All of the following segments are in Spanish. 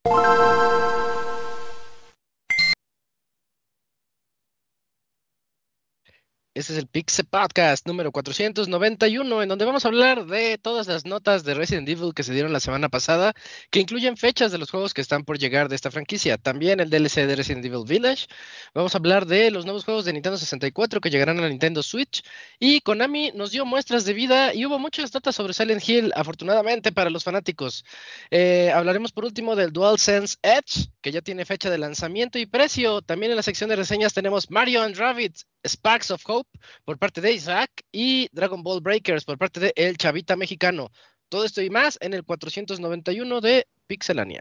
Este es el Pixel Podcast número 491, en donde vamos a hablar de todas las notas de Resident Evil que se dieron la semana pasada, que incluyen fechas de los juegos que están por llegar de esta franquicia. También el DLC de Resident Evil Village. Vamos a hablar de los nuevos juegos de Nintendo 64 que llegarán a la Nintendo Switch. Y Konami nos dio muestras de vida y hubo muchas notas sobre Silent Hill, afortunadamente para los fanáticos. Hablaremos por último del DualSense Edge, que ya tiene fecha de lanzamiento y precio. También en la sección de reseñas tenemos Mario and Rabbids Sparks of Hope por parte de Isaac y Dragon Ball Breakers por parte de El Chavita Mexicano. Todo esto y más en el 491 de Pixelania.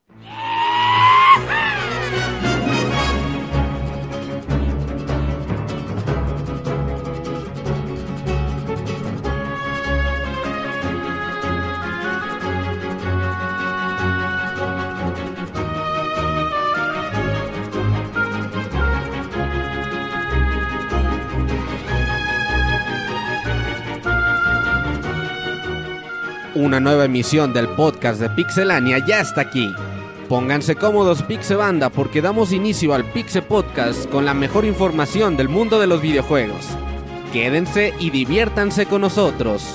Una nueva emisión del podcast de Pixelania ya está aquí. Pónganse cómodos, Pixebanda, porque damos inicio al Pixel Podcast con la mejor información del mundo de los videojuegos. Quédense y diviértanse con nosotros.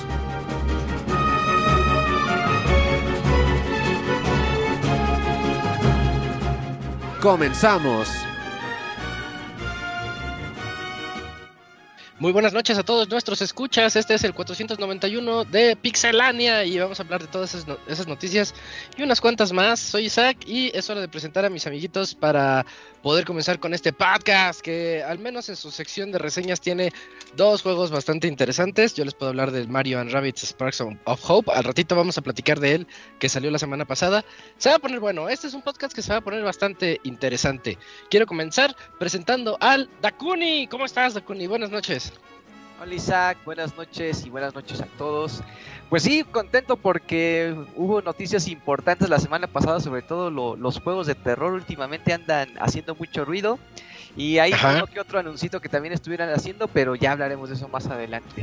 ¡Comenzamos! Muy buenas noches a todos nuestros escuchas. Este es el 491 de Pixelania y vamos a hablar de todas esas noticias y unas cuantas más. Soy Isaac y es hora de presentar a mis amiguitos para poder comenzar con este podcast que al menos en su sección de reseñas tiene dos juegos bastante interesantes. Yo les puedo hablar del Mario and Rabbids Sparks of Hope. Al ratito vamos a platicar de él, que salió la semana pasada. Se va a poner bueno. Este es un podcast que se va a poner bastante interesante. Quiero comenzar presentando al Dakuni. ¿Cómo estás, Dakuni? Buenas noches. Hola Isaac, buenas noches y buenas noches a todos. Pues sí, contento porque hubo noticias importantes la semana pasada, sobre todo los juegos de terror últimamente andan haciendo mucho ruido. Y hay uno que otro anuncito que también estuvieran haciendo, pero ya hablaremos de eso más adelante.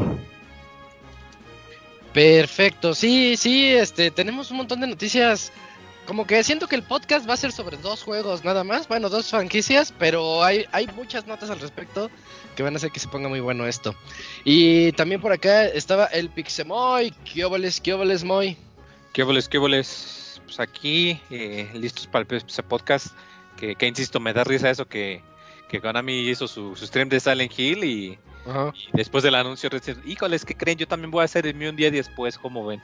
Perfecto, sí, tenemos un montón de noticias. Como que siento que el podcast va a ser sobre dos juegos nada más, bueno, dos franquicias, pero hay muchas notas al respecto que van a hacer que se ponga muy bueno esto. Y también por acá estaba el Pixemoy. ¿Qué óboles, Moy? ¿Qué óboles? Pues aquí, listos para el podcast, que insisto, me da risa eso que Konami hizo su stream de Silent Hill y después del anuncio, híjoles, ¿qué creen? Yo también voy a hacer el mío un día después, ¿cómo ven?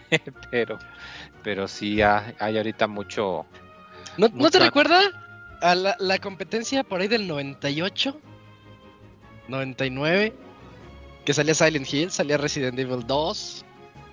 pero sí hay ahorita mucho. ¿No te recuerda a la competencia por ahí del 98? 99, que salía Silent Hill, salía Resident Evil 2.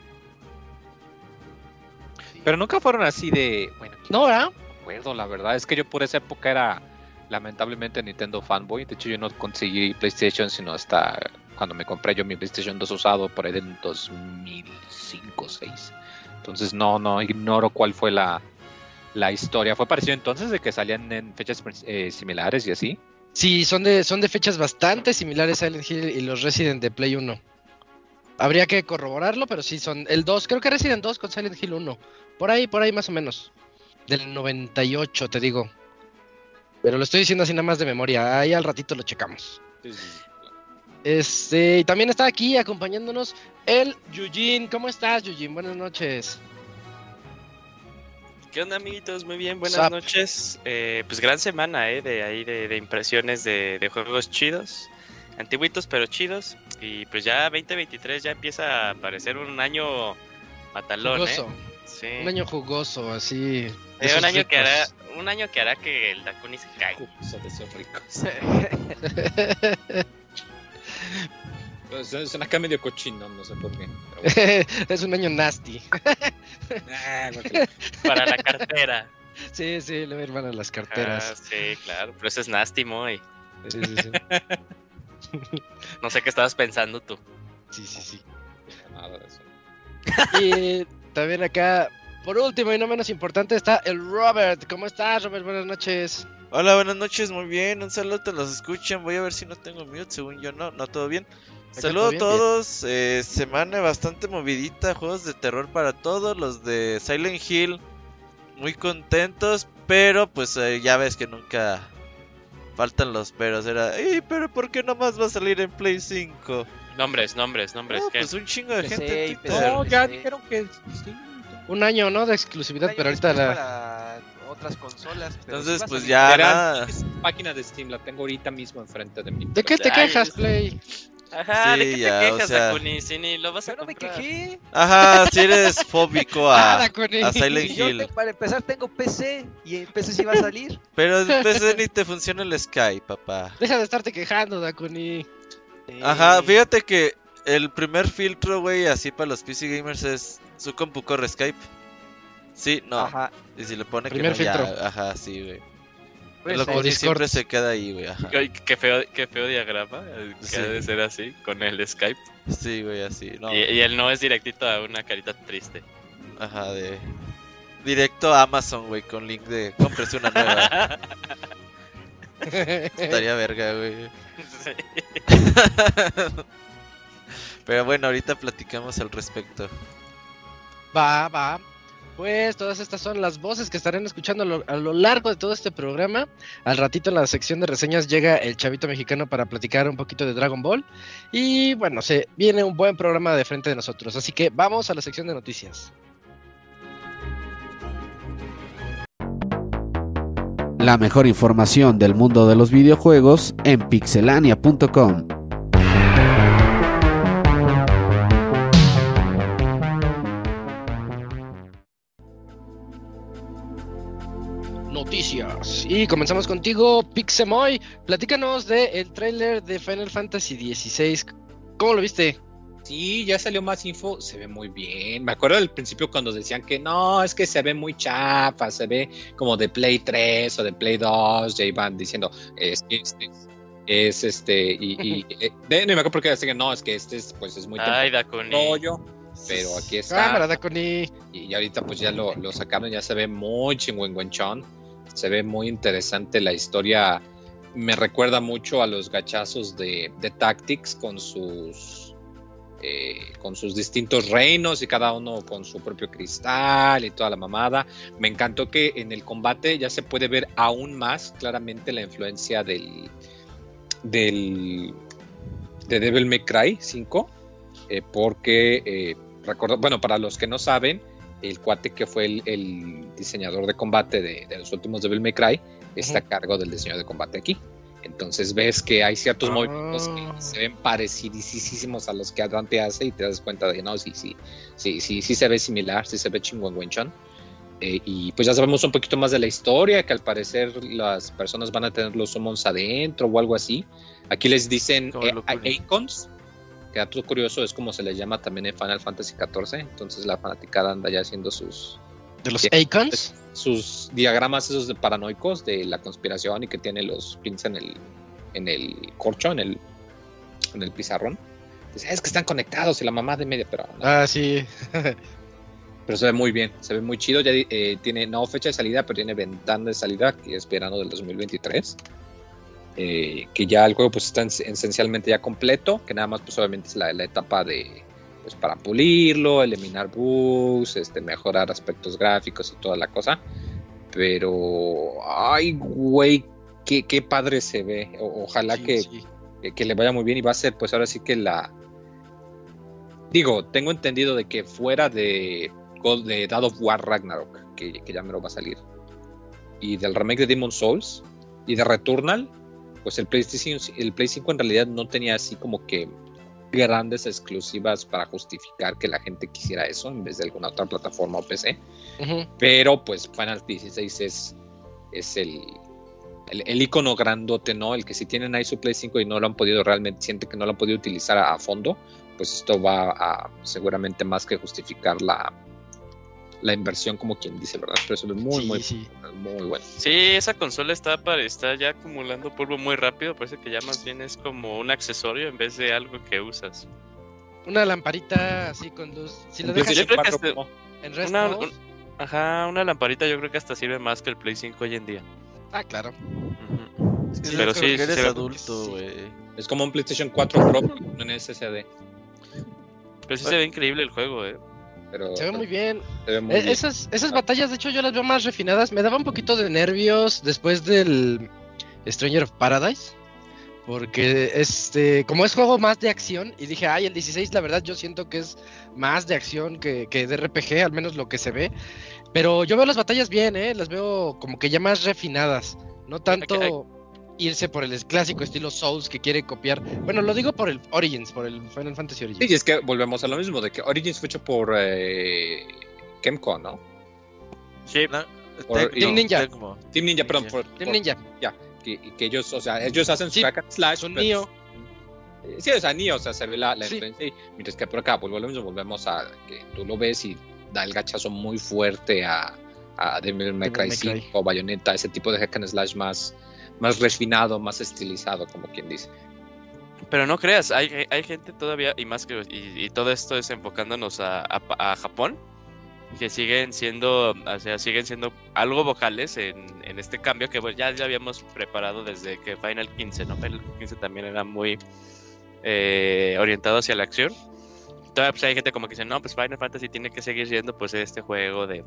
Pero nunca fueron así de... Bueno, no, ¿verdad? No me acuerdo, la verdad. Es que yo por esa época era lamentablemente Nintendo fanboy. De hecho, yo no conseguí PlayStation sino hasta cuando me compré yo mi PlayStation 2 usado por ahí del 2005 o 2006. Entonces no ignoro cuál fue la historia. ¿Fue parecido entonces de que salían en fechas similares y así? Sí, son de fechas bastante similares Silent Hill y los Resident de Play 1. Habría que corroborarlo, pero sí son el 2, creo que Resident 2 con Silent Hill 1. Por ahí más o menos. Del 98, te digo. Pero lo estoy diciendo así nada más de memoria. Ahí al ratito lo checamos. Sí. Y también está aquí acompañándonos el Yujin. ¿Cómo estás, Yujin? Buenas noches. ¿Qué onda, amiguitos? Muy bien, buenas noches. Pues gran semana, de impresiones de juegos chidos, antiguitos pero chidos. Y pues ya 2023 ya empieza a parecer un año matalón, jugoso. Sí. Un año jugoso, así. Un año que hará que el Dakuni se caiga. De esos ricos. Es acá medio cochino, no sé por qué. Bueno. Es un año nasty. Para la cartera. Sí, le van a las carteras. Sí, claro, pero eso es nasty, muy. Sí. No sé qué estabas pensando tú. Sí. Nada de eso. Y también acá, por último y no menos importante, está el Robert. ¿Cómo estás, Robert? Buenas noches. Hola, buenas noches, muy bien. Un saludo, te los escuchan. Voy a ver si no tengo mute, según yo no, todo bien. Saludos a todos, semana bastante movidita, juegos de terror para todos, los de Silent Hill muy contentos, pero pues ya ves que nunca faltan los peros. Era, pero ¿por qué nomás va a salir en Play 5? Nombres. No, ¿Qué? pues un chingo de PC gente en y Twitter. No, ya dijeron que sí. Un año, ¿no? De exclusividad, pero ahorita para otras consolas. Pero Entonces, sí va a pues salir. ya Verán, nada. página de Steam, la tengo ahorita mismo enfrente de mí. ¿De qué te Ay, quejas, Play? Ajá, Sí, ¿de qué ya, te o quejas, sea- Dakuni? Si ni lo vas a Yo no me comprar. quejé. Ajá, si eres fóbico a Dakuni. Silent Si yo Hill. para empezar tengo PC y en PC sí va a salir. Pero en PC ni te funciona el Skype, papá. Deja de estarte quejando, Dakuni. Ajá, fíjate que el primer filtro, güey, así para los PC gamers es su compu corre Skype. Sí, no. Ajá. Y si le pone Primer que no, filtro. ya, ajá, sí, güey. Pues, Lo o que sí Discord. siempre se queda ahí, güey, ajá. Ay, qué feo diagrama. Que Sí. ha de ser así, con el Skype. Sí, güey, así, no. Y él no es directito a una carita triste. Ajá, de... Directo a Amazon, güey, con link de... Cómprese una nueva. Estaría verga, güey. Pero bueno, ahorita platicamos al respecto. Va. Pues todas estas son las voces que estarán escuchando a lo largo de todo este programa. Al ratito en la sección de reseñas llega el chavito mexicano para platicar un poquito de Dragon Ball. Y bueno, se viene un buen programa de frente de nosotros. Así que vamos a la sección de noticias. La mejor información del mundo de los videojuegos en pixelania.com. Noticias. Y comenzamos contigo, Pixemoy. Platícanos del tráiler de Final Fantasy XVI. ¿Cómo lo viste? Sí, ya salió más info, se ve muy bien. Me acuerdo del principio cuando decían que no, es que se ve muy chafa, se ve como de Play 3 o de Play 2, ya iban diciendo, es que y no me acuerdo porque decían que no, es que pues es muy Ay, Dakuni. rollo, pero aquí está. Cámara, Dakuni. Y ahorita pues ya lo sacaron, ya se ve muy chingüengüenchón, se ve muy interesante la historia. Me recuerda mucho a los gachazos de Tactics con sus distintos reinos y cada uno con su propio cristal y toda la mamada. Me encantó que en el combate ya se puede ver aún más claramente la influencia de Devil May Cry 5, porque bueno, para los que no saben, el cuate que fue el diseñador de combate de los últimos Devil May Cry está a cargo del diseño de combate aquí. Entonces ves que hay ciertos movimientos que se ven parecidísimos a los que Dante hace y te das cuenta de que no, sí se ve similar, sí se ve chingüengüenchón. Y pues ya sabemos un poquito más de la historia, que al parecer las personas van a tener los summons adentro o algo así. Aquí les dicen Icons, que dato curioso es como se les llama también en Final Fantasy XIV. Entonces la fanaticada anda ya haciendo sus... ¿De los Icons? Sus diagramas esos de paranoicos de la conspiración y que tiene los pins en el corcho, en el pizarrón. Dice, es que están conectados y la mamá de media, pero no. Ah, sí. Pero se ve muy bien, se ve muy chido. Ya tiene no fecha de salida, pero tiene ventana de salida, que es verano del 2023. Que ya el juego pues está esencialmente ya completo, que nada más pues obviamente es la etapa de pues para pulirlo, eliminar bugs, mejorar aspectos gráficos y toda la cosa. Pero ay güey, qué padre se ve. Ojalá Sí. que le vaya muy bien y va a ser pues ahora sí que tengo entendido de que fuera de God of War Ragnarok, que ya me lo va a salir, y del remake de Demon's Souls y de Returnal, pues el Play 5 en realidad no tenía así como que grandes exclusivas para justificar que la gente quisiera eso en vez de alguna otra plataforma o PC. Uh-huh. Pero pues Final 16 es el icono grandote, ¿no? El que si tienen ahí su Play 5 y no lo han podido realmente, siente que no lo han podido utilizar a fondo, pues esto va a seguramente más que justificar la inversión, como quien dice, ¿verdad? Pero eso es muy bueno. Sí, esa consola está ya acumulando polvo muy rápido. Parece que ya más bien es como un accesorio en vez de algo que usas. Una lamparita así con luz. Si lo Yo dejas creo que en rest mode. una lamparita yo creo que hasta sirve más que el Play 5 hoy en día. Ah, claro. Uh-huh. Es que Pero yo creo sí, que eres se ve- adulto, güey. Es como un PlayStation 4 Pro en SSD. Pero sí se ve increíble el juego, Pero Se ve muy bien. se ve muy bien. Esas batallas, de hecho, yo las veo más refinadas. Me daba un poquito de nervios después del Stranger of Paradise. Porque como es juego más de acción, y dije, el 16, la verdad, yo siento que es más de acción que de RPG, al menos lo que se ve. Pero yo veo las batallas bien, las veo como que ya más refinadas. No tanto irse por el clásico estilo Souls que quiere copiar. Bueno, lo digo por el Origins, por el Final Fantasy Origins. Sí, y es que volvemos a lo mismo, de que Origins fue hecho por Kemco, ¿no? Sí. Team Ninja. Team Ninja, perdón. Team Ninja. Ya, que ellos, o sea, ellos hacen su hack and slash. Son pero- Nioh. Sí, o sea, Nioh, o sea, se ve la Sí. influencia ahí. Mientras que por acá, volvemos a que tú lo ves y da el gachazo muy fuerte a Devil May Cry 5, Bayonetta, ese tipo de hack and slash más refinado, más estilizado, como quien dice. Pero no creas, hay gente todavía, y más que y todo esto es enfocándonos a Japón, que siguen siendo algo vocales en este cambio que bueno, ya habíamos preparado desde que Final 15, ¿no? Final 15 también era muy orientado hacia la acción. Todavía pues hay gente como que dice, no, pues Final Fantasy tiene que seguir siendo pues este juego de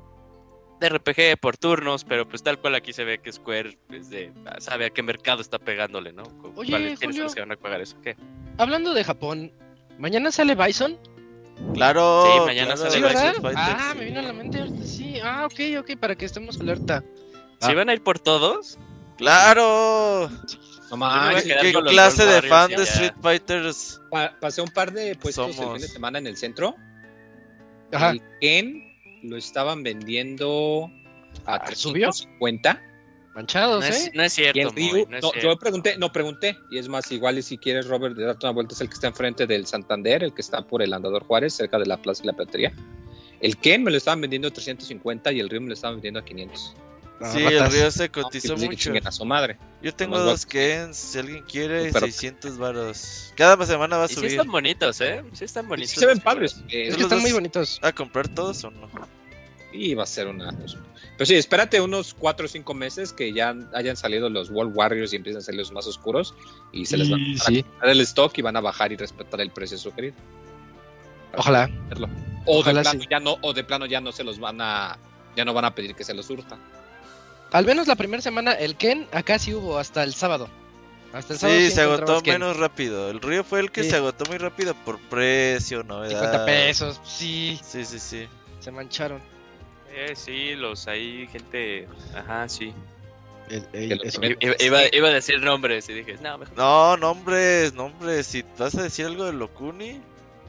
RPG por turnos, pero pues tal cual aquí se ve que Square sabe a qué mercado está pegándole, ¿no? Oye, ¿Quiénes son Julio, los que van a pagar eso? ¿Qué? hablando de Japón, ¿mañana sale Bison? Claro. Sí, mañana sale ¿Sí, Bison verdad? Fighter, Ah, sí. me vino a la mente ahorita, sí. Ok, para que estemos alerta. ¿Sí van a ir por todos? claro. No me voy a manches, quedar ¿Qué con los clase Gold de Warriors fan y de ya. Street Fighters pasé un par de puestos el Somos. fin de semana en el centro. Ajá. El Ken lo estaban vendiendo a ¿Subió? 350. Manchados, No es, Y el cierto, Ryu, Moy, no es yo cierto. pregunté, y es más, igual y si quieres, Robert, de darte una vuelta, es el que está enfrente del Santander, el que está por el Andador Juárez, cerca de la Plaza de la Platería. El Ken me lo estaban vendiendo a 350 y el Ryu me lo estaban vendiendo a 500. Sí, ratas. el río se No, cotizó que mucho. chinguen a su madre. Yo tengo Los dos Kens, si alguien quiere, Pero- 600 varos. Cada semana va a Y sí subir. están bonitos, ¿eh? Sí están bonitos. Sí se ven los padres. figuras. Es que los están dos- muy bonitos. ¿A comprar todos o no? Y va a ser una... Pero sí, espérate unos 4 o 5 meses que ya hayan salido los World Warriors y empiezan a salir los más oscuros y se les va Y a sí. quitar el stock y van a bajar y respetar el precio sugerido. Ojalá. O Ojalá de plano sí. ya no se los van a... Ya no van a pedir que se los surta. Al menos la primera semana, el Ken acá sí hubo hasta el sábado. Hasta el sábado Sí, se encontrabas agotó Ken. menos rápido. El río fue el que Sí. se agotó muy rápido por precio, novedad. 50 pesos, sí, Sí, sí, sí. se mancharon. Sí, hay gente... Ajá, sí. Eso. Iba a decir nombres y dije, no, mejor. No, nombres. Si vas a decir algo de Locuni,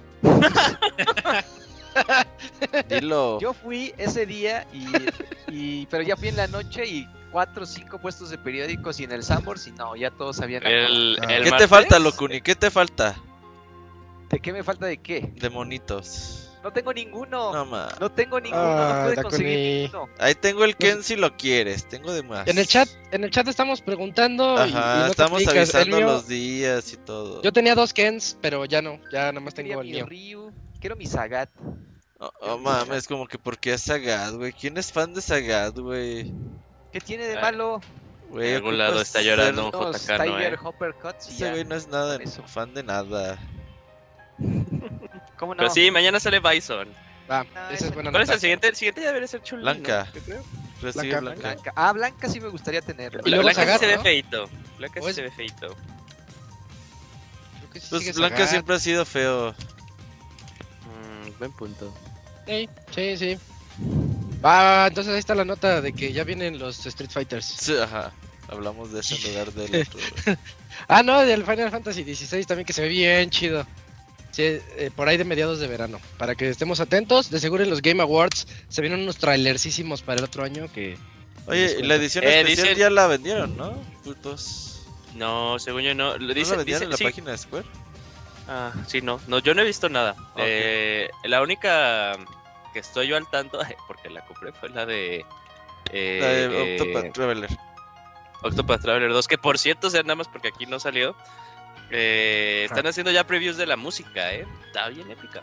dilo. Yo fui ese día pero ya fui en la noche y 4 o 5 puestos de periódicos y en el Sanborns y no, ya todos habían El ¿Qué te martes, falta, Locuni? ¿Qué te falta? ¿De qué me falta de qué? De monitos. No tengo ninguno. No más. No tengo ninguno, Ah, no pude Dakuni. conseguir ninguno. Ahí tengo el Ken si lo quieres. Tengo de más. En el chat estamos preguntando y Ajá, no te estamos aplicas. El avisando mío- los días y todo. Yo tenía 2 Kens, pero ya no, ya nada más Quería tengo el mi mío. Ryu, quiero mi Sagat. Oh, mames, como que ¿por qué es Sagat, güey? ¿Quién es fan de Sagat, güey? ¿Qué tiene de Ay, malo? Güey, En algún ocupas lado está llorando ser- un Los JK, ¿no, Tiger Hopper Cuts y Ese ya. güey no es nada Con eso. fan de nada. ¿Cómo no? Pero sí, mañana sale Bison. Va, Ah, esa es buena ¿Cuál es nota. el siguiente? El siguiente ya debería ser Chun-Li, Blanca. ¿no? Yo creo. Recibe Blanca. Blanca. Blanca. Ah, Blanca sí me gustaría tenerla. Y luego Blanca Sagat, sí se ve ¿no? feito. Blanca ¿O sí es- se ve feito. Creo que sí Pues sigue Blanca Sagat. siempre ha sido feo. Buen punto. Sí. Va, entonces ahí está la nota de que ya vienen los Street Fighters. Sí, ajá. Hablamos de eso en lugar del otro. Ah, no, del Final Fantasy XVI también, que se ve bien chido. Sí, por ahí de mediados de verano. Para que estemos atentos. De seguro en los Game Awards se vienen unos trailercísimos para el otro año que... Oye, y la edición Eh, especial dicen- ya la vendieron, ¿no? Putos. No, según yo no. Lo ¿No dice, la vendieron en la sí. página de Square? Ah, sí, no, yo no he visto nada. Ok. La única que estoy yo al tanto, porque la compré, fue la de La de Octopath Traveler. Octopath Traveler 2, que por cierto, o sea, nada más porque aquí no salió. Están haciendo ya previews de la música, está bien épica.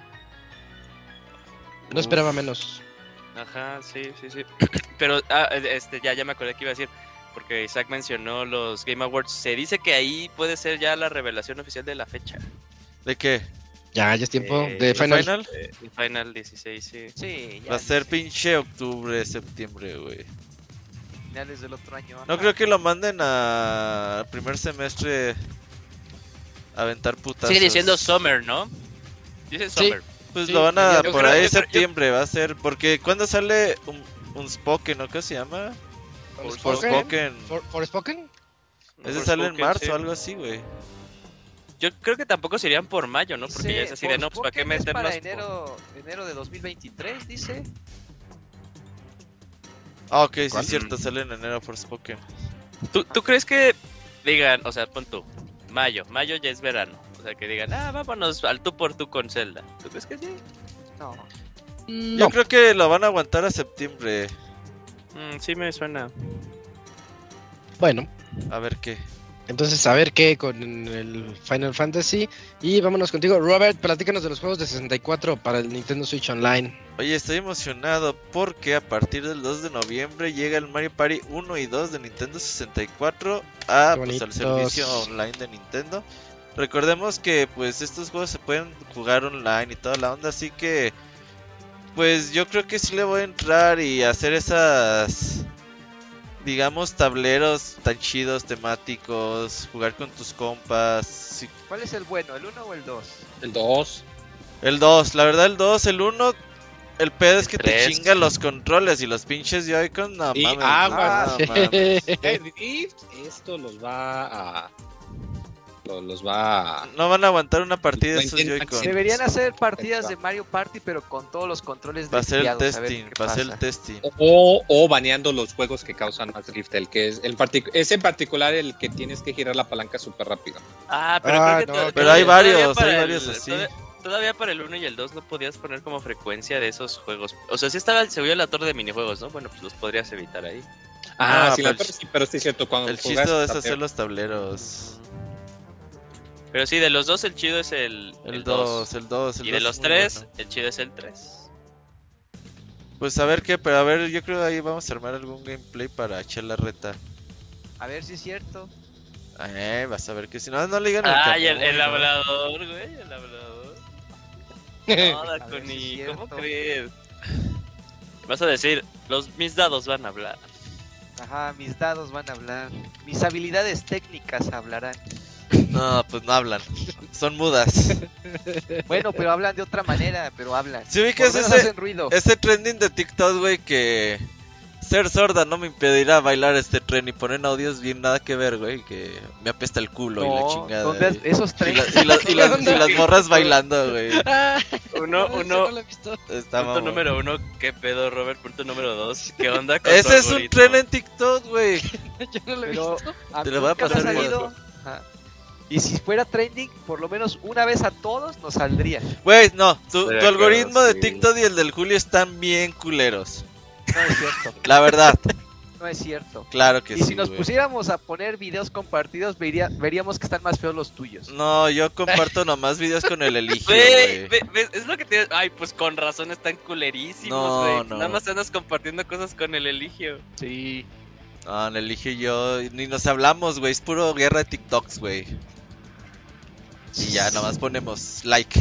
No esperaba menos. Ajá, sí. Pero, ya me acordé que iba a decir, porque Isaac mencionó los Game Awards. Se dice que ahí puede ser ya la revelación oficial de la fecha. ¿De qué? Ya es tiempo de Final. Final 16, sí. Sí, ya. Va a ser pinche octubre, septiembre, güey. Finales del otro año. No creo que lo manden a primer semestre a aventar putazos. Sigue diciendo Summer, ¿no? Dice Sí. Summer. Pues Sí, lo van a yo por creo- ahí yo creo- septiembre va a ser. Porque ¿cuándo sale un Spoken, ¿no? ¿Qué se llama? ¿Forspoken? Forspoken. ¿Forspoken? Ese sale en Forspoken, marzo sí. o algo así, güey. Yo creo que tampoco se irían por mayo, ¿no? Porque ya es así de no, pues ¿para qué Forspoken es para meternos? enero de 2023, dice. Ah, ok, sí ¿Cuál? es cierto, sale en enero Forspoken. ¿Tú crees que digan, o sea, pon tú, mayo ya es verano? O sea, que digan, vámonos al tú por tú con Zelda. ¿Tú crees que sí? No. Yo No. creo que lo van a aguantar a septiembre. Sí me suena. Bueno, A ver qué. entonces a ver qué con el Final Fantasy. Y vámonos contigo, Robert, platícanos de los juegos de 64 para el Nintendo Switch Online. Oye, estoy emocionado porque a partir del 2 de noviembre llega el Mario Party 1 y 2 de Nintendo 64 Qué al bonitos. servicio online de Nintendo. Recordemos que pues estos juegos se pueden jugar online y toda la onda, así que pues yo creo que sí le voy a entrar y hacer esas, digamos, tableros tan chidos, temáticos, jugar con tus compas. Sí. ¿Cuál es el bueno, el 1 o el 2? El 2. El 2, la verdad el 2, el 1, el pedo es que te 3. chingan los controles y los pinches Joy-Con, no Y mames. aguas. no mames. Esto los va a... Los va a... No van a aguantar una partida de Lo esos intentan, Joy-Con. sí. Deberían hacer partidas de Mario Party, pero con todos los controles Va a ser el desviados, a ver testing, qué va a ser el pasa. testing. O baneando los juegos que causan más drift, el que es es en particular el que tienes que girar la palanca súper rápido. Pero Ah, creo que no, pero hay varios para así. Todavía para el 1 y el 2 no podías poner como frecuencia de esos juegos. O sea, si estaba el seguido la torre de minijuegos, ¿no? Bueno, pues los podrías evitar ahí. Sí, pero sí es cierto, cuando El juegas chiste es tablero. hacer los tableros. Pero sí, de los dos el chido es el 2. El 2. Y de los 3, el chido es el 3. Pues a ver qué, pero a ver, yo creo que ahí vamos a armar algún gameplay para echar la reta. A ver si es cierto. Vas a ver que si no, no le digan Ay, el Camuy, ¿no? hablador, güey, el hablador. No, ver si Dakuni, es ¿cómo cierto. crees? Vas a decir, mis dados van a hablar. Ajá, mis dados van a hablar. Mis habilidades técnicas hablarán. No, pues no hablan. Son mudas. Bueno, pero hablan de otra manera, pero hablan. Si ubicas Por lo menos ese, hacen ruido. ese trending de TikTok, güey, que ser sorda no me impedirá bailar este tren y poner audios bien nada que ver, güey, que me apesta el culo y la No, chingada. ¿dónde y- esos y, tres? y las morras bailando, güey. Uno, No lo he visto. Está punto mamón. número 1, ¿qué pedo, Robert? Punto número 2, ¿qué onda con tu Ese es un algoritmo? tren en TikTok, güey. Yo no lo he Pero visto. a Te mí lo voy a nunca me pasar ha por salido. Ajá. Y si fuera trending, por lo menos una vez a todos nos saldría. Güey, no, tu Estoy de algoritmo acuerdo, de sí. TikTok y el del Julio están bien culeros. No es cierto. La verdad, No es cierto. claro que Y sí, si nos güey. pusiéramos a poner videos compartidos, veríamos que están más feos los tuyos. No, yo comparto nomás videos con el Eligio, Güey, güey. es lo que te... Ay, pues con razón están culerísimos, No, güey. no. Nada más andas compartiendo cosas con el Eligio. Sí. No, el Eligio y yo ni nos hablamos, güey. Es puro guerra de TikToks, güey. Y ya, nomás ponemos like.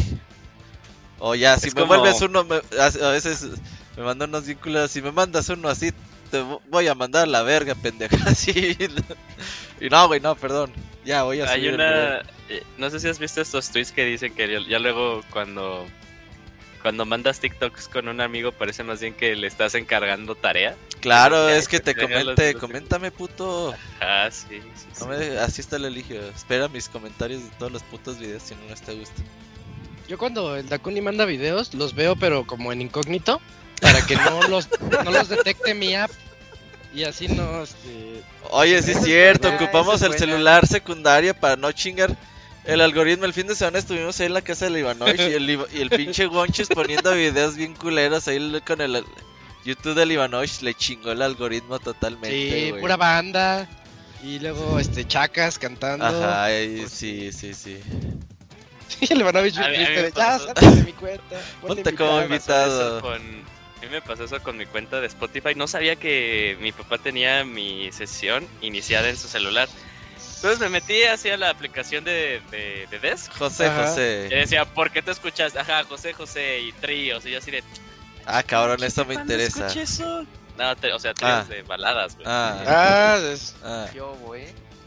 O ya, si Es me como- vuelves uno, a veces me mandan unos vínculos. Si me mandas uno así, te voy a mandar a la verga, pendeja. Así. Y no, güey, no, perdón. Ya voy a Hay subir el una... no sé si has visto estos tweets que dicen que ya luego cuando mandas TikToks con un amigo parece más bien que le estás encargando tarea. Claro, Ya, es que te venga, comente, coméntame, puto. Ah, sí. No me- así está el Eligio. Espera mis comentarios de todos los putos videos si no te gusta. Yo cuando el Dakuni manda videos, los veo pero como en incógnito, para que no los detecte mi app. Y así no, Oye, sí es Eso es cierto, buena, ocupamos esa el es buena. celular secundaria para no chingar el algoritmo. El fin de semana estuvimos ahí en la casa del Ivanovich y el pinche Wonchis poniendo videos bien culeros ahí con el YouTube del Ivanovich. Le chingó el algoritmo totalmente, sí, güey. pura banda. Y luego chacas cantando. Ajá, sí. Y el Ivanovich A mí me triste de, ya, pasó. salte de mi cuenta. ponle Ponte como invitado". invitado. A mí me pasó eso con mi cuenta de Spotify. No sabía que mi papá tenía mi sesión iniciada en su celular. Entonces me metí hacia la aplicación de Desk. José, Ajá. Y José. decía, ¿por qué te escuchas? Ajá, José y tríos. Y yo así de... Ah, cabrón, eso me ¿cuándo interesa. escuché eso? No, o sea, tríos Ah. de baladas, güey. Ah, Ah. ¿Qué hubo,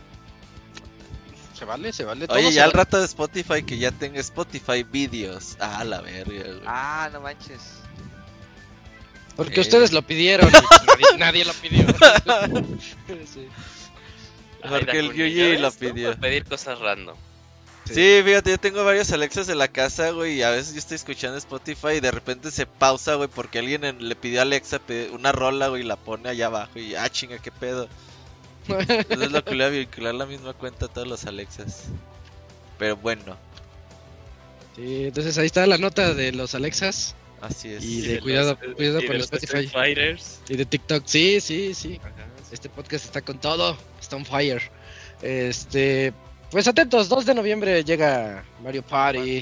se vale, Oye, todo se ya al vale. rato de Spotify que ya tenga Spotify videos. Ah, la verga, güey. Ah, no manches. Porque ustedes lo pidieron, nadie lo pidió. Sí. Porque el Dakuni, Yuji ¿ya ves? lo Tú pidió. por pedir cosas random. Sí, fíjate, yo tengo varios Alexas en la casa, güey, y a veces yo estoy escuchando Spotify y de repente se pausa, güey, porque alguien le pidió a Alexa una rola, güey, y la pone allá abajo y chinga, qué pedo. Entonces lo que le voy a vincular la misma cuenta a todos los Alexas. Pero bueno, Sí, entonces ahí está la nota de los Alexas así es. y de cuidado los- con y de los Spotify Street Fighters. y de TikTok. Sí, sí, sí. Ajá. Este podcast está con todo, está on fire. Pues atentos, 2 de noviembre llega Mario Party.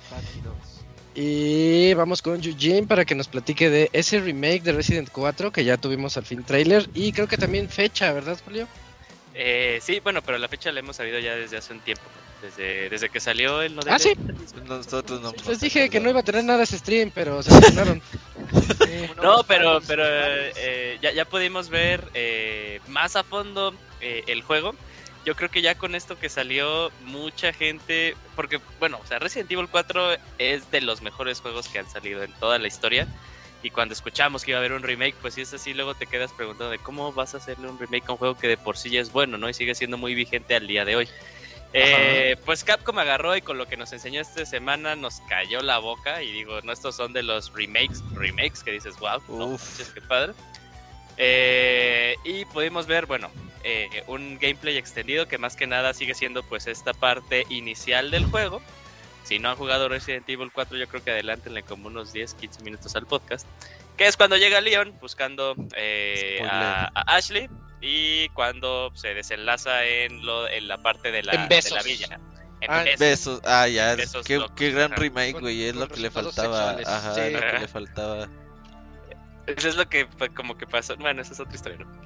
Y vamos con Eugene para que nos platique de ese remake de Resident 4 que ya tuvimos al fin trailer y creo que también fecha, ¿verdad, Julio? Sí, bueno, pero la fecha la hemos sabido ya desde hace un tiempo. Desde que salió el Ah, sí. Nosotros no. Les dije que no iba a tener nada ese stream, pero se emocionaron. No, pero ya pudimos ver más a fondo el juego. Yo creo que ya con esto que salió, mucha gente, porque bueno, o sea, Resident Evil 4 es de los mejores juegos que han salido en toda la historia. Y cuando escuchamos que iba a haber un remake, pues si es así, luego te quedas preguntando de cómo vas a hacerle un remake a un juego que de por sí ya es bueno, ¿no? Y sigue siendo muy vigente al día de hoy. Pues Capcom agarró y con lo que nos enseñó esta semana nos cayó la boca. Y digo, no, estos son de los remakes que dices, wow, no manches, qué padre. Y pudimos ver, bueno, un gameplay extendido que más que nada sigue siendo pues esta parte inicial del juego. Si no han jugado Resident Evil 4, yo creo que adelántenle como unos 10-15 minutos al podcast. Que es cuando llega Leon buscando a Ashley y cuando se desenlaza en la parte de la villa. En Besos. Ah, ya. Besos Qué locos, gran ajá. remake, güey. Es Con lo que le resultados faltaba. sexuales. Ajá, Sí. es lo que le faltaba. Eso es lo que como que pasó. Bueno, esa es otra historia, ¿no?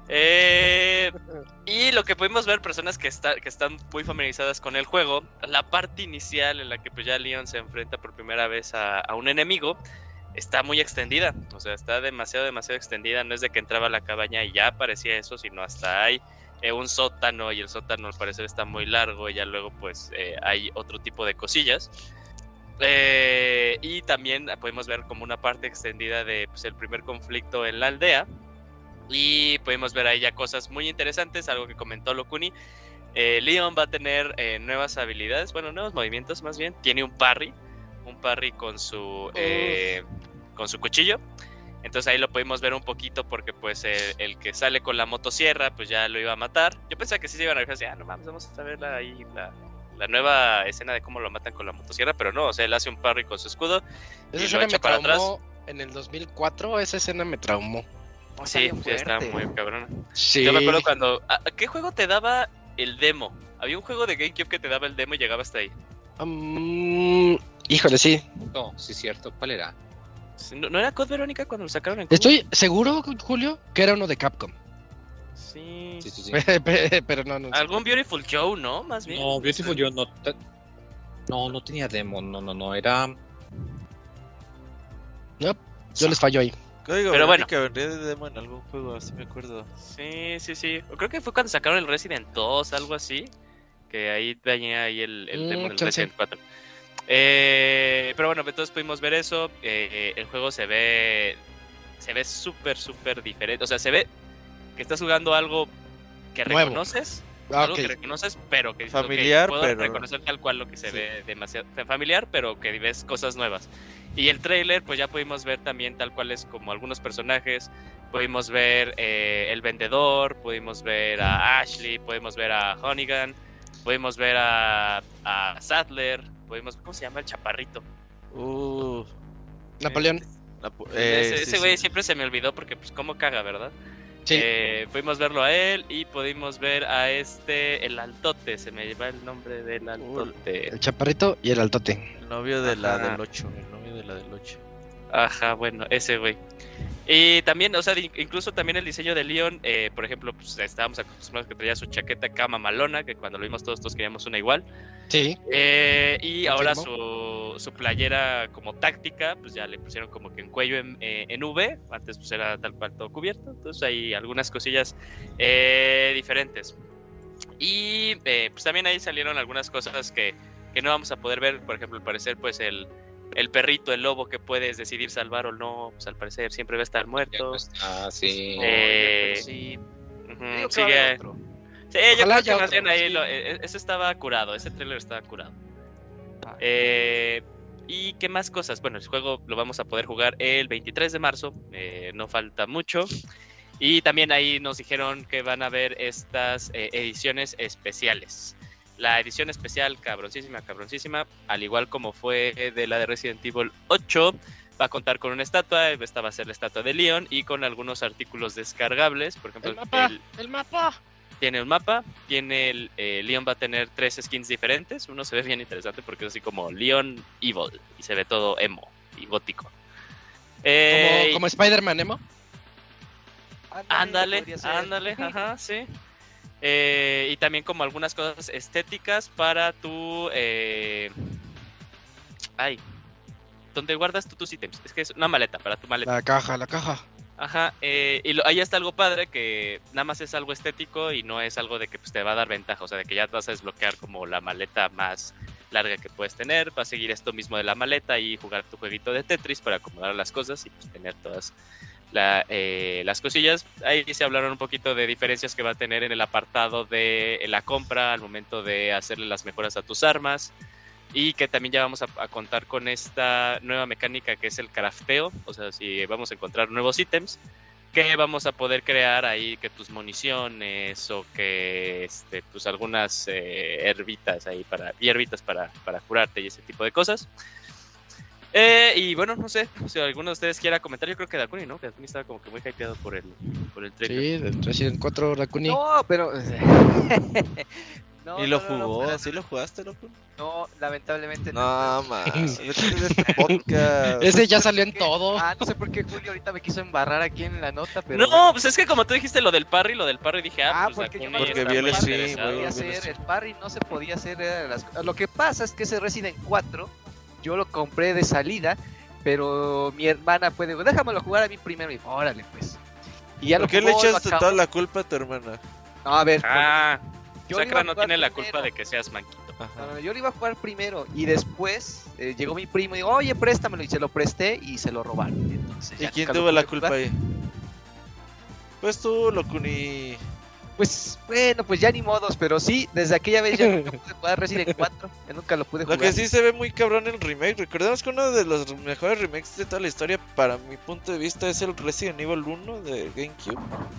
Y lo que pudimos ver, personas que están muy familiarizadas con el juego, la parte inicial en la que pues ya Leon se enfrenta por primera vez a un enemigo, está muy extendida. O sea, está demasiado extendida. No es de que entraba a la cabaña y ya aparecía eso, sino hasta hay un sótano y el sótano al parecer está muy largo y ya luego pues hay otro tipo de cosillas. Y también podemos ver como una parte extendida de pues, el primer conflicto en la aldea. Y podemos ver ahí ya cosas muy interesantes, algo que comentó Lokuni. Leon va a tener nuevas habilidades, bueno, nuevos movimientos más bien. Tiene un parry con su cuchillo. Entonces ahí lo pudimos ver un poquito porque pues el que sale con la motosierra pues ya lo iba a matar. Yo pensaba que sí se iban a dejar, no mames, vamos a ver la nueva escena de cómo lo matan con la motosierra, pero no, o sea, él hace un parry con su escudo. Esa Y escena lo me echa para traumó en el 2004, esa escena me traumó. Sí, está muy cabrona. Sí. Yo me acuerdo cuando... ¿A qué juego te daba el demo? Había un juego de GameCube que te daba el demo y llegaba hasta ahí. Híjole, sí. No, sí es cierto. ¿Cuál era? ¿No era Code Verónica cuando lo sacaron en Cuba? Estoy seguro, Julio, que era uno de Capcom. Sí. Sí. Pero no. Algún Beautiful Joe, ¿no? Más bien. No, Beautiful Joe no tenía demo. No, era... No, yo les fallo ahí. Código Pero bueno. que vendría de demo en algún juego, así me acuerdo. Sí. Creo que fue cuando sacaron el Resident 2, algo así. Que ahí venía ahí el demo del Resident 4. Pero bueno, entonces pudimos ver eso. El juego se ve súper diferente. O sea, se ve que estás jugando algo que Nuevo. reconoces. Ah, Algo ok. que reconoces, pero que dices, Familiar, puedo pero- reconocer tal cual lo que se Sí. ve demasiado familiar, pero que ves cosas nuevas. Y el trailer, pues ya pudimos ver también tal cual es como algunos personajes. Pudimos ver el vendedor, pudimos ver a Ashley, pudimos ver a Honeygan, pudimos ver a Sadler, ¿cómo se llama el chaparrito? Napoleón. Ese güey siempre se me olvidó porque pues cómo caga, ¿verdad? Sí. Pudimos verlo a él y pudimos ver a el altote, se me lleva el nombre del altote. El chaparrito y el altote. El novio de la Ajá. del 8. El novio de la del 8. Ajá, bueno, ese güey. Y también, o sea, incluso también el diseño de Leon, por ejemplo, pues estábamos acostumbrados que traía su chaqueta acá mamalona, que cuando lo vimos todos queríamos una igual. Sí. Y ahora su playera como táctica, pues ya le pusieron como que en cuello en V, antes pues era tal cual todo cubierto, entonces hay algunas cosillas diferentes. Y pues también ahí salieron algunas cosas que no vamos a poder ver, por ejemplo, al parecer pues el perrito, el lobo que puedes decidir salvar o no, pues al parecer siempre va a estar muerto. Sí. Sí. Sigue. Sí, yo Ojalá creo que más otro, bien ahí sí. ese estaba curado, ese trailer estaba curado. ¿Y qué más cosas? Bueno, el juego lo vamos a poder jugar el 23 de marzo, no falta mucho. Y también ahí nos dijeron que van a haber estas ediciones especiales. La edición especial cabroncísima, al igual como fue de la de Resident Evil 8, va a contar con una estatua, esta va a ser la estatua de Leon, y con algunos artículos descargables, por ejemplo, El mapa. tiene un mapa, Leon va a tener 3 skins diferentes, uno se ve bien interesante porque es así como Leon Evil, y se ve todo emo y gótico. Como Spider-Man Emo. Ándale, ajá, sí. Y también como algunas cosas estéticas para tu... ¿dónde guardas tú tus ítems? Es que es una maleta, para tu maleta. La caja. Ajá, y ahí está algo padre que nada más es algo estético y no es algo de que pues, te va a dar ventaja, o sea, de que ya vas a desbloquear como la maleta más larga que puedes tener, va a seguir esto mismo de la maleta y jugar tu jueguito de Tetris para acomodar las cosas y pues tener todas las cosillas. Ahí se hablaron un poquito de diferencias que va a tener en el apartado de la compra al momento de hacerle las mejoras a tus armas. Y que también ya vamos a contar con esta nueva mecánica que es el crafteo. O sea, si vamos a encontrar nuevos ítems que vamos a poder crear ahí, que tus municiones o que pues algunas hierbitas para curarte y ese tipo de cosas. Y bueno, no sé si alguno de ustedes quiera comentar. Yo creo que Dakuni, ¿no? Que Dakuni estaba como que muy hypeado por el trailer. Sí, de Resident 4 Dakuni. No, pero... ¿Y lo jugó? ¿Sí lo jugaste, loco? No, lamentablemente no. No, más. Este podcast. Ese ya salió en todo. No sé por qué Julio ahorita me quiso embarrar aquí en la nota, pero... No, pues es que como tú dijiste lo del parry dije, pues porque Dakuni porque está vi el muy stream, interesado. güey. El parry no se podía hacer. Lo que pasa es que ese Resident 4 yo lo compré de salida, pero mi hermana fue de, déjamelo jugar a mí primero. Y dijo, órale, pues. Y ya ¿Por qué le echaste toda la culpa a tu hermana? No, a ver. Sakura no tiene la culpa de que seas manquito. No, yo lo iba a jugar primero y después llegó mi primo y dijo, oye, préstamelo, y se lo presté y se lo robaron. Entonces, ¿y quién tuvo la culpa ahí? Pues tú, Locuni. Pues bueno, pues ya ni modos, pero sí, desde aquella vez ya nunca pude jugar Resident 4, ya nunca lo pude jugar. Lo que sí se ve muy cabrón el remake. Recordemos que uno de los mejores remakes de toda la historia, para mi punto de vista, es el Resident Evil 1 de GameCube.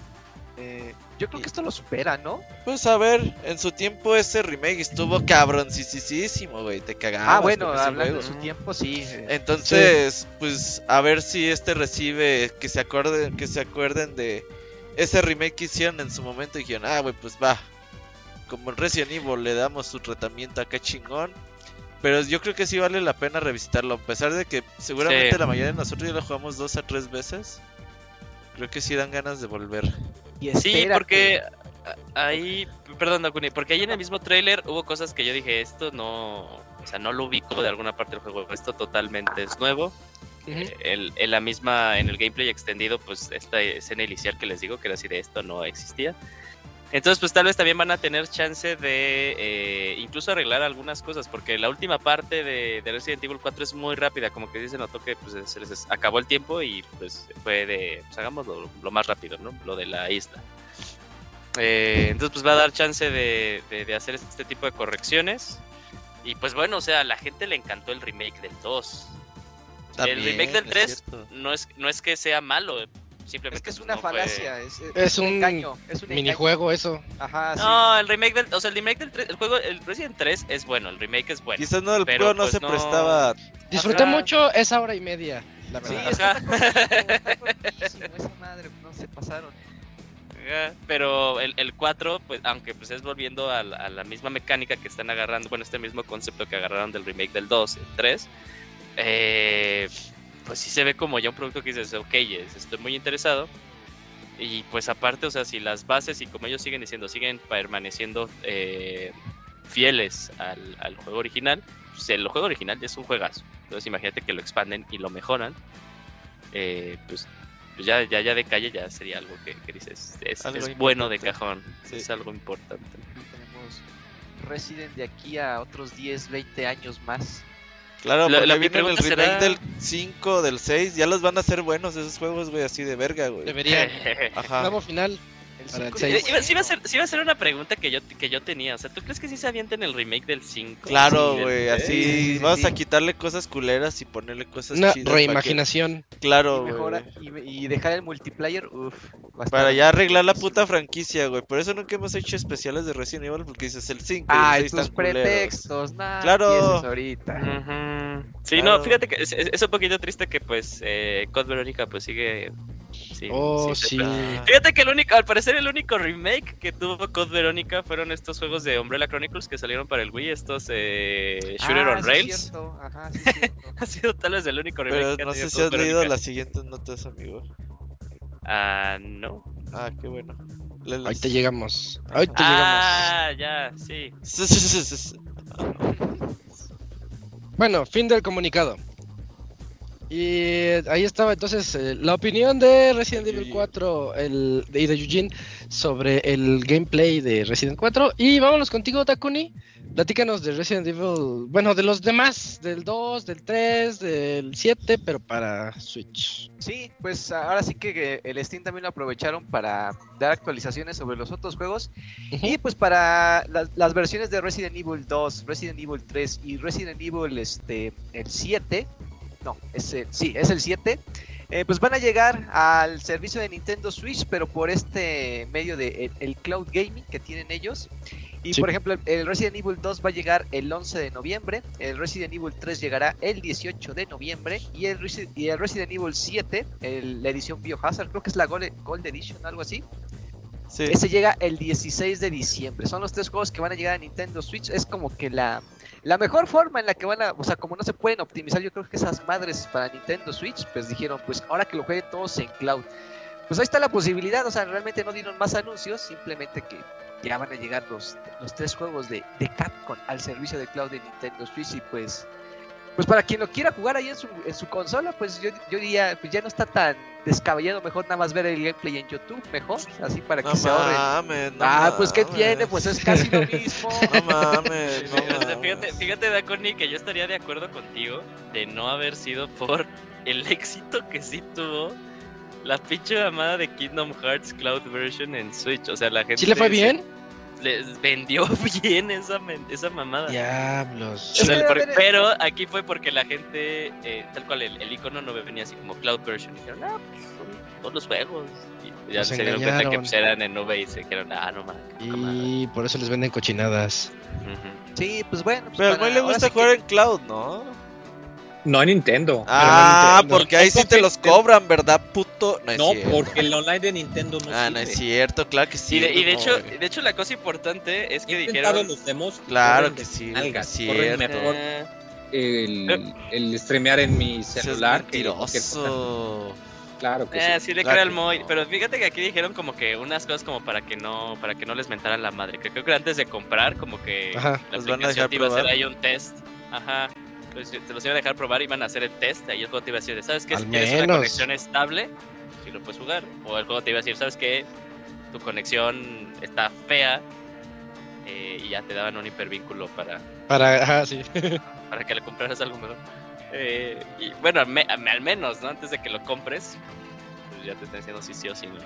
Yo creo que esto lo supera, ¿no? Pues a ver, en su tiempo ese remake estuvo cabroncísimo, güey, te cagabas. Bueno, con ese hablando juego. de su tiempo, sí. Entonces, pues a ver si recibe, que se acuerden de ese remake que hicieron en su momento y dijeron, güey, pues va, como en Resident Evil le damos su tratamiento acá chingón. Pero yo creo que sí vale la pena revisitarlo, a pesar de que seguramente la mayoría de nosotros ya lo jugamos 2 a 3 veces. Creo que sí dan ganas de volver. Sí, porque ahí, perdón, Dakuni, porque ahí en el mismo tráiler hubo cosas que yo dije, esto no, o sea, no lo ubico de alguna parte del juego, esto totalmente es nuevo. En el gameplay extendido, pues esta escena inicial que les digo, que era así de esto no existía. Entonces, pues tal vez también van a tener chance de incluso arreglar algunas cosas, porque la última parte de Resident Evil 4 es muy rápida, como que se notó que pues, se les acabó el tiempo y pues fue de, pues hagamos lo más rápido, ¿no? Lo de la isla. Entonces, pues va a dar chance de hacer este tipo de correcciones. Y pues bueno, o sea, a la gente le encantó el remake del 2. También, el remake del 3 es no es que sea malo, simplemente es que es pues, una no falacia, fue... es un engaño, es un minijuego eso. Ajá, no, el remake del 3, el Resident 3 es bueno, el remake es bueno. Quizás no, el pero, juego no pues, se prestaba. Disfruté mucho esa hora y media, la Sí, verdad. está cortísimo, esa madre, no se pasaron. Pero el 4, pues aunque pues es volviendo a la misma mecánica que están agarrando, bueno, este mismo concepto que agarraron del remake del 2, el 3, pues sí se ve como ya un producto que dices, ok, estoy muy interesado. Y pues aparte, o sea, si las bases y como ellos siguen diciendo, siguen permaneciendo fieles al juego original, pues el juego original es un juegazo. Entonces imagínate que lo expanden y lo mejoran, pues ya de calle ya sería algo que dices, es bueno de cajón, sí. Es algo importante. Tenemos Resident de aquí a otros 10, 20 años más. Claro, porque mi viene el remake será... del 5, del 6, ya los van a hacer buenos esos juegos, güey, así de verga, güey. Deberían. Ajá. Nuevo final. Para el 6. Sí iba a ser una pregunta que yo tenía. O sea, ¿tú crees que sí se avienten el remake del 5? Claro, Sí, güey, así sí. vamos a quitarle cosas culeras y ponerle cosas Una chidas. reimaginación. Claro, Y, güey. y dejar el multiplayer, Para ya arreglar la puta franquicia, güey. Por eso nunca hemos hecho especiales de Resident Evil, porque dices el 5 y el 6 tus están culeros. pretextos, nada. Claro. Ahorita. Sí, Claro. no, fíjate que es un poquito triste que pues Code Verónica pues sigue... Sí. Fíjate que al parecer el único remake que tuvo Code Verónica fueron estos juegos de Umbrella Chronicles que salieron para el Wii, estos Shooter on Rails. Ajá, sí, Ha sido tal vez el único remake Pero que ha no sé tenido si Code has leído Verónica. las siguientes notas, amigo. No. Ah, qué bueno. Ahorita llegamos. Ya, sí. Bueno, fin del comunicado. Y ahí estaba entonces la opinión de Resident Evil 4 y de Eugene sobre el gameplay de Resident 4. Y vámonos contigo, Takuni. Platícanos de Resident Evil, bueno, de los demás, del 2, del 3, del 7, pero para Switch. Sí, pues ahora sí que el Steam también lo aprovecharon para dar actualizaciones sobre los otros juegos. Y pues para las versiones de Resident Evil 2, Resident Evil 3 y Resident Evil el 7, no, es el 7, pues van a llegar al servicio de Nintendo Switch, pero por este medio de el cloud gaming que tienen ellos. Y sí. Por ejemplo, el Resident Evil 2 va a llegar el 11 de noviembre, el Resident Evil 3 llegará el 18 de noviembre y el Resident Evil 7, la edición Biohazard, creo que es la Gold Edition, algo así. Sí. Ese llega el 16 de diciembre. Son los tres juegos que van a llegar a Nintendo Switch. Es como que la mejor forma en la que van a... O sea, como no se pueden optimizar, yo creo que esas madres para Nintendo Switch, pues dijeron, pues ahora que lo jueguen todos en cloud. Pues ahí está la posibilidad, o sea, realmente no dieron más anuncios, simplemente que ya van a llegar los tres juegos de Capcom al servicio de cloud de Nintendo Switch. Y pues para quien lo quiera jugar ahí en su consola, pues yo diría, pues ya no está tan descabellado, mejor nada más ver el gameplay en YouTube, mejor, así para que se ahorren. Pues ¿qué tiene? Pues es casi lo mismo. No mames, Fíjate, Daconi, que yo estaría de acuerdo contigo de no haber sido por el éxito que sí tuvo la pinche mamada de Kingdom Hearts Cloud Version en Switch. O sea, la gente... ¿Sí le fue bien? Les vendió bien esa mamada. Diablos. Pero aquí fue porque la gente, tal cual, el icono no venía así como Cloud Version. Y dijeron, pues son todos los juegos. Y ya se dieron cuenta que pues, eran en nube y se dijeron, no mames. Y por eso les venden cochinadas. Sí, pues bueno. Pues pero a mí le gusta jugar en cloud, ¿no? No a Nintendo. Porque ahí sí te los cobran, ¿verdad, puto? No, porque el online de Nintendo no sirve. No es cierto, claro que sí. Y de hecho la cosa importante es que dijeron... los demos. Claro que sí, corren mejor el streamear en mi celular. Mentiroso. Claro que sí. Sí le crea el Moy, pero fíjate que aquí dijeron como que unas cosas como para que no les mentaran la madre. Creo que antes de comprar como que la aplicación te iba a hacer ahí un test. Ajá. Pues te los iban a dejar probar, iban a hacer el test, ahí el juego te iba a decir, ¿sabes qué? Si tienes una conexión estable, si lo puedes jugar. O el juego te iba a decir, ¿sabes qué? Tu conexión está fea, y ya te daban un hipervínculo para que le compraras algo mejor. Y bueno, al menos, ¿no? Antes de que lo compres, pues ya te están diciendo sí o sí, ¿no?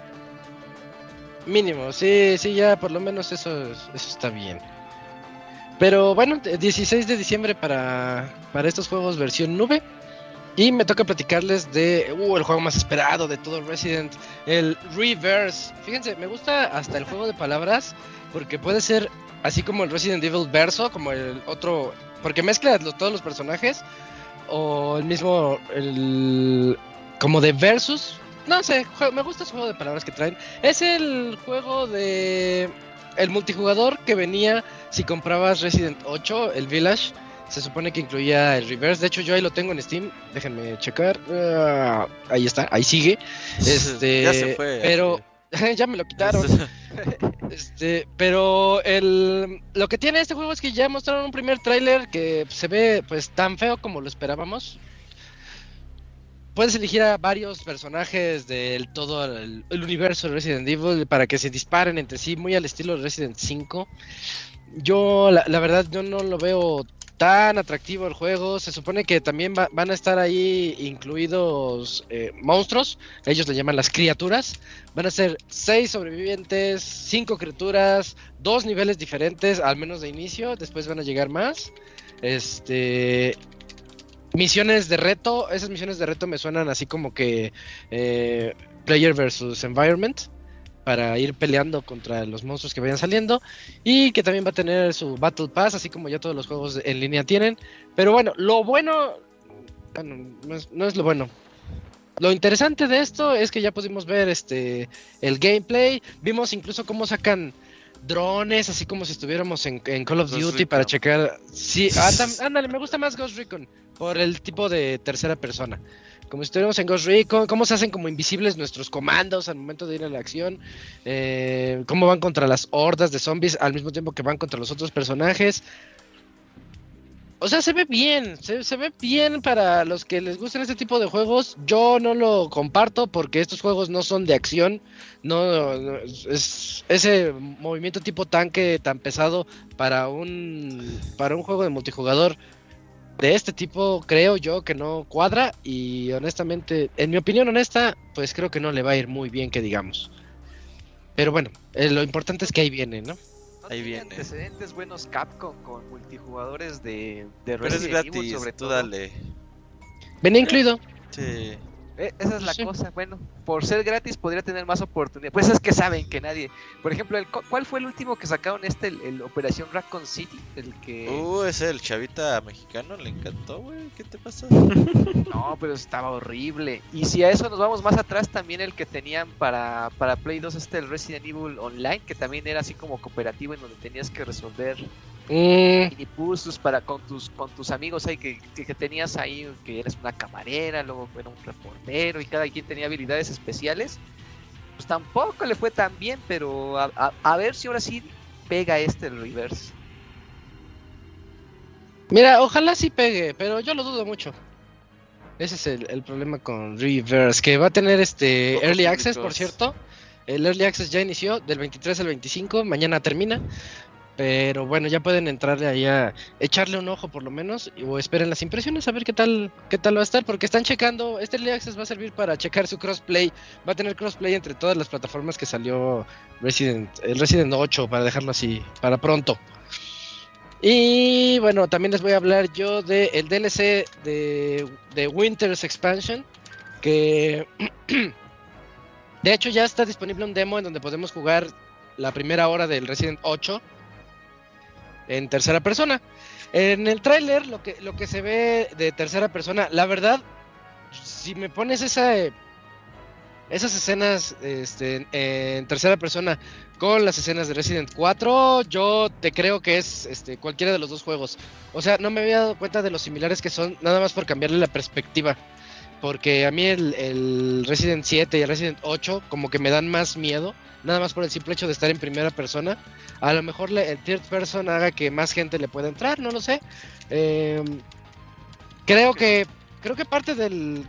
Mínimo, sí, ya por lo menos eso está bien. Pero bueno, 16 de diciembre para estos juegos versión nube. Y me toca platicarles de el juego más esperado de todo Resident, el Reverse. Fíjense, me gusta hasta el juego de palabras, porque puede ser así como el Resident Evil Verso, como el otro, porque mezcla todos los personajes, o el mismo, como de Versus. No sé, me gusta ese juego de palabras que traen. Es el juego de... el multijugador que venía si comprabas Resident 8, el Village, Se supone que incluía el reverse. De hecho, yo ahí lo tengo en Steam. Déjenme checar. Ahí está, ahí sigue. Ya se fue. Pero ya me lo quitaron. Pero lo que tiene este juego es que ya mostraron un primer tráiler que se ve pues tan feo como lo esperábamos. Puedes elegir a varios personajes del todo el universo de Resident Evil para que se disparen entre sí, muy al estilo de Resident 5. Yo, la verdad, yo no lo veo tan atractivo el juego. Se supone que también van a estar ahí incluidos monstruos. Ellos le llaman las criaturas. Van a ser 6 sobrevivientes, 5 criaturas, 2 niveles diferentes, al menos de inicio. Después van a llegar más. Misiones de reto. Esas misiones de reto me suenan así como que Player versus Environment, para ir peleando contra los monstruos que vayan saliendo, y que también va a tener su Battle Pass, así como ya todos los juegos en línea tienen. Pero bueno, lo bueno, no es lo bueno. Lo interesante de esto es que ya pudimos ver el gameplay, vimos incluso cómo sacan drones, así como si estuviéramos en Call of Duty para checar. Sí, ándale, me gusta más Ghost Recon por el tipo de tercera persona. Como si estuviéramos en Ghost Recon, cómo se hacen como invisibles nuestros comandos al momento de ir a la acción, cómo van contra las hordas de zombies al mismo tiempo que van contra los otros personajes. O sea, se ve bien, se ve bien para los que les gustan este tipo de juegos. Yo no lo comparto porque estos juegos no son de acción, no es ese movimiento tipo tanque tan pesado para un juego de multijugador de este tipo. Creo yo que no cuadra, y honestamente, en mi opinión honesta, pues creo que no le va a ir muy bien, que digamos. Pero bueno, lo importante es que ahí viene, ¿no? Ahí viene. Antecedentes buenos Capcom con multijugadores de Pero es Resident Evil, gratis, sobre tú todo. dale. Venía incluido. Sí. Esa es la Sí. cosa. Bueno, por ser gratis podría tener más oportunidad. Pues es que saben que nadie. Por ejemplo, ¿cuál fue el último que sacaron el Operación Raccoon City? El que. Ese el chavita mexicano, le encantó, güey. ¿Qué te pasa? No, pero estaba horrible. Y si a eso nos vamos más atrás, también el que tenían para Play 2, el Resident Evil Online, que también era así como cooperativo, en donde tenías que resolver mini puzzles con tus amigos ahí que tenías ahí, que eres una camarera, luego era un reportero y cada quien tenía habilidades especiales. Pues tampoco le fue tan bien, pero a ver si ahora sí pega el reverse. Mira, ojalá sí pegue, pero yo lo dudo mucho. Ese es el problema con Reverse, que va a tener Early Access, por cierto. El Early Access ya inició del 23 al 25, mañana termina. Pero bueno, ya pueden entrarle ahí a echarle un ojo por lo menos, o esperen las impresiones a ver qué tal va a estar, porque están checando. Early Access va a servir para checar su crossplay. Va a tener crossplay entre todas las plataformas que salió el Resident 8, para dejarlo así, para pronto. Y bueno, también les voy a hablar yo del DLC de Winter's Expansion, que de hecho ya está disponible un demo en donde podemos jugar la primera hora del Resident 8 en tercera persona. En el tráiler lo que se ve de tercera persona, la verdad, si me pones esas escenas en tercera persona con las escenas de Resident 4, yo te creo que es cualquiera de los dos juegos. O sea, no me había dado cuenta de lo similares que son, nada más por cambiarle la perspectiva. Porque a mí el Resident 7 y el Resident 8 como que me dan más miedo, nada más por el simple hecho de estar en primera persona. A lo mejor el third person haga que más gente le pueda entrar, no lo sé. Creo que parte del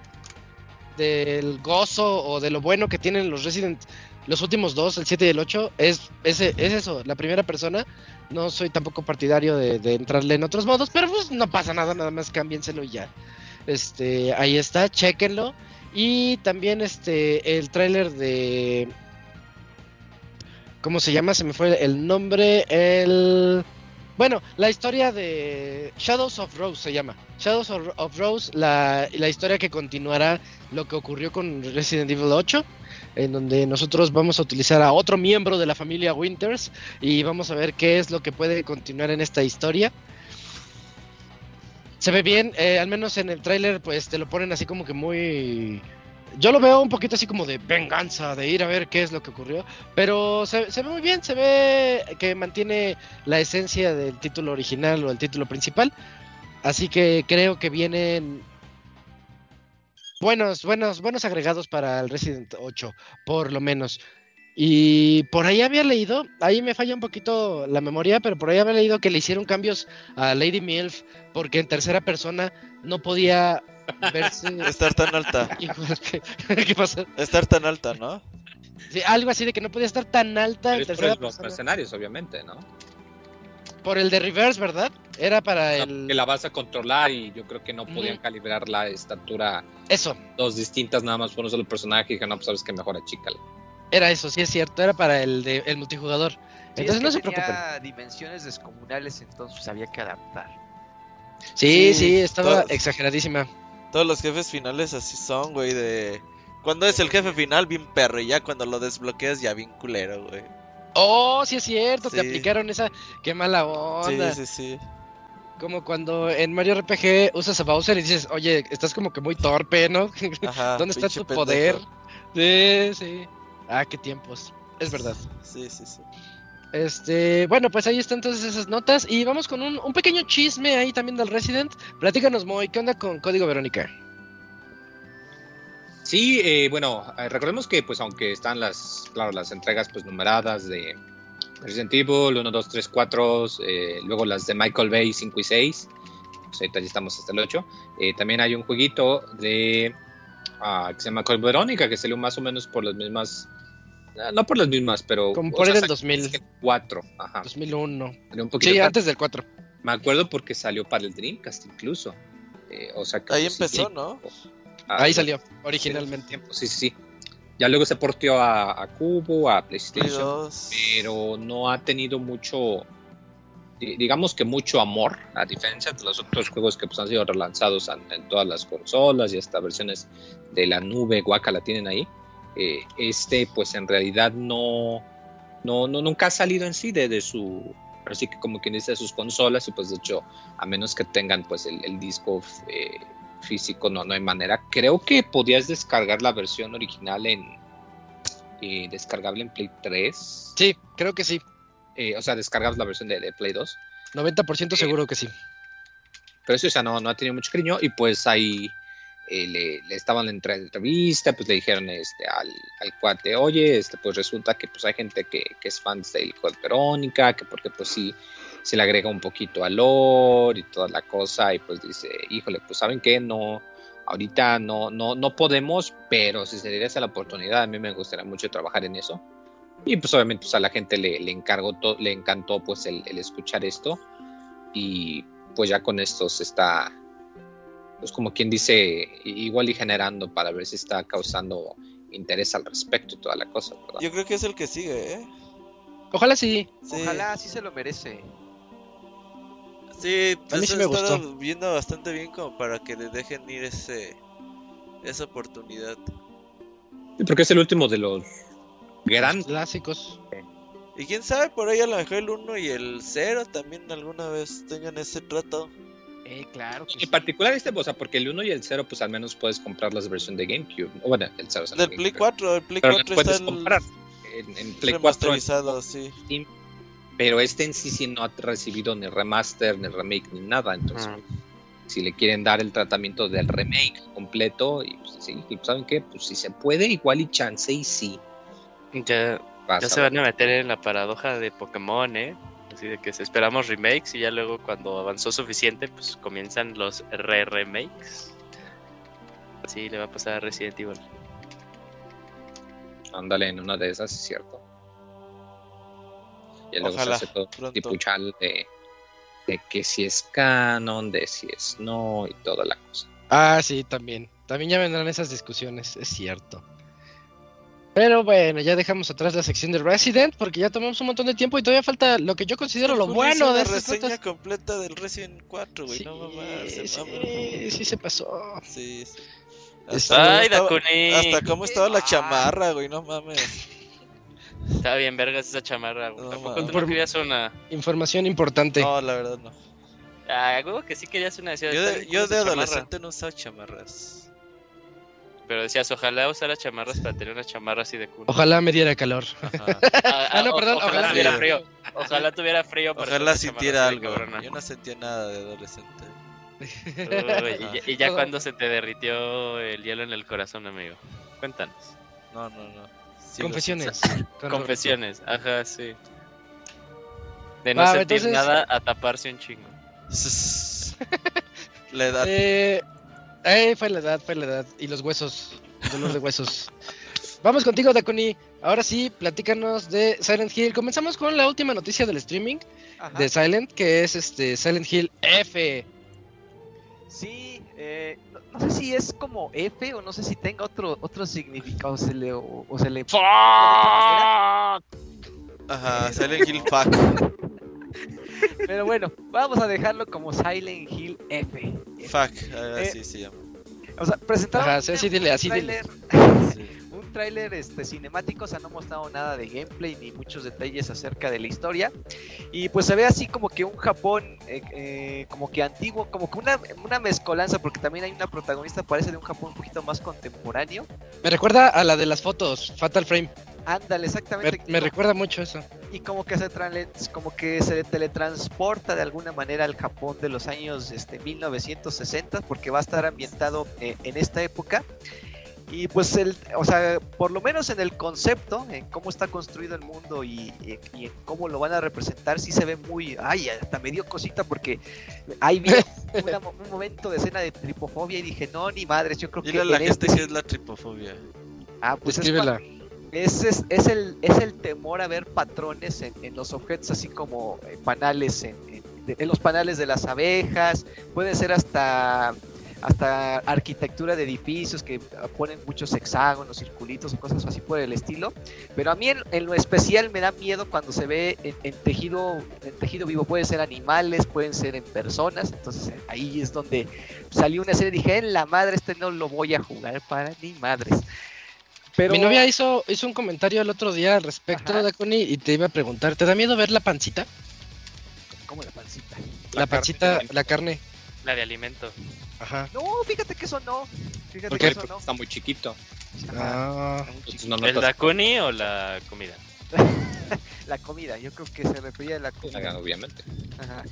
gozo o de lo bueno que tienen los Resident, los últimos dos, el 7 y el 8, es eso, la primera persona. No soy tampoco partidario de entrarle en otros modos, pero pues no pasa nada, nada más cámbienselo y ya. Ahí está, chéquenlo. Y también el tráiler de... ¿Cómo se llama? Se me fue el nombre. Bueno, la historia de Shadows of Rose se llama. Shadows of Rose, la historia que continuará lo que ocurrió con Resident Evil 8, en donde nosotros vamos a utilizar a otro miembro de la familia Winters y vamos a ver qué es lo que puede continuar en esta historia. Se ve bien, al menos en el tráiler pues te lo ponen así como que muy... Yo lo veo un poquito así como de venganza, de ir a ver qué es lo que ocurrió, pero se ve muy bien, se ve que mantiene la esencia del título original o el título principal. Así que creo que vienen buenos agregados para el Resident 8, por lo menos. Y por ahí había leído, ahí me falla un poquito la memoria, pero por ahí había leído que le hicieron cambios a Lady Milf porque en tercera persona no podía verse. Estar tan alta. ¿Qué pasa? Estar tan alta, ¿no? Sí, algo así de que no podía estar tan alta en Pero es tercera por los persona. mercenarios, obviamente, ¿no? Por el de Reverse, ¿verdad? Era para el... Que la vas a controlar y yo creo que no podían calibrar la estatura. Eso. Dos distintas nada más por un solo personaje y dije, no, pues sabes que mejor achícala. Era eso, sí es cierto, era para el multijugador. Sí, Entonces es que no se tenía preocupen. dimensiones descomunales, entonces había que adaptar. Sí, estaba todo- exageradísima. Todos los jefes finales así son, güey, de... Cuando es el jefe final, bien perro, y ya cuando lo desbloqueas, ya bien culero, güey. Oh, sí es cierto, te Sí. aplicaron esa... Qué mala onda. Sí. Como cuando en Mario RPG usas a Bowser y dices, oye, estás como que muy torpe, ¿no? Ajá, ¿Dónde está pinche tu pendejo. poder? Sí. Ah, qué tiempos. Es verdad. Sí. Bueno, pues ahí están todas esas notas y vamos con un pequeño chisme ahí también del Resident. Platícanos, Moy, ¿qué onda con Código Verónica? Sí, bueno, recordemos que pues aunque están las entregas pues numeradas de Resident Evil 1, 2, 3, 4, luego las de Michael Bay 5 y 6, pues ahorita ya estamos hasta el 8, también hay un jueguito de que se llama Código Verónica que salió más o menos por las mismas, no por las mismas, pero... Como por ahí del 2000. 2004, ajá. 2001. Salió un poquito Sí, tarde. antes del 4. Me acuerdo porque salió para el Dreamcast incluso. O sea que Ahí pues, sí, empezó, sí. ¿no? Ahí salió, originalmente. Sí. Ya luego se porteó a Cubo, a Play PlayStation, 2. pero no ha tenido mucho, digamos que mucho amor, a diferencia de los otros juegos que pues, han sido relanzados en todas las consolas y hasta versiones de la nube, guaca la tienen ahí. Pues en realidad nunca ha salido en sí de su, así que como quien dice, de sus consolas, y pues de hecho, a menos que tengan pues el disco físico, no hay manera. Creo que podías descargar la versión original descargable en Play 3. Sí, creo que sí. O sea, descargabas la versión de Play 2. 90% seguro que sí. Pero sí, o sea, no ha tenido mucho cariño. Y pues ahí le estaban en entrevista, pues le dijeron al cuate, oye, pues resulta que pues hay gente que es fan del Code Verónica, que porque pues sí se le agrega un poquito al lore y toda la cosa, y pues dice, híjole, pues ¿saben qué? No, ahorita no podemos, pero si se diera esa la oportunidad, a mí me gustaría mucho trabajar en eso. Y pues obviamente pues a la gente le encantó pues el escuchar esto, y pues ya con esto se está, pues como quien dice, igual y generando para ver si está causando interés al respecto y toda la cosa, ¿verdad? Yo creo que es el que sigue, ¿eh? Ojalá sí. Ojalá sí se lo merece. Sí, A pues mí sí me estado gustó. viendo bastante bien como para que le dejen ir esa oportunidad. Sí, porque es el último de los grandes. Clásicos. Y quién sabe, por ahí a lo mejor el 1 y el 0 también alguna vez tengan ese trato. Claro que En sí. particular o sea, porque el 1 y el 0 pues al menos puedes comprar las versiones de GameCube. O bueno, el 0 es el Del de Play GameCube, 4, el Play pero 4 lo puedes está comprar en Play 4 remasterizado, sí. Steam, pero en sí no ha recibido ni remaster, ni remake, ni nada. Entonces, si le quieren dar el tratamiento del remake completo, y pues sí, y ¿saben qué? Pues si se puede, igual y chance y sí. Ya se van a meter en la paradoja de Pokémon, así de que esperamos remakes y ya luego cuando avanzó suficiente, pues comienzan los remakes. Así le va a pasar a Resident Evil. Ándale, en una de esas, es cierto. Y luego Ojalá, se hace todo pronto. tipuchal de que si es canon, de si es no, y toda la cosa. Ah, sí, también. También ya vendrán esas discusiones, es cierto. Pero bueno, ya dejamos atrás la sección de Resident porque ya tomamos un montón de tiempo y todavía falta lo que yo considero lo Julio hizo bueno de una estas reseña notas. completa del Resident 4, güey, Sí, no mamás, se mamó. sí se pasó. Sí. Ay, cómo Dakuni. hasta cómo estaba la chamarra, güey, no mames. Está bien, vergas esa chamarra. No, ¿Tampoco mames. tú no querías una? Información importante. No, la verdad no. Ah, huevo que sí querías una. Decías, Yo "Está de, bien yo cool de esa chamarra". adolescente no usaba chamarras. Pero decías, ojalá usara chamarras para tener una chamarra así de cool. No me diera calor. Ajá. No, perdón, Ojalá ojalá tuviera tuviera- frío. Ojalá tuviera frío para Ojalá usar una sintiera chamarra así de algo. cabrona. Yo no sentía nada de adolescente. Y ya cuando se te derritió el hielo en el corazón, amigo. Cuéntanos. No. Sí, Confesiones. Confesiones, ajá, sí. De no sentir entonces... nada a taparse un chingo. La edad. Fue la edad. Y los huesos. Dolor de huesos. Vamos contigo, Dakuni. Ahora sí, platícanos de Silent Hill. Comenzamos con la última noticia del streaming de Silent, que es Silent Hill F. Sí, no sé si es como F o no sé si tenga otro significado. Se le Ajá, Silent Hill Fuck. Pero bueno, vamos a dejarlo como Silent Hill F. Fuck, así se llama. O sea, presentaron Así dile. un tráiler cinemático, o sea, no mostrado nada de gameplay ni muchos detalles acerca de la historia. Y pues se ve así como que un Japón como que antiguo, como que una mezcolanza, porque también hay una protagonista, parece de un Japón un poquito más contemporáneo. Me recuerda a la de las fotos, Fatal Frame. Ándale, exactamente. Me recuerda mucho eso. Y como que se teletransporta de alguna manera al Japón de los años 1960, porque va a estar ambientado en esta época. Y pues o sea, por lo menos en el concepto, en cómo está construido el mundo y en cómo lo van a representar, sí se ve muy, hasta me dio cosita, porque ahí vi un momento de escena de tripofobia y dije, no, ni madres, yo creo que Dile a la gente que es la tripofobia. Pues escríbela. es el temor a ver patrones en los objetos, así como panales en los panales de las abejas. Puede ser hasta arquitectura de edificios que ponen muchos hexágonos, circulitos o cosas así por el estilo. Pero a mí en lo especial me da miedo cuando se ve en tejido vivo. Puede ser animales, pueden ser en personas. Entonces ahí es donde salió una serie y dije, en la madre, no lo voy a jugar para ni madres. Pero... Mi novia hizo un comentario el otro día al respecto, Dakuni, y te iba a preguntar, ¿te da miedo ver la pancita? ¿Cómo la pancita? La pancita, la carne. La de alimento. Ajá. No, fíjate que eso no. Porque está muy chiquito. Entonces ¿el Dakuni o la comida? La comida, yo creo que se refería a la comida. Obviamente. Ajá.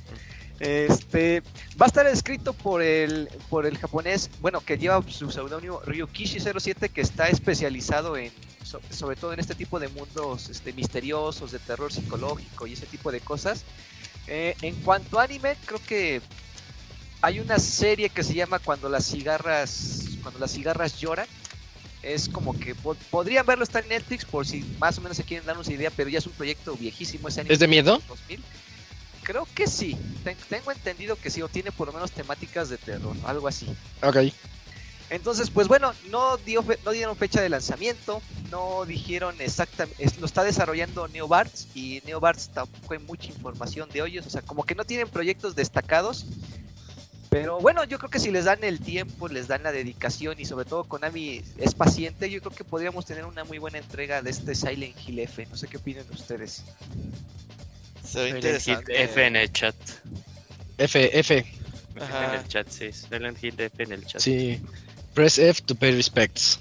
Va a estar escrito por el japonés, bueno, que lleva su seudónimo Ryukishi07, que está especializado sobre todo en este tipo de mundos misteriosos, de terror psicológico y ese tipo de cosas. En cuanto a anime, creo que hay una serie que se llama Cuando las cigarras lloran. Es como que podrían verlo, está en Netflix, por si más o menos se quieren dar una idea, pero ya es un proyecto viejísimo ese anime. ¿Es de miedo? 2000. Creo que sí, tengo entendido que sí, o tiene por lo menos temáticas de terror, algo así. Ok. Entonces, pues bueno, no dieron fecha de lanzamiento, no dijeron exactamente, lo está desarrollando NeoBards, y NeoBards tampoco hay mucha información de ellos, o sea, como que no tienen proyectos destacados. Pero bueno, yo creo que si les dan el tiempo, les dan la dedicación y sobre todo Konami es paciente, yo creo que podríamos tener una muy buena entrega de este Silent Hill F. No sé qué opinan ustedes. Se ve interesante. F en el chat. F. Ajá. En el chat, sí. Silent Hill F en el chat. Sí. Press F to pay respects.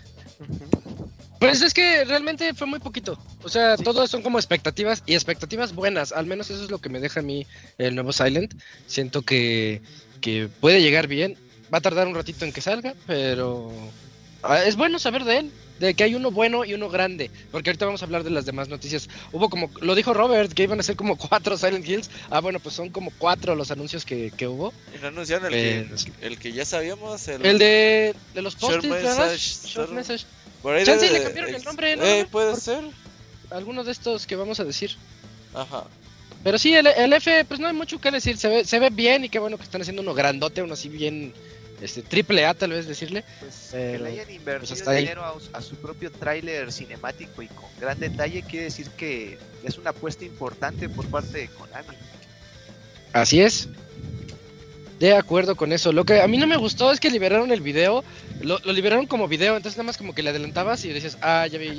Pues es que realmente fue muy poquito. O sea, sí. Todos son como expectativas y expectativas buenas. Al menos eso es lo que me deja a mí el nuevo Silent. Siento que puede llegar bien. Va a tardar un ratito en que salga, pero es bueno saber de él. De que hay uno bueno y uno grande. Porque ahorita vamos a hablar de las demás noticias. Hubo como, lo dijo Robert, que iban a ser como 4 Silent Hills. Bueno, pues son como 4 los anuncios que hubo. Y no anunciaron el que ya sabíamos. El de los Short posts, Short Message. Por ahí Chance le cambiaron el nombre, ¿no? Puede ser. Alguno de estos que vamos a decir. Ajá. Pero sí, el F, pues no hay mucho que decir. Se ve bien y qué bueno que están haciendo uno grandote, uno así bien... triple A tal vez decirle. Pues que le hayan invertido dinero a su propio tráiler cinemático y con gran detalle, quiere decir que es una apuesta importante por parte de Konami. Así es. De acuerdo con eso. Lo que a mí no me gustó es que liberaron el video. Lo liberaron como video, entonces nada más como que le adelantabas y decías, ya vi.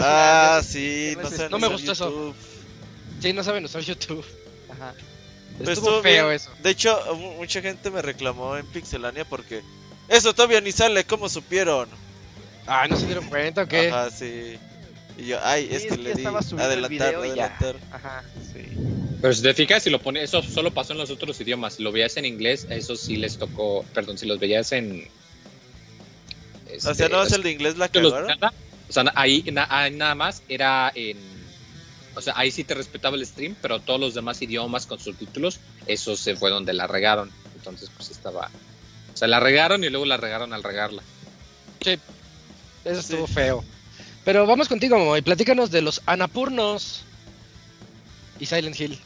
Sí, no me gustó eso. Sí, no saben usar YouTube. Ajá. Estuvo feo eso. De hecho, mucha gente me reclamó en Pixelania porque eso todavía ni sale, ¿cómo supieron? ¿No se dieron cuenta o qué? Ajá, sí. Y yo, es que le di adelantar. Ajá, sí. Pero si te fijas, si lo pones, eso solo pasó en los otros idiomas. Si lo veías en inglés, eso sí les tocó. Perdón, si los veías en. O sea, no es el de inglés la cagaron. O sea, ahí nada más era en. O sea, ahí sí te respetaba el stream, pero todos los demás idiomas con subtítulos, eso se fue donde la regaron. Entonces, pues estaba. O sea, la regaron y luego la regaron al regarla. Sí, eso estuvo feo. Pero vamos contigo, Momo, y platícanos de los Annapurnos y Silent Hill.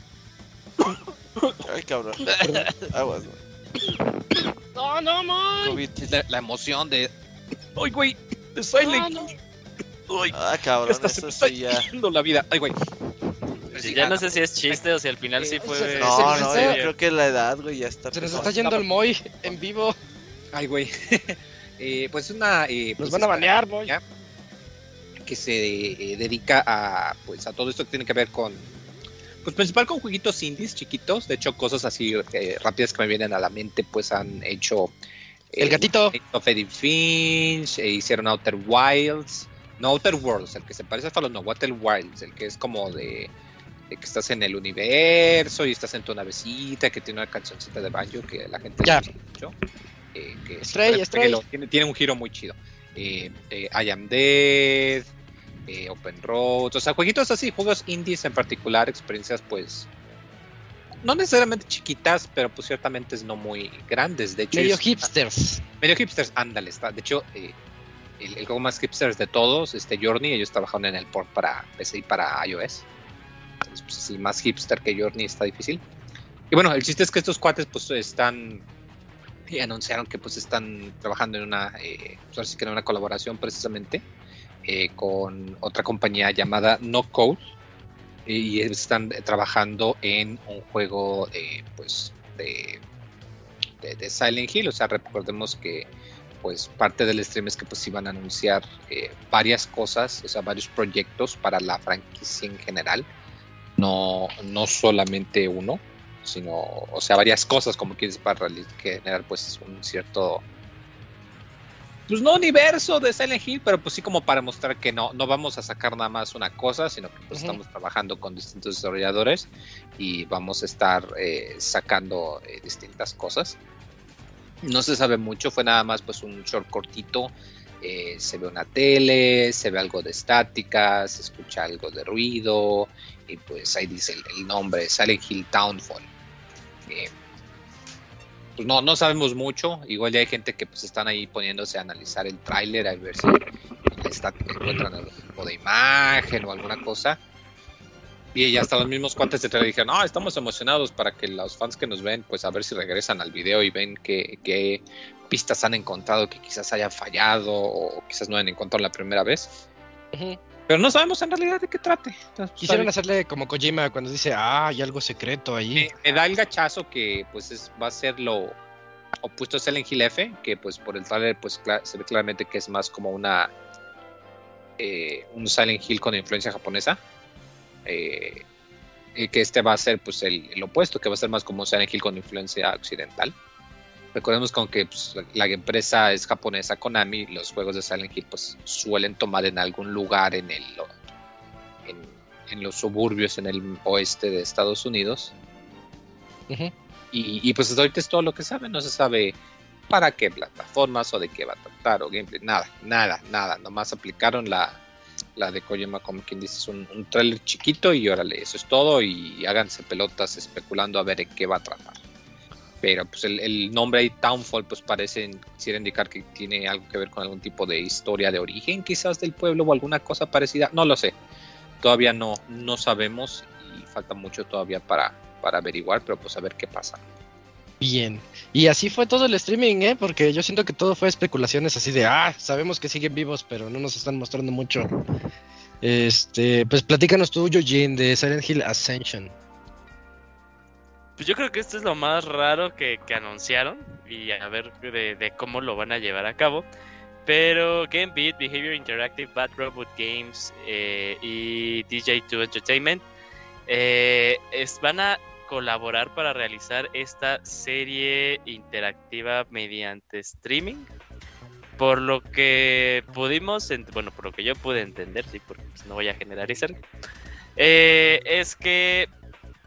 Ay, cabrón. Aguas, güey. No, man. COVID. La emoción de. ¡Ay, güey! De Silent Hill. ¡Ay! Ah, cabrón, Hasta se me está yendo la vida. ¡Ay, güey! Ya no sé si es chiste o si al final sí fue. No, yo creo que la edad, güey, ya está. Se nos está yendo el Moy en vivo. Ay, güey. Pues una. Nos van a banear, Moy. Que se dedica a todo esto que tiene que ver con, pues principal con jueguitos indies chiquitos. De hecho, cosas así rápidas que me vienen a la mente, pues han hecho el gatito of Edith Finch, hicieron Outer Wilds, no Outer Worlds, el que se parece a Fallout, no, Outer Wilds, el que es como de que estás en el universo y estás en tu navecita, que tiene una cancioncita de banjo que la gente ya mucho, que Stray. Tiene un giro muy chido. I Am Dead, Open Road, o sea, jueguitos así, juegos indies en particular, experiencias pues no necesariamente chiquitas, pero pues ciertamente no muy grandes. De hecho, medio hipsters, ándale, está. De hecho, el juego más hipsters de todos, Journey, ellos trabajaron en el port para PC y para iOS. Entonces, pues sí, más hipster que Journey está difícil. Y bueno, el chiste es que estos cuates pues están anunciaron que pues están trabajando en una en una colaboración precisamente con otra compañía llamada No Code, y están trabajando en un juego pues de Silent Hill. O sea, recordemos que pues parte del stream es que pues iban a anunciar varias cosas, o sea, varios proyectos para la franquicia en general, no solamente uno, sino, o sea, varias cosas como quieres para generar pues un cierto, pues no universo de Silent Hill, pero pues sí como para mostrar que no vamos a sacar nada más una cosa, sino que pues estamos trabajando con distintos desarrolladores y vamos a estar sacando distintas cosas. No se sabe mucho, fue nada más pues un short cortito. Se ve una tele, se ve algo de estática, se escucha algo de ruido y pues ahí dice el nombre, Silent Hill Townfall. Pues no sabemos mucho. Igual ya hay gente que pues están ahí poniéndose a analizar el tráiler, a ver si en la estática encuentran algún tipo de imagen o alguna cosa. Y ya hasta los mismos cuates de trailer dijeron, no, estamos emocionados para que los fans que nos ven, pues a ver si regresan al video y ven qué pistas han encontrado que quizás hayan fallado o quizás no hayan encontrado la primera vez. Pero no sabemos en realidad de qué trate. Entonces, quisieron hacerle como Kojima cuando dice, hay algo secreto ahí. Me da el gachazo que pues va a ser lo opuesto a Silent Hill F, que pues por el trailer pues se ve claramente que es más como un Silent Hill con influencia japonesa. Que este va a ser pues el opuesto, que va a ser más como Silent Hill con influencia occidental. Recordemos con que pues, la empresa es japonesa, Konami, los juegos de Silent Hill pues suelen tomar en algún lugar en los suburbios en el oeste de Estados Unidos. Y pues hasta ahorita es todo lo que sabe, no se sabe para qué plataformas o de qué va a tratar o gameplay, nada, nomás aplicaron la de Kojima, como quien dice, es un trailer chiquito y órale, eso es todo y háganse pelotas especulando a ver en qué va a tratar. Pero pues el nombre ahí, Townfall, pues quisiera indicar que tiene algo que ver con algún tipo de historia de origen quizás del pueblo o alguna cosa parecida, no lo sé, todavía no sabemos y falta mucho todavía para averiguar, pero pues a ver qué pasa. Bien, y así fue todo el streaming, porque yo siento que todo fue especulaciones así de, sabemos que siguen vivos, pero no nos están mostrando mucho. Pues platícanos tú, Yojin, de Silent Hill Ascension. Pues yo creo que esto es lo más raro que anunciaron y a ver de cómo lo van a llevar a cabo. Pero Game Beat, Behavior Interactive, Bad Robot Games y DJ2 Entertainment van a colaborar para realizar esta serie interactiva mediante streaming. Por lo que pudimos, por lo que yo pude entender, sí, porque pues no voy a generalizar, es que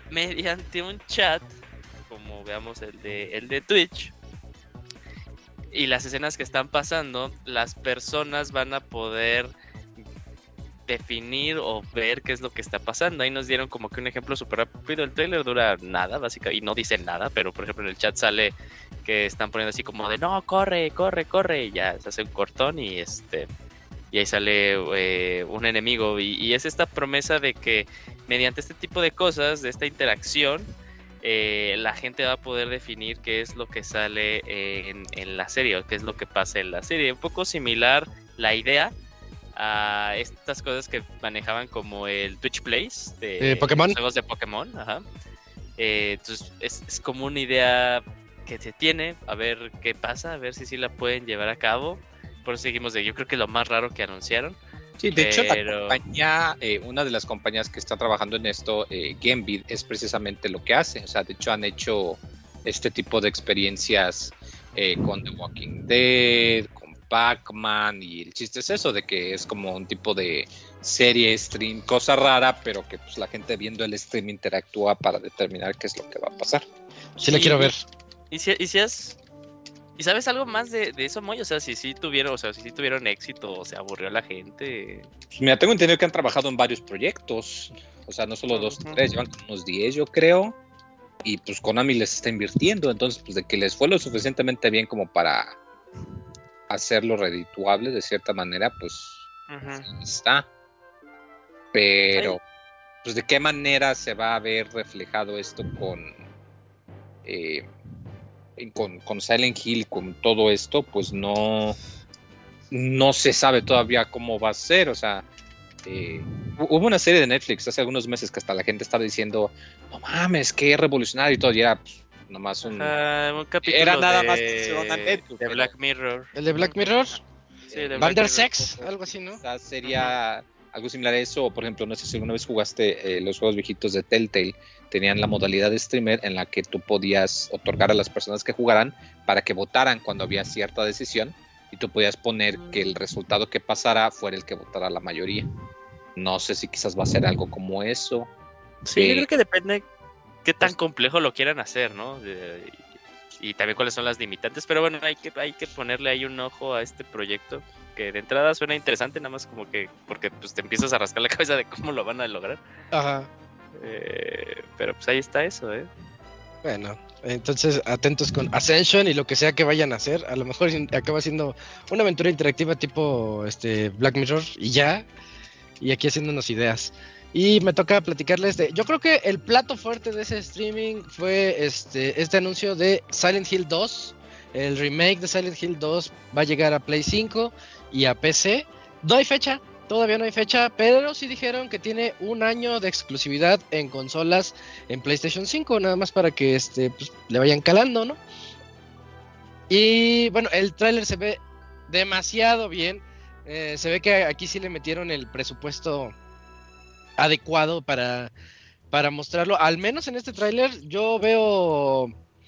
mediante un chat, como veamos el de Twitch, y las escenas que están pasando, las personas van a poder definir o ver qué es lo que está pasando. Ahí nos dieron como que un ejemplo súper rápido. El trailer dura nada, básicamente, y no dice nada, pero por ejemplo en el chat sale que están poniendo así como de no, corre, y ya se hace un cortón y ahí sale un enemigo, y es esta promesa de que mediante este tipo de cosas, de esta interacción, la gente va a poder definir qué es lo que sale en la serie, o qué es lo que pasa en la serie. Un poco similar la idea a estas cosas que manejaban como el Twitch Plays de Pokémon. Juegos de Pokémon, ajá. Entonces es como una idea que se tiene, a ver qué pasa, a ver si sí la pueden llevar a cabo. Por eso seguimos yo creo que lo más raro que anunciaron. Sí, de hecho la compañía, una de las compañías que está trabajando en esto, Gambit, es precisamente lo que hace. O sea, de hecho han hecho este tipo de experiencias con The Walking Dead, con Pac-Man, y el chiste es eso, de que es como un tipo de serie, stream, cosa rara, pero que pues la gente viendo el stream interactúa para determinar qué es lo que va a pasar. Sí, la quiero ver. ¿Y sabes algo más de eso, Moy? O sea, si sí tuvieron éxito o se aburrió la gente. Pues mira, tengo entendido que han trabajado en varios proyectos. O sea, no solo 2 o 3, llevan como unos 10, yo creo. Y pues Konami les está invirtiendo. Entonces, pues de que les fue lo suficientemente bien como para hacerlo redituable de cierta manera, pues está. Pero, pues de qué manera se va a ver reflejado esto con Silent Hill, con todo esto, pues no se sabe todavía cómo va a ser. O sea, hubo una serie de Netflix hace algunos meses que hasta la gente estaba diciendo, no mames, qué revolucionario y todo, y era pues, nomás un capítulo era nada más de Black Mirror. ¿El de Black Mirror? Sí, de Bandersnatch, algo así, ¿no? O sea, sería algo similar a eso. O por ejemplo, no sé si alguna vez jugaste los juegos viejitos de Telltale. Tenían la modalidad de streamer en la que tú podías otorgar a las personas que jugaran para que votaran cuando había cierta decisión, y tú podías poner que el resultado que pasara fuera el que votara la mayoría. No sé si quizás va a ser algo como eso. Sí, yo creo que depende qué tan complejo lo quieran hacer, ¿no? Y también cuáles son las limitantes, pero bueno, hay que ponerle ahí un ojo a este proyecto, que de entrada suena interesante, nada más como que porque pues te empiezas a rascar la cabeza de cómo lo van a lograr. Ajá. Pero pues ahí está eso, Bueno, entonces atentos con Ascension y lo que sea que vayan a hacer. A lo mejor acaba siendo una aventura interactiva tipo Black Mirror y ya. Y aquí haciéndonos ideas. Y me toca platicarles yo creo que el plato fuerte de ese streaming fue este anuncio de Silent Hill 2. El remake de Silent Hill 2 va a llegar a Play 5 y a PC. No hay fecha, todavía no hay fecha, pero sí dijeron que tiene 1 año de exclusividad en consolas en PlayStation 5, nada más para que pues, le vayan calando, ¿no? Y bueno, el tráiler se ve demasiado bien. Se ve que aquí sí le metieron el presupuesto adecuado para mostrarlo. Al menos en este tráiler yo veo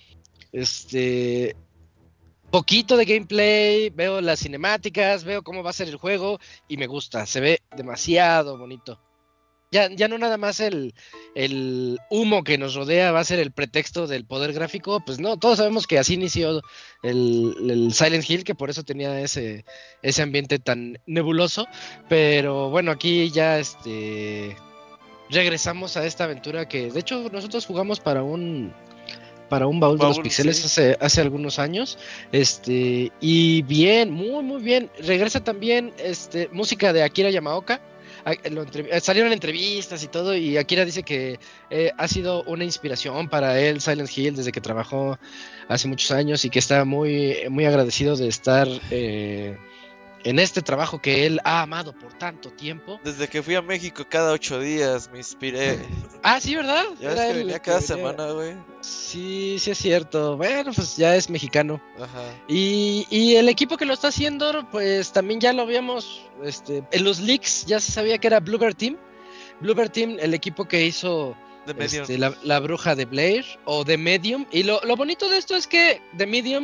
poquito de gameplay, veo las cinemáticas, veo cómo va a ser el juego y me gusta, se ve demasiado bonito. Ya no nada más el humo que nos rodea va a ser el pretexto del poder gráfico, pues no, todos sabemos que así inició el Silent Hill, que por eso tenía ese ambiente tan nebuloso, pero bueno, aquí ya regresamos a esta aventura que de hecho nosotros jugamos para un baúl de los pixeles, sí, hace algunos años, y bien, muy muy bien. Regresa también música de Akira Yamaoka. Salieron entrevistas y todo, y Akira dice que ha sido una inspiración para él Silent Hill desde que trabajó hace muchos años, y que está muy, muy agradecido de estar en este trabajo que él ha amado por tanto tiempo. Desde que fui a México cada 8 días me inspiré. Ah, sí, ¿verdad? Ya ves que venía cada semana, güey. Sí, sí es cierto. Bueno, pues ya es mexicano. Ajá. Y el equipo que lo está haciendo, pues también ya lo habíamos, en los leaks ya se sabía que era Bluebird Team. Bluebird Team, el equipo que hizo The Medium. La bruja de Blair, o The Medium. Y lo bonito de esto es que The Medium